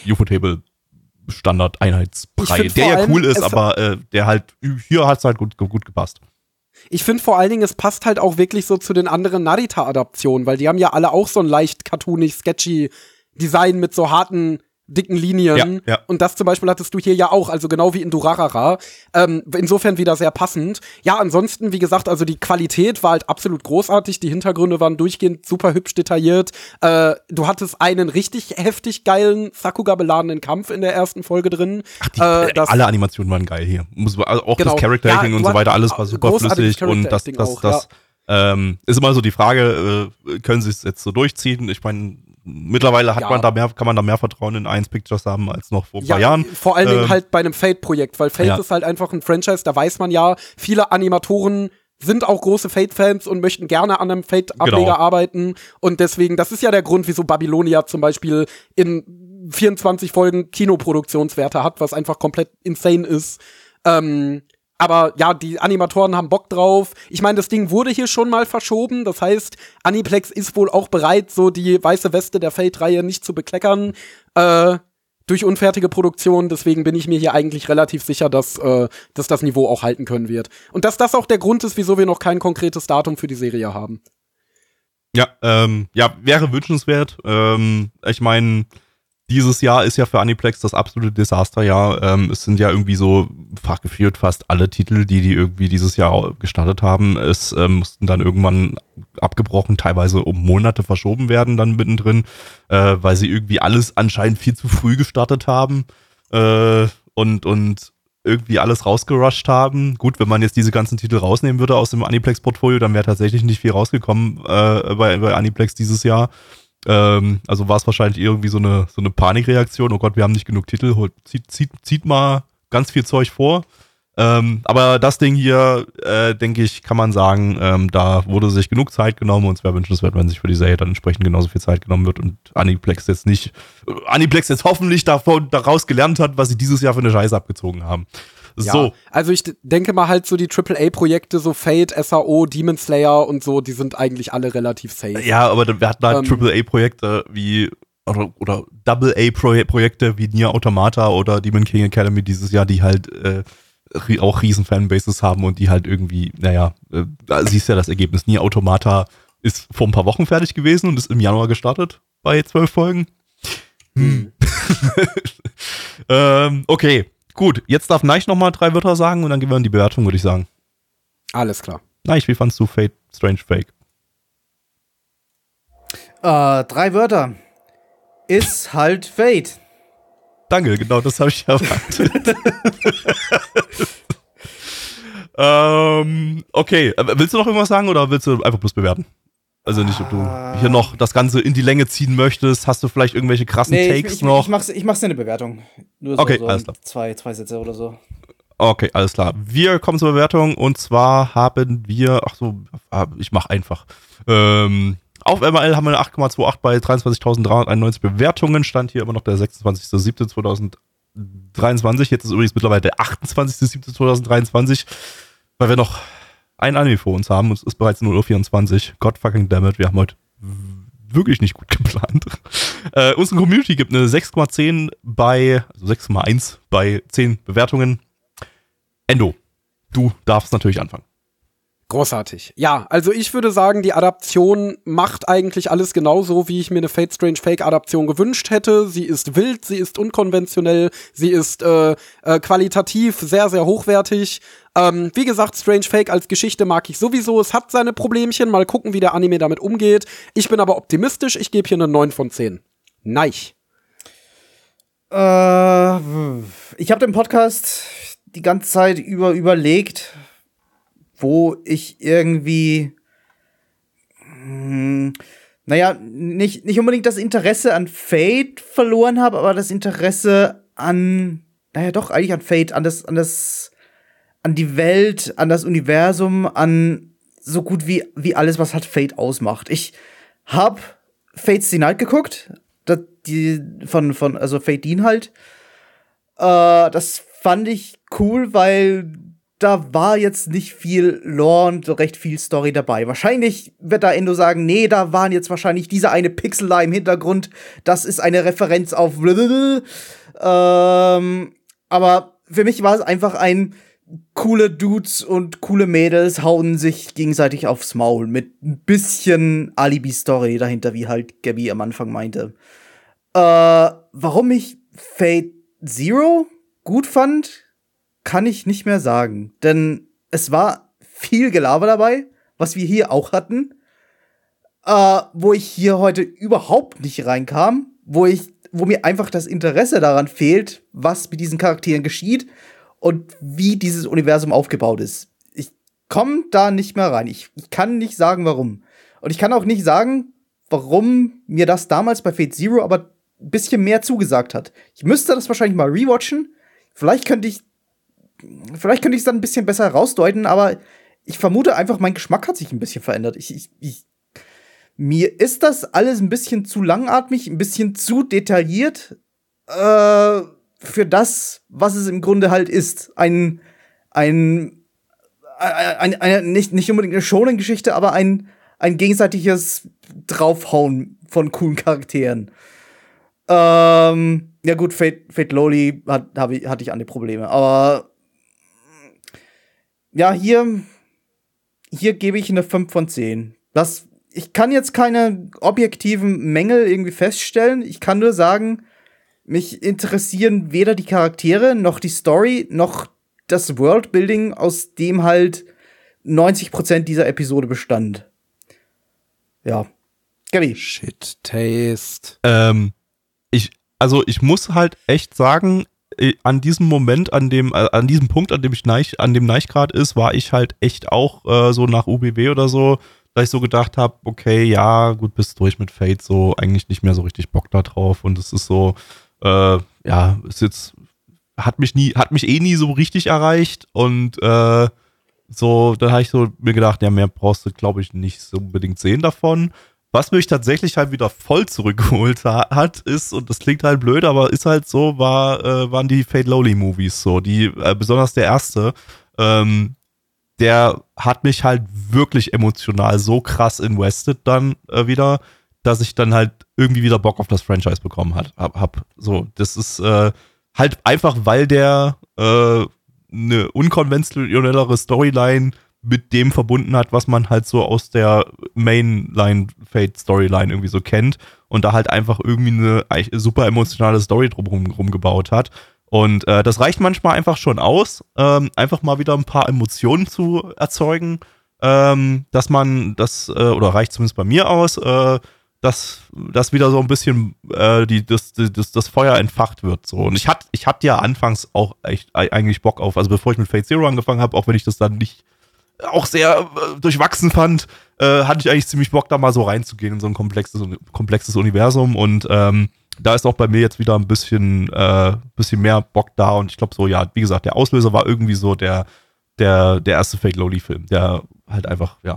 UFO-Table-Standard-Einheitsbrei, der ja cool ist, aber der halt, hier hat es halt gut gepasst. Ich finde vor allen Dingen, es passt halt auch wirklich so zu den anderen Narita-Adaptionen, weil die haben ja alle auch so ein leicht cartoonig, sketchy Design mit so harten, dicken Linien. Ja. Und das zum Beispiel hattest du hier ja auch, also genau wie in Durarara. Insofern wieder sehr passend. Ja, ansonsten, wie gesagt, also die Qualität war halt absolut großartig. Die Hintergründe waren durchgehend super hübsch detailliert. Du hattest einen richtig heftig geilen, Sakuga-beladenen Kampf in der ersten Folge drin. Ach, alle Animationen waren geil hier. Also auch das Character-Acting und so weiter, alles war super flüssig. Und das ist immer so die Frage, können sie es jetzt so durchziehen? Ich meine, mittlerweile kann man da mehr Vertrauen in 1 Pictures haben als noch vor ein paar Jahren. Vor allen Dingen halt bei einem Fate-Projekt, weil Fate ist halt einfach ein Franchise, da weiß man ja, viele Animatoren sind auch große Fate-Fans und möchten gerne an einem Fate-Ableger arbeiten. Und deswegen, das ist ja der Grund, wieso Babylonia zum Beispiel in 24 Folgen Kinoproduktionswerte hat, was einfach komplett insane ist. Aber ja, die Animatoren haben Bock drauf. Ich meine, das Ding wurde hier schon mal verschoben. Das heißt, Aniplex ist wohl auch bereit, so die weiße Weste der Fate-Reihe nicht zu bekleckern durch unfertige Produktion. Deswegen bin ich mir hier eigentlich relativ sicher, dass das Niveau auch halten können wird. Und dass das auch der Grund ist, wieso wir noch kein konkretes Datum für die Serie haben. Ja, wäre wünschenswert. Ich meine, dieses Jahr ist ja für Aniplex das absolute Desasterjahr. Es sind ja irgendwie so gefühlt fast alle Titel, die irgendwie dieses Jahr gestartet haben. Es mussten dann irgendwann abgebrochen, teilweise um Monate verschoben werden dann mittendrin, weil sie irgendwie alles anscheinend viel zu früh gestartet haben und irgendwie alles rausgerusht haben. Gut, wenn man jetzt diese ganzen Titel rausnehmen würde aus dem Aniplex-Portfolio, dann wäre tatsächlich nicht viel rausgekommen bei Aniplex dieses Jahr. Also war es wahrscheinlich irgendwie so eine Panikreaktion. Oh Gott, wir haben nicht genug Titel. Zieht mal ganz viel Zeug vor. Aber das Ding hier, denke ich, kann man sagen, da wurde sich genug Zeit genommen und es wäre wünschenswert, wenn sich für die Serie dann entsprechend genauso viel Zeit genommen wird und Aniplex jetzt hoffentlich daraus gelernt hat, was sie dieses Jahr für eine Scheiße abgezogen haben. Ja, so. Also ich denke mal halt so die AAA-Projekte, so Fate, SAO, Demon Slayer und so, die sind eigentlich alle relativ safe. Ja, aber wir hatten halt AAA-Projekte wie oder Double-A-Projekte wie Nier Automata oder Demon King Academy dieses Jahr, die halt auch riesen Fanbases haben und die halt irgendwie, da siehst du ja das Ergebnis. Nier Automata ist vor ein paar Wochen fertig gewesen und ist im Januar gestartet bei 12 Folgen. Okay. Gut, jetzt darf Neich noch mal 3 Wörter sagen und dann gehen wir in die Bewertung, würde ich sagen. Alles klar. Neich, wie fandst du Fate Strange Fake? 3 Wörter. Ist halt Fate. Danke, genau das habe ich erwartet. Okay, willst du noch irgendwas sagen oder willst du einfach bloß bewerten? Also nicht, ob du hier noch das Ganze in die Länge ziehen möchtest. Hast du vielleicht irgendwelche krassen Takes noch? Ich mach's eine Bewertung. Nur okay, so alles klar. Zwei Sätze oder so. Okay, alles klar. Wir kommen zur Bewertung und zwar haben wir, ich mach einfach. Auf MRL haben wir eine 8,28 bei 23.391 Bewertungen. Stand hier immer noch der 26.07.2023. Jetzt ist übrigens mittlerweile der 28.07.2023, weil wir noch ein Anime vor uns haben und es ist bereits 0:24 Uhr. God fucking damn it, wir haben heute wirklich nicht gut geplant. Unsere Community gibt eine 6,1 bei 10 Bewertungen. Endo, du darfst natürlich anfangen. Großartig. Ja, also ich würde sagen, die Adaption macht eigentlich alles genauso, wie ich mir eine Fate Strange Fake Adaption gewünscht hätte. Sie ist wild, sie ist unkonventionell, sie ist qualitativ sehr, sehr hochwertig. Wie gesagt, Strange Fake als Geschichte mag ich sowieso. Es hat seine Problemchen. Mal gucken, wie der Anime damit umgeht. Ich bin aber optimistisch. Ich gebe hier eine 9 von 10. Neich. Ich habe den Podcast die ganze Zeit überlegt, wo ich irgendwie nicht unbedingt das Interesse an Fate verloren habe, aber das Interesse an eigentlich an Fate, an die Welt, an das Universum, an so gut wie alles, was halt Fate ausmacht. Ich hab Fate's the Night geguckt, von Fate Dean halt. Das fand ich cool, weil da war jetzt nicht viel Lore und recht viel Story dabei. Wahrscheinlich wird da Endo sagen, nee, da waren jetzt wahrscheinlich diese eine Pixel da im Hintergrund. Das ist eine Referenz auf aber für mich war es einfach ein coole Dudes und coole Mädels hauen sich gegenseitig aufs Maul mit ein bisschen Alibi-Story dahinter, wie halt Gabby am Anfang meinte. Warum ich Fate Zero gut fand, kann ich nicht mehr sagen. Denn es war viel Gelaber dabei, was wir hier auch hatten, wo ich hier heute überhaupt nicht reinkam, wo mir einfach das Interesse daran fehlt, was mit diesen Charakteren geschieht und wie dieses Universum aufgebaut ist. Ich komme da nicht mehr rein. Ich kann nicht sagen, warum. Und ich kann auch nicht sagen, warum mir das damals bei Fate Zero aber ein bisschen mehr zugesagt hat. Ich müsste das wahrscheinlich mal rewatchen. Vielleicht könnte ich es dann ein bisschen besser herausdeuten, aber ich vermute einfach, mein Geschmack hat sich ein bisschen verändert. Mir ist das alles ein bisschen zu langatmig, ein bisschen zu detailliert für das, was es im Grunde halt ist. Eine nicht unbedingt eine Shonen-Geschichte, aber ein gegenseitiges Draufhauen von coolen Charakteren. Ja gut, Fate Lowly hatte ich andere Probleme, aber ja, hier gebe ich eine 5 von 10. Ich kann jetzt keine objektiven Mängel irgendwie feststellen. Ich kann nur sagen, mich interessieren weder die Charaktere, noch die Story, noch das Worldbuilding, aus dem halt 90% dieser Episode bestand. Ja. Gabby. Shit Taste. Ich muss halt echt sagen, an diesem Moment, an diesem Punkt, an dem Neich gerade ist, war ich halt echt auch so nach UBW oder so, da ich so gedacht habe, okay, ja, gut, bist durch mit Fate, so eigentlich nicht mehr so richtig Bock da drauf und es ist so, ist jetzt, hat mich eh nie so richtig erreicht und so, dann habe ich so mir gedacht, ja, mehr brauchst du, glaube ich, nicht so unbedingt sehen davon. Was mich tatsächlich halt wieder voll zurückgeholt hat, ist, und das klingt halt blöd, aber ist halt so, waren die Fate Lowly Movies so, die, besonders der erste, der hat mich halt wirklich emotional so krass invested dann wieder, dass ich dann halt irgendwie wieder Bock auf das Franchise bekommen hab. So, das ist halt einfach, weil der eine unkonventionellere Storyline mit dem verbunden hat, was man halt so aus der Mainline-Fate-Storyline irgendwie so kennt und da halt einfach irgendwie eine super emotionale Story drumherum gebaut hat. Und das reicht manchmal einfach schon aus, einfach mal wieder ein paar Emotionen zu erzeugen, dass man das, oder reicht zumindest bei mir aus, dass wieder so ein bisschen das Feuer entfacht wird. So. Und ich hatte ja anfangs auch echt eigentlich Bock auf, also bevor ich mit Fate Zero angefangen habe, auch wenn ich das dann nicht auch sehr durchwachsen fand, hatte ich eigentlich ziemlich Bock, da mal so reinzugehen in so ein komplexes Universum und da ist auch bei mir jetzt wieder ein bisschen mehr Bock da und ich glaube so, ja, wie gesagt, der Auslöser war irgendwie so der erste Fate Lowly Film, der halt einfach, ja.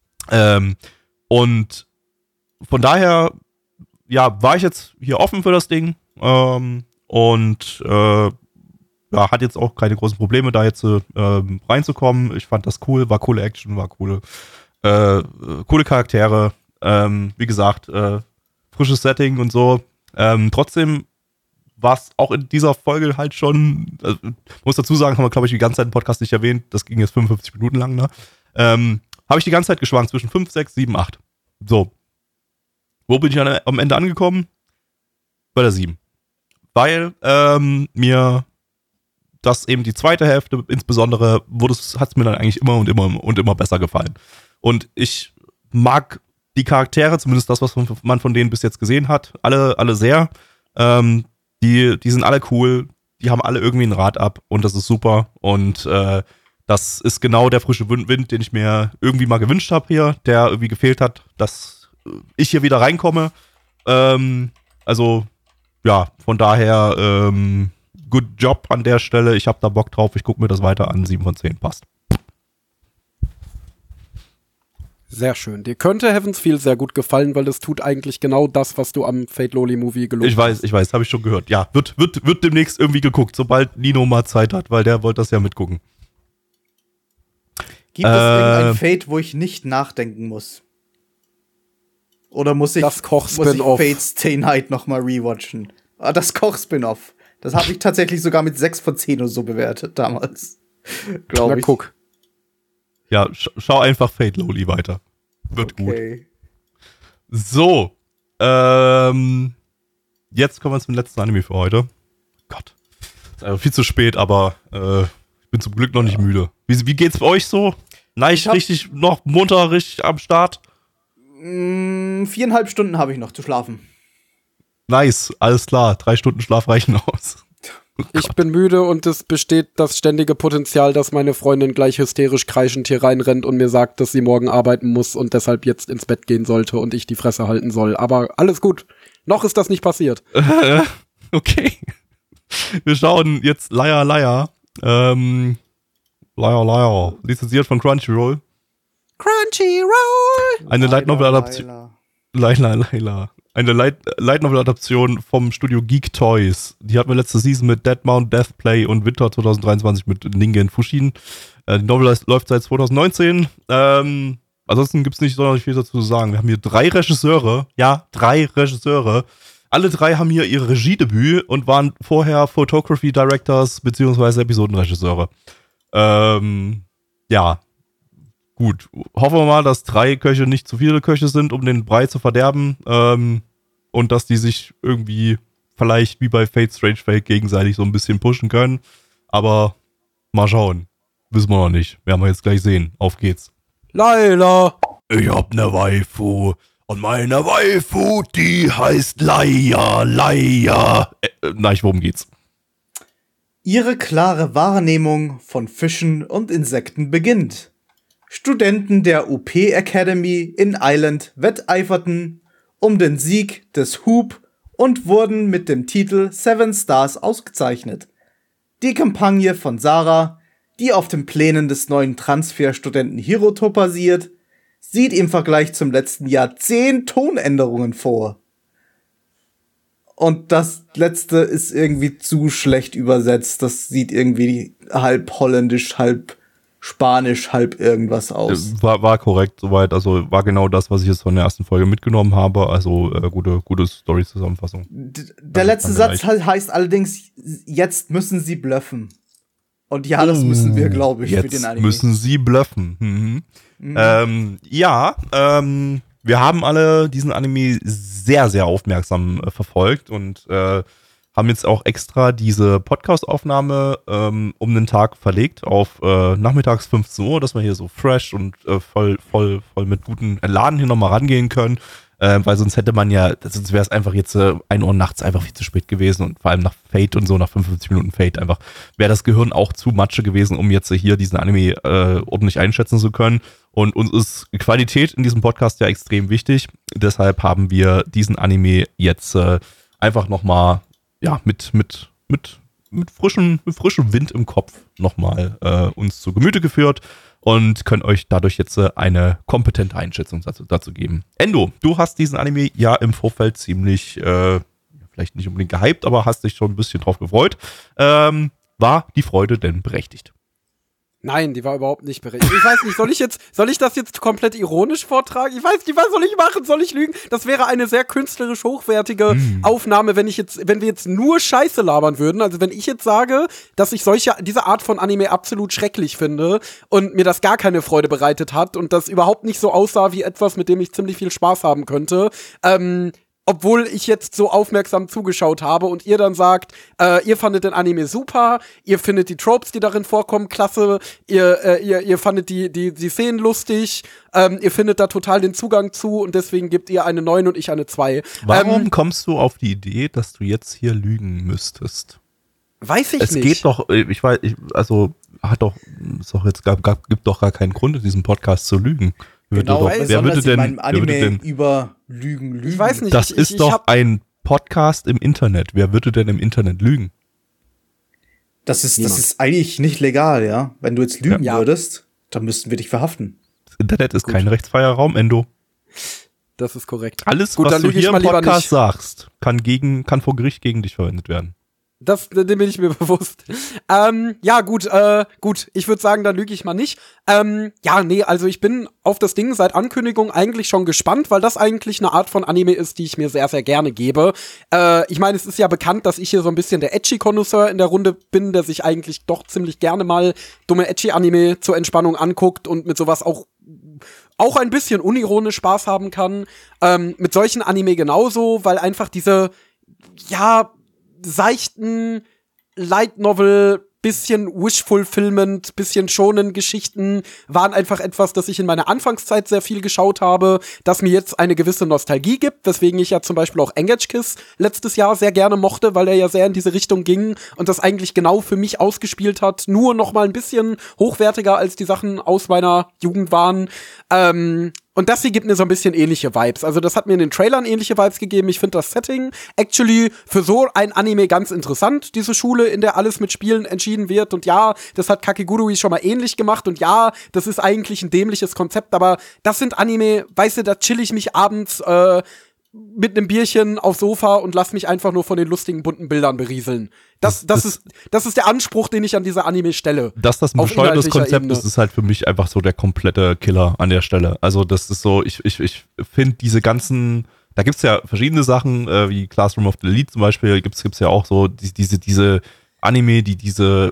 Und von daher, ja, war ich jetzt hier offen für das Ding und ja, hat jetzt auch keine großen Probleme, da jetzt reinzukommen. Ich fand das cool, war coole Action, war coole Charaktere. Wie gesagt, frisches Setting und so. Trotzdem war es auch in dieser Folge halt schon, muss dazu sagen, haben wir, glaube ich, die ganze Zeit im Podcast nicht erwähnt, das ging jetzt 55 Minuten lang, ne? Habe ich die ganze Zeit geschwankt zwischen 5, 6, 7, 8. So. Wo bin ich am Ende angekommen? Bei der 7. Weil mir das eben die zweite Hälfte insbesondere hat es mir dann eigentlich immer besser gefallen. Und ich mag die Charaktere, zumindest das, was man von denen bis jetzt gesehen hat, alle sehr. Die sind alle cool, die haben alle irgendwie ein Rad ab und das ist super. Und das ist genau der frische Wind, den ich mir irgendwie mal gewünscht habe hier, der irgendwie gefehlt hat, dass ich hier wieder reinkomme. Also, ja, von daher good Job an der Stelle. Ich habe da Bock drauf. Ich gucke mir das weiter an. 7 von 10 passt. Sehr schön. Dir könnte Heaven's Feel sehr gut gefallen, weil es tut eigentlich genau das, was du am Fate Loli Movie gelobt hast. Ich weiß, habe ich schon gehört. Ja, wird demnächst irgendwie geguckt, sobald Nino mal Zeit hat, weil der wollte das ja mitgucken. Gibt es irgendein Fate, wo ich nicht nachdenken muss? Oder muss ich Fate's Stay Night nochmal rewatchen? Das Koch-Spin-Off. Das habe ich tatsächlich sogar mit 6 von 10 oder so bewertet damals. Glaube ich. Na, guck. Ja, schau einfach Fate Loli weiter. Wird Okay. gut. So. Jetzt kommen wir zum letzten Anime für heute. Gott. Ist einfach viel zu spät, aber ich bin zum Glück noch nicht müde. Wie geht's bei euch so? Richtig noch munter, richtig am Start? 4,5 Stunden habe ich noch zu schlafen. Nice, alles klar. 3 Stunden Schlaf reichen aus. Ich bin müde und es besteht das ständige Potenzial, dass meine Freundin gleich hysterisch kreischend hier reinrennt und mir sagt, dass sie morgen arbeiten muss und deshalb jetzt ins Bett gehen sollte und ich die Fresse halten soll. Aber alles gut. Noch ist das nicht passiert. Okay. Wir schauen jetzt Liar Liar. Liar Liar. Lizenziert von Crunchyroll. Crunchyroll! Eine Light Novel Adaption. Laila. Eine Light Novel Adaption vom Studio Geek Toys. Die hatten wir letzte Season mit Dead Mount, Death Play und Winter 2023 mit Ningen Fushin. Die Novel läuft seit 2019. Ansonsten gibt's nicht sonderlich viel dazu zu sagen. Wir haben hier 3 Regisseure. Ja, 3 Regisseure. Alle 3 haben hier ihr Regiedebüt und waren vorher Photography Directors beziehungsweise Episodenregisseure. Ja. Gut, hoffen wir mal, dass 3 Köche nicht zu viele Köche sind, um den Brei zu verderben. Und dass die sich irgendwie vielleicht wie bei Fate Strange Fate gegenseitig so ein bisschen pushen können. Aber mal schauen. Wissen wir noch nicht. Werden wir jetzt gleich sehen. Auf geht's. Laila! Ich hab ne Waifu. Und meine Waifu, die heißt Laia. Worum geht's? Ihre klare Wahrnehmung von Fischen und Insekten beginnt. Studenten der UP Academy in Island wetteiferten um den Sieg des Hoop und wurden mit dem Titel 7 Stars ausgezeichnet. Die Kampagne von Sarah, die auf den Plänen des neuen Transferstudenten Hiroto basiert, sieht im Vergleich zum letzten Jahr 10 Tonänderungen vor. Und das letzte ist irgendwie zu schlecht übersetzt. Das sieht irgendwie halb holländisch, halb Spanisch, halb irgendwas aus. War korrekt soweit, also war genau das, was ich jetzt von der ersten Folge mitgenommen habe, also gute Story-Zusammenfassung. Der letzte Satz heißt allerdings, jetzt müssen sie bluffen. Und ja, das müssen wir, glaube ich, für den Anime. Jetzt müssen sie bluffen. Wir haben alle diesen Anime sehr, sehr aufmerksam verfolgt und haben jetzt auch extra diese Podcast-Aufnahme um den Tag verlegt auf nachmittags 15 Uhr, dass wir hier so fresh und voll mit guten Laden hier nochmal rangehen können. Weil sonst sonst wäre es einfach jetzt 1 Uhr nachts einfach viel zu spät gewesen und vor allem nach Fate und so, nach 55 Minuten Fate einfach, wäre das Gehirn auch zu Matsche gewesen, um jetzt hier diesen Anime ordentlich einschätzen zu können. Und uns ist Qualität in diesem Podcast ja extrem wichtig. Deshalb haben wir diesen Anime jetzt einfach nochmal mit frischem Wind im Kopf nochmal uns zu Gemüte geführt und können euch dadurch jetzt eine kompetente Einschätzung dazu geben. Endo, du hast diesen Anime ja im Vorfeld ziemlich, vielleicht nicht unbedingt gehypt, aber hast dich schon ein bisschen drauf gefreut. War die Freude denn berechtigt? Nein, die war überhaupt nicht berechtigt. Ich weiß nicht, soll ich das jetzt komplett ironisch vortragen? Ich weiß nicht, was soll ich machen? Soll ich lügen? Das wäre eine sehr künstlerisch hochwertige Aufnahme, wenn wir jetzt nur Scheiße labern würden. Also wenn ich jetzt sage, dass ich diese Art von Anime absolut schrecklich finde und mir das gar keine Freude bereitet hat und das überhaupt nicht so aussah wie etwas, mit dem ich ziemlich viel Spaß haben könnte, obwohl ich jetzt so aufmerksam zugeschaut habe und ihr dann sagt, ihr fandet den Anime super, ihr findet die Tropes, die darin vorkommen, klasse, ihr fandet die Szenen lustig, ihr findet da total den Zugang zu und deswegen gebt ihr eine 9 und ich eine 2. Warum kommst du auf die Idee, dass du jetzt hier lügen müsstest? Weiß ich nicht. Es geht doch, gibt doch gar keinen Grund in diesem Podcast zu lügen. Wer würde denn über Lügen? Ich weiß nicht. Das ist doch ein Podcast im Internet. Wer würde denn im Internet lügen? Das ist eigentlich nicht legal, ja. Wenn du jetzt lügen würdest, dann müssten wir dich verhaften. Internet ist kein rechtsfreier Raum, Endo. Das ist korrekt. Alles, gut, was du hier im Podcast nicht. sagst, kann vor Gericht gegen dich verwendet werden. Dem bin ich mir bewusst. Ja, gut, ich würde sagen, dann lüge ich mal nicht. Also ich bin auf das Ding seit Ankündigung eigentlich schon gespannt, weil das eigentlich eine Art von Anime ist, die ich mir sehr, sehr gerne gebe. Ich meine, es ist ja bekannt, dass ich hier so ein bisschen der Ecchi-Konnoisseur in der Runde bin, der sich eigentlich doch ziemlich gerne mal dumme Ecchi-Anime zur Entspannung anguckt und mit sowas auch ein bisschen unironisch Spaß haben kann. Mit solchen Anime genauso, weil einfach diese, seichten Light Novel, bisschen Wish-Fulfillment, bisschen schonen Geschichten waren einfach etwas, das ich in meiner Anfangszeit sehr viel geschaut habe, das mir jetzt eine gewisse Nostalgie gibt, weswegen ich ja zum Beispiel auch Engage Kiss letztes Jahr sehr gerne mochte, weil er ja sehr in diese Richtung ging und das eigentlich genau für mich ausgespielt hat, nur noch mal ein bisschen hochwertiger als die Sachen aus meiner Jugend waren. Und das hier gibt mir so ein bisschen ähnliche Vibes. Also das hat mir in den Trailern ähnliche Vibes gegeben. Ich finde das Setting actually für so ein Anime ganz interessant. Diese Schule, in der alles mit Spielen entschieden wird. Und ja, das hat Kakegurui schon mal ähnlich gemacht. Und ja, das ist eigentlich ein dämliches Konzept. Aber das sind Anime, weißt du, da chill ich mich abends mit einem Bierchen aufs Sofa und lass mich einfach nur von den lustigen, bunten Bildern berieseln. Das ist der Anspruch, den ich an diese Anime stelle. Dass das ein bescheuertes Konzept ist halt für mich einfach so der komplette Killer an der Stelle. Also das ist so, ich finde diese ganzen, da gibt's ja verschiedene Sachen, wie Classroom of the Elite zum Beispiel, gibt's ja auch so diese Anime, die diese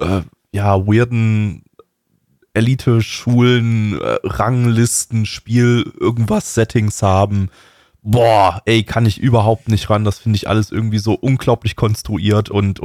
weirden Elite-Schulen, Ranglisten, Spiel, irgendwas Settings haben. Boah, ey, kann ich überhaupt nicht ran. Das finde ich alles irgendwie so unglaublich konstruiert und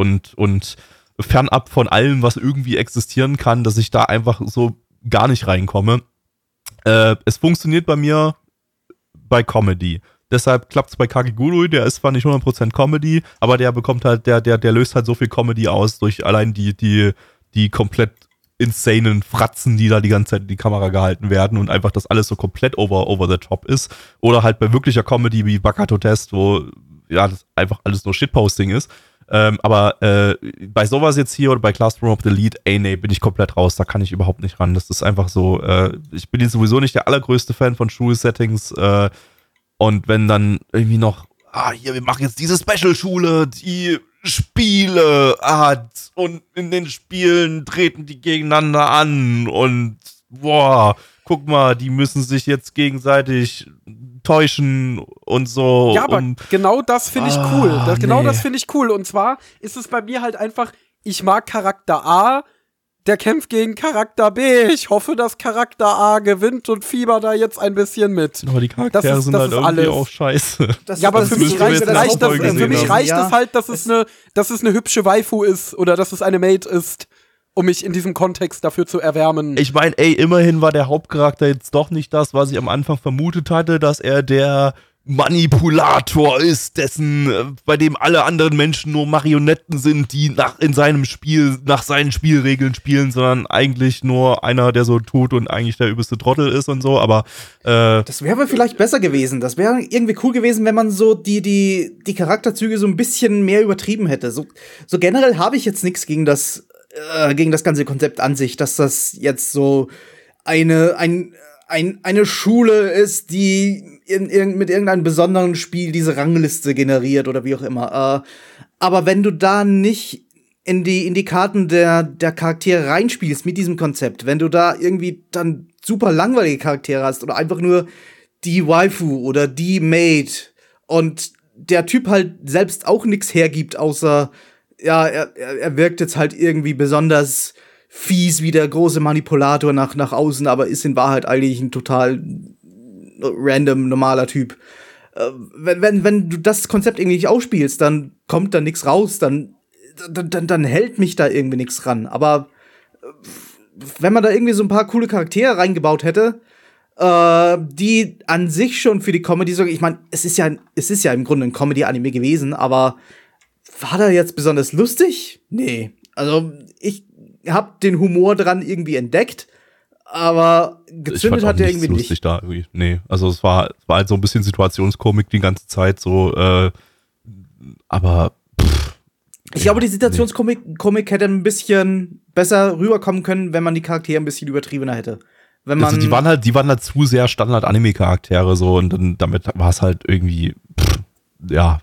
fernab von allem, was irgendwie existieren kann, dass ich da einfach so gar nicht reinkomme. Es funktioniert bei mir bei Comedy. Deshalb klappt es bei Kakegurui, der ist zwar nicht 100% Comedy, aber der bekommt halt, der löst halt so viel Comedy aus durch allein die komplett insanen Fratzen, die da die ganze Zeit in die Kamera gehalten werden und einfach das alles so komplett over the top ist. Oder halt bei wirklicher Comedy wie Bakato Test, wo das einfach alles nur Shitposting ist. Aber bei sowas jetzt hier oder bei Classroom of the Elite, bin ich komplett raus, da kann ich überhaupt nicht ran. Das ist einfach so, ich bin jetzt sowieso nicht der allergrößte Fan von Schulsettings und wenn dann irgendwie noch, wir machen jetzt diese Special-Schule, die Spiele hat und in den Spielen treten die gegeneinander an und guck mal, die müssen sich jetzt gegenseitig täuschen und so. Ja, aber genau das finde ich cool. Das finde ich cool. Und zwar ist es bei mir halt einfach, ich mag Charakter A, der kämpft gegen Charakter B. Ich hoffe, dass Charakter A gewinnt und fieber da jetzt ein bisschen mit. Aber die Charaktere sind halt irgendwie auch scheiße. Aber für mich reicht es halt, dass es eine hübsche Waifu ist oder dass es eine Maid ist, um mich in diesem Kontext dafür zu erwärmen. Ich meine, immerhin war der Hauptcharakter jetzt doch nicht das, was ich am Anfang vermutet hatte, dass er der Manipulator ist, bei dem alle anderen Menschen nur Marionetten sind, die nach seinen Spielregeln spielen, sondern eigentlich nur einer, der so tut und eigentlich der übelste Trottel ist und so, aber das wäre vielleicht besser gewesen. Das wäre irgendwie cool gewesen, wenn man so die Charakterzüge so ein bisschen mehr übertrieben hätte. So generell habe ich jetzt nichts gegen das ganze Konzept an sich, dass das jetzt so eine Schule ist, die mit irgendeinem besonderen Spiel diese Rangliste generiert oder wie auch immer. Aber wenn du da nicht in die Karten der Charaktere reinspielst mit diesem Konzept, wenn du da irgendwie dann super langweilige Charaktere hast oder einfach nur die Waifu oder die Maid und der Typ halt selbst auch nichts hergibt, außer er wirkt jetzt halt irgendwie besonders fies wie der große Manipulator nach außen, aber ist in Wahrheit eigentlich ein total random, normaler Typ. Wenn du das Konzept irgendwie nicht ausspielst, dann kommt da nichts raus, dann hält mich da irgendwie nichts ran. Aber wenn man da irgendwie so ein paar coole Charaktere reingebaut hätte, die an sich schon für die Comedy sorgen, ich meine, es ist ja im Grunde ein Comedy-Anime gewesen, aber war da jetzt besonders lustig? Nee. Also, ich hab den Humor dran irgendwie entdeckt, aber gezündet hat der irgendwie nicht. Da irgendwie. Nee, also es war halt so ein bisschen Situationskomik die ganze Zeit so, aber ich glaube, die Situationskomik hätte ein bisschen besser rüberkommen können, wenn man die Charaktere ein bisschen übertriebener hätte. wenn man. Also die waren halt zu sehr Standard-Anime-Charaktere so und dann damit war es halt irgendwie, ja.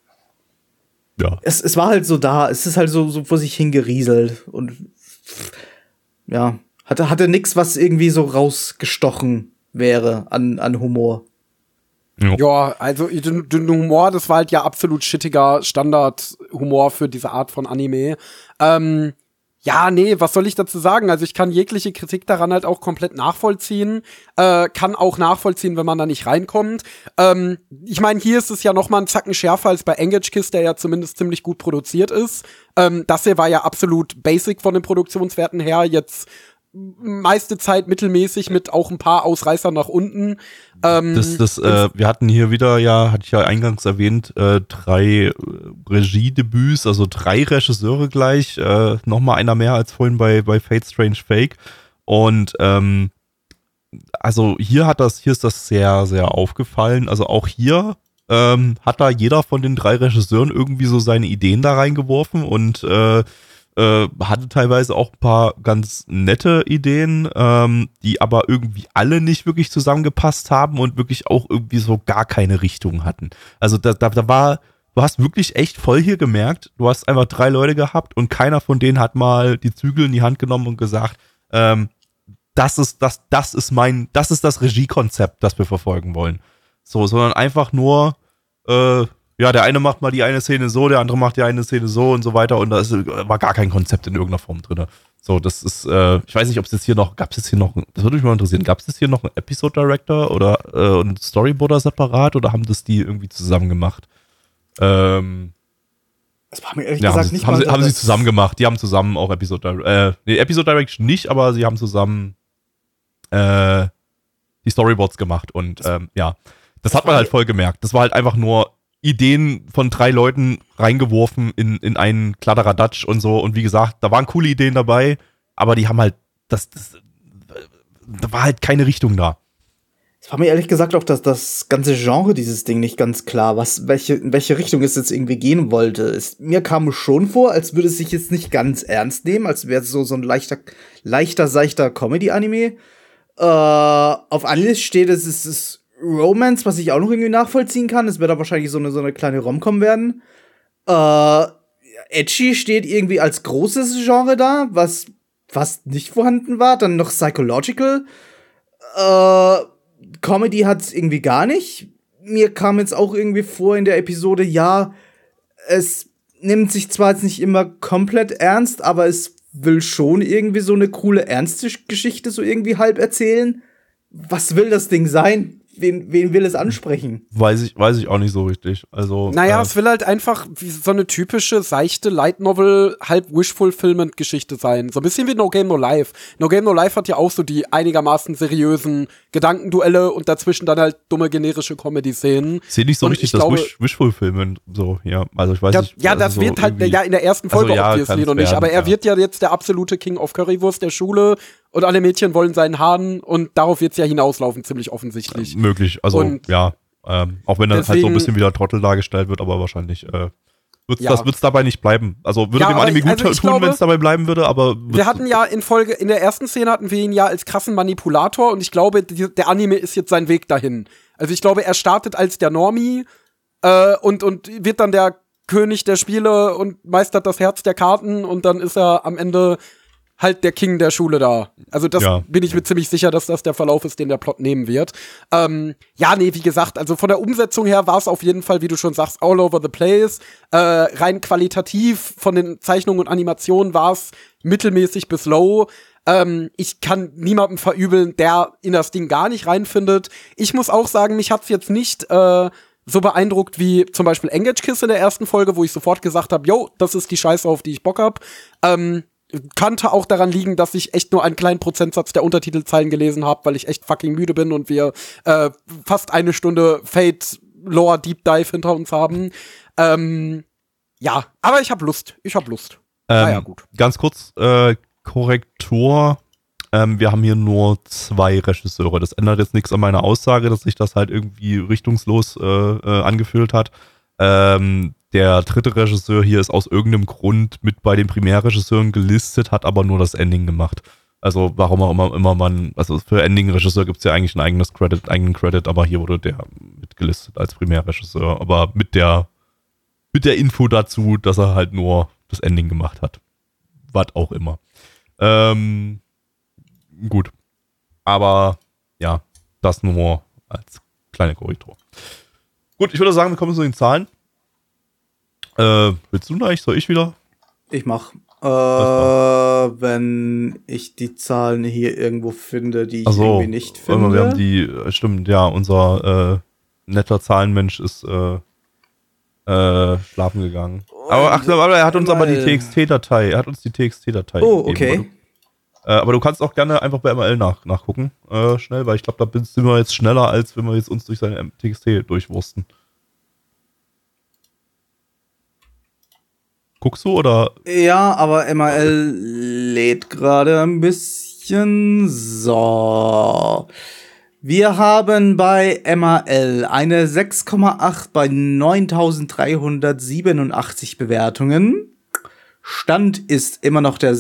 Es war halt so da, es ist halt so vor sich hingerieselt und ja, hatte nix, was irgendwie so rausgestochen wäre an Humor. Ja, also den Humor, das war halt ja absolut shittiger Standard-Humor für diese Art von Anime. Ja, nee, was soll ich dazu sagen? Also ich kann jegliche Kritik daran halt auch komplett nachvollziehen. Kann auch nachvollziehen, wenn man da nicht reinkommt. Ich meine, hier ist es ja noch mal einen Zacken schärfer als bei Engage Kiss, der ja zumindest ziemlich gut produziert ist. Das hier war ja absolut basic von den Produktionswerten her. Jetzt meiste Zeit mittelmäßig mit auch ein paar Ausreißern nach unten. Wir hatten hier wieder, ja, hatte ich ja eingangs erwähnt, 3 Regiedebüts, also 3 Regisseure gleich, nochmal einer mehr als vorhin bei Fate Strange Fake. Und also hier ist das sehr, sehr aufgefallen. Also auch hier hat da jeder von den 3 Regisseuren irgendwie so seine Ideen da reingeworfen und hatte teilweise auch ein paar ganz nette Ideen, die aber irgendwie alle nicht wirklich zusammengepasst haben und wirklich auch irgendwie so gar keine Richtung hatten. Also da war, du hast wirklich echt voll hier gemerkt, du hast einfach 3 Leute gehabt und keiner von denen hat mal die Zügel in die Hand genommen und gesagt, das ist das Regiekonzept, das wir verfolgen wollen. So, sondern einfach nur, ja, der eine macht mal die eine Szene so, der andere macht die eine Szene so und so weiter und da war gar kein Konzept in irgendeiner Form drin. So, das ist, ich weiß nicht, ob es jetzt hier noch, das würde mich mal interessieren, gab es jetzt hier noch einen Episode Director oder einen Storyboarder separat oder haben das die irgendwie zusammen gemacht? Das war mir ehrlich gesagt nicht mal. Haben sie zusammen gemacht, die haben zusammen auch Episode Direction nicht, aber sie haben zusammen die Storyboards gemacht und ja, das hat man halt voll gemerkt. Das war halt einfach nur Ideen von 3 Leuten reingeworfen in einen Kladderadatsch und so. Und wie gesagt, da waren coole Ideen dabei, aber die haben halt, da war halt keine Richtung da. Es war mir ehrlich gesagt auch das ganze Genre dieses Ding nicht ganz klar, in welche Richtung es jetzt irgendwie gehen wollte. Mir kam es schon vor, als würde es sich jetzt nicht ganz ernst nehmen, als wäre es so ein leichter, seichter Comedy-Anime. Auf Anlis steht es ist Romance, was ich auch noch irgendwie nachvollziehen kann. Es wird da wahrscheinlich so eine kleine Rom-Com werden. Edgy steht irgendwie als großes Genre da, was fast nicht vorhanden war. Dann noch Psychological. Comedy hat's irgendwie gar nicht. Mir kam jetzt auch irgendwie vor in der Episode, ja, es nimmt sich zwar jetzt nicht immer komplett ernst, aber es will schon irgendwie so eine coole, ernste Geschichte so irgendwie halb erzählen. Was will das Ding sein? Wen will es ansprechen? Weiß ich auch nicht so richtig. Also, naja, es will halt einfach wie so eine typische, seichte Light Novel, halb Wish-Fulfillment-Geschichte sein. So ein bisschen wie No Game No Life. No Game No Life hat ja auch so die einigermaßen seriösen Gedankenduelle und dazwischen dann halt dumme generische Comedy-Szenen. Ich sehe nicht so richtig das Wish-Fulfillment. So, ja, also ich weiß nicht. Ja, das wird halt ja in der ersten Folge obviously noch nicht, aber er wird ja jetzt der absolute King of Currywurst der Schule. Und alle Mädchen wollen seinen Haaren und darauf wird's ja hinauslaufen, ziemlich offensichtlich. Möglich, also und ja, auch wenn er halt so ein bisschen wieder Trottel dargestellt wird, aber wahrscheinlich wird's dabei nicht bleiben. Also würde dem Anime gut tun, wenn es dabei bleiben würde, aber wir hatten ja in der ersten Szene hatten wir ihn ja als krassen Manipulator und ich glaube, der Anime ist jetzt sein Weg dahin. Also ich glaube, er startet als der Normie und wird dann der König der Spiele und meistert das Herz der Karten und dann ist er am Ende halt der King der Schule da. Also das bin ich mir ziemlich sicher, dass das der Verlauf ist, den der Plot nehmen wird. Wie gesagt, also von der Umsetzung her war es auf jeden Fall, wie du schon sagst, all over the place. Rein qualitativ von den Zeichnungen und Animationen war es mittelmäßig bis low. Ich kann niemandem verübeln, der in das Ding gar nicht reinfindet. Ich muss auch sagen, mich hat's jetzt nicht so beeindruckt wie zum Beispiel Engage Kiss in der ersten Folge, wo ich sofort gesagt habe, yo, das ist die Scheiße, auf die ich Bock hab. Könnte auch daran liegen, dass ich echt nur einen kleinen Prozentsatz der Untertitelzeilen gelesen habe, weil ich echt fucking müde bin und wir fast eine Stunde Fate Lore Deep Dive hinter uns haben. Ja, aber ich habe Lust. Ja, gut. Ganz kurz, Korrektur. Wir haben hier nur 2 Regisseure. Das ändert jetzt nichts an meiner Aussage, dass sich das halt irgendwie richtungslos angefühlt hat. Der 3. Regisseur hier ist aus irgendeinem Grund mit bei den Primärregisseuren gelistet, hat aber nur das Ending gemacht. Also warum auch immer man, also für Ending-Regisseur gibt es ja eigentlich einen eigenen Credit, aber hier wurde der mitgelistet als Primärregisseur, aber mit der Info dazu, dass er halt nur das Ending gemacht hat. Was auch immer. Gut. Aber ja, das nur als kleine Korrektur. Gut, ich würde sagen, wir kommen zu den Zahlen. Willst du gleich? Soll ich wieder? Ich mach. Wenn ich die Zahlen hier irgendwo finde, die ich irgendwie nicht finde. Wir haben die, stimmt, ja, unser netter Zahlenmensch ist schlafen gegangen. Aber er hat uns aber die TXT-Datei, Oh, okay. Aber du kannst auch gerne einfach bei ML nachgucken, schnell, weil ich glaube, da sind wir jetzt schneller, als wenn wir jetzt uns durch seine TXT durchwursten. Guckst du, oder? Ja, aber ML lädt gerade ein bisschen. So. Wir haben bei ML eine 6,8 bei 9.387 Bewertungen. Stand ist immer noch der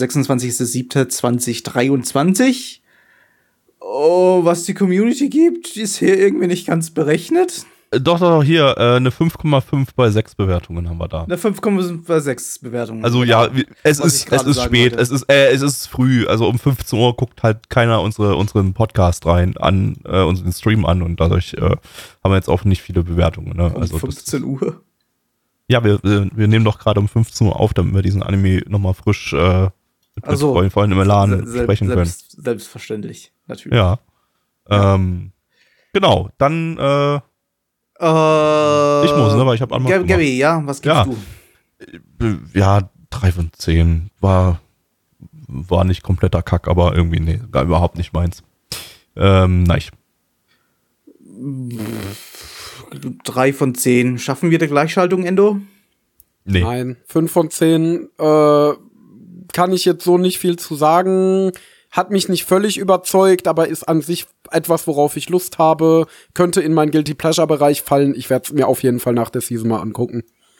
26.07.2023. Oh, was die Community gibt, ist hier irgendwie nicht ganz berechnet. Doch, hier, eine 5,5 bei 6 Bewertungen haben wir da. Eine 5,5 bei 6 Bewertungen. Also ja, es ist spät, es ist früh, also um 15 Uhr guckt halt keiner unseren Podcast unseren Stream an und dadurch haben wir jetzt auch nicht viele Bewertungen. Ne? Also 15 Uhr? Ja, wir nehmen doch gerade um 15 Uhr auf, damit wir diesen Anime nochmal frisch mit Freunden im Elan sprechen können. Selbstverständlich, natürlich. Ja. Genau, dann ich muss, ne, weil ich habe anmachen. Gabby, ja, was gibst du? Ja, 3 von 10. War nicht kompletter Kack, aber irgendwie, nee, gar überhaupt nicht meins. Nein. 3 von 10. Schaffen wir die Gleichschaltung, Endo? Nee. Nein, 5 von 10 kann ich jetzt so nicht viel zu sagen. Hat mich nicht völlig überzeugt, aber ist an sich etwas, worauf ich Lust habe. Könnte in meinen Guilty Pleasure-Bereich fallen. Ich werde es mir auf jeden Fall nach der Season mal angucken.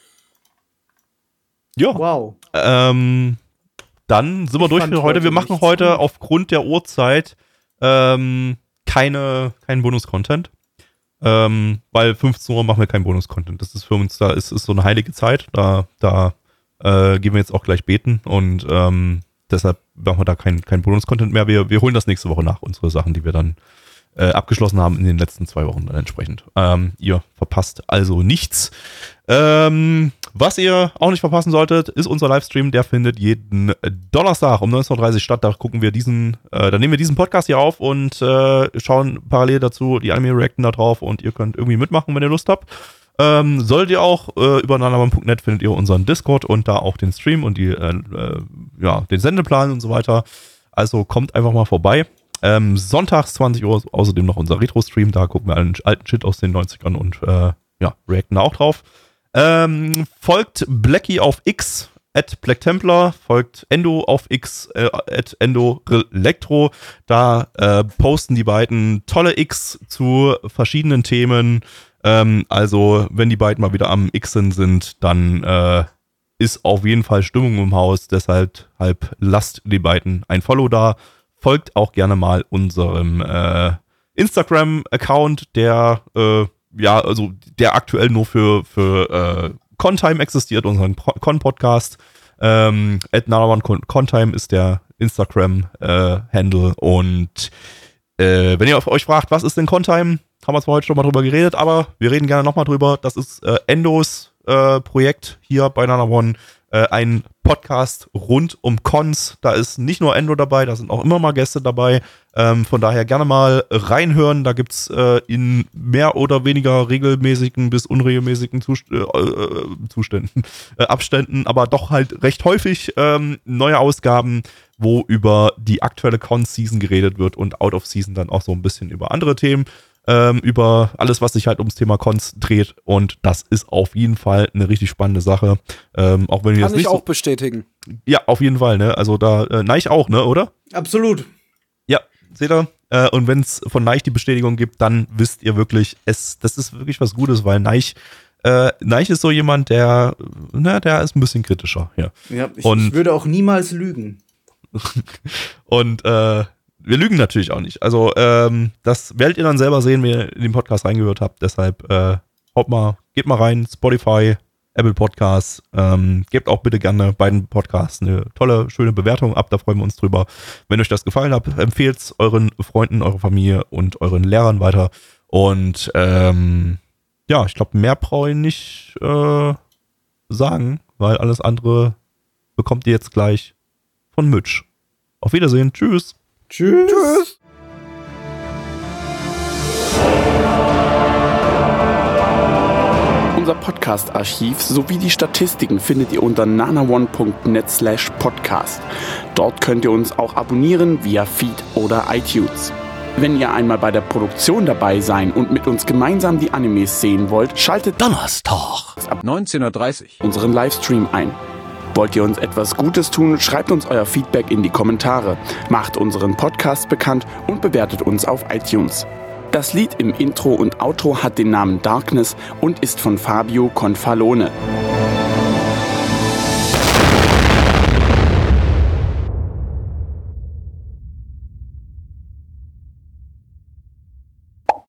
Ja. Wow. Dann sind wir durch für heute. Wir machen heute aufgrund der Uhrzeit keinen Bonus-Content. Weil 15 Uhr machen wir keinen Bonus-Content. Das ist für uns, da ist so eine heilige Zeit. Da gehen wir jetzt auch gleich beten und deshalb machen wir da kein Bonus-Content mehr. Wir holen das nächste Woche nach, unsere Sachen, die wir dann abgeschlossen haben in den letzten 2 Wochen dann entsprechend. Ihr verpasst also nichts. Was ihr auch nicht verpassen solltet, ist unser Livestream. Der findet jeden Donnerstag um 19.30 Uhr statt. Da nehmen wir diesen Podcast hier auf und schauen parallel dazu die Anime-Reacten da drauf und ihr könnt irgendwie mitmachen, wenn ihr Lust habt. Solltet ihr auch über nanabam.net findet ihr unseren Discord und da auch den Stream und den Sendeplan und so weiter. Also kommt einfach mal vorbei. Sonntags 20 Uhr außerdem noch unser Retro-Stream. Da gucken wir alten Shit aus den 90ern und reacten da auch drauf. Folgt Blackie auf X @BlackTemplar, folgt Endo auf X @EndoRelectro. Da posten die beiden tolle X zu verschiedenen Themen. Also, wenn die beiden mal wieder am Xen sind, dann ist auf jeden Fall Stimmung im Haus. Deshalb lasst die beiden ein Follow da. Folgt auch gerne mal unserem Instagram-Account, der aktuell nur für Contime existiert, unseren Con-Podcast. @nanaban_contime ist der Instagram-Handle. Und wenn ihr euch fragt, was ist denn Contime, haben wir zwar heute schon mal drüber geredet, aber wir reden gerne nochmal drüber. Das ist Endos Projekt hier bei Nanaone. Ein Podcast rund um Cons. Da ist nicht nur Endo dabei, da sind auch immer mal Gäste dabei. Von daher gerne mal reinhören. Da gibt es in mehr oder weniger regelmäßigen bis unregelmäßigen Abständen, aber doch halt recht häufig neue Ausgaben, wo über die aktuelle Con-Season geredet wird und out of Season dann auch so ein bisschen über andere Themen. Über alles, was sich halt ums Thema Cons dreht. Und das ist auf jeden Fall eine richtig spannende Sache. Auch wenn Kann ich auch bestätigen. Ja, auf jeden Fall, ne? Also da Neich auch, ne, oder? Absolut. Ja, seht ihr? Und wenn es von Neich die Bestätigung gibt, dann wisst ihr wirklich, das ist wirklich was Gutes, weil Neich ist so jemand, der ist ein bisschen kritischer. Ja, ich würde auch niemals lügen. Und wir lügen natürlich auch nicht. Also das werdet ihr dann selber sehen, wenn ihr in den Podcast reingehört habt. Deshalb geht mal rein, Spotify, Apple Podcasts. Gebt auch bitte gerne beiden Podcasts eine tolle, schöne Bewertung ab. Da freuen wir uns drüber. Wenn euch das gefallen hat, empfehlt es euren Freunden, eurer Familie und euren Lehrern weiter. Und ich glaube, mehr brauche ich nicht sagen, weil alles andere bekommt ihr jetzt gleich von Mitch. Auf Wiedersehen. Tschüss. Tschüss. Unser Podcast-Archiv sowie die Statistiken findet ihr unter nanaone.net/podcast. Dort könnt ihr uns auch abonnieren via Feed oder iTunes. Wenn ihr einmal bei der Produktion dabei sein und mit uns gemeinsam die Animes sehen wollt, schaltet Donnerstag ab 19:30 Uhr unseren Livestream ein. Wollt ihr uns etwas Gutes tun, schreibt uns euer Feedback in die Kommentare, macht unseren Podcast bekannt und bewertet uns auf iTunes. Das Lied im Intro und Outro hat den Namen Darkness und ist von Fabio Confalone.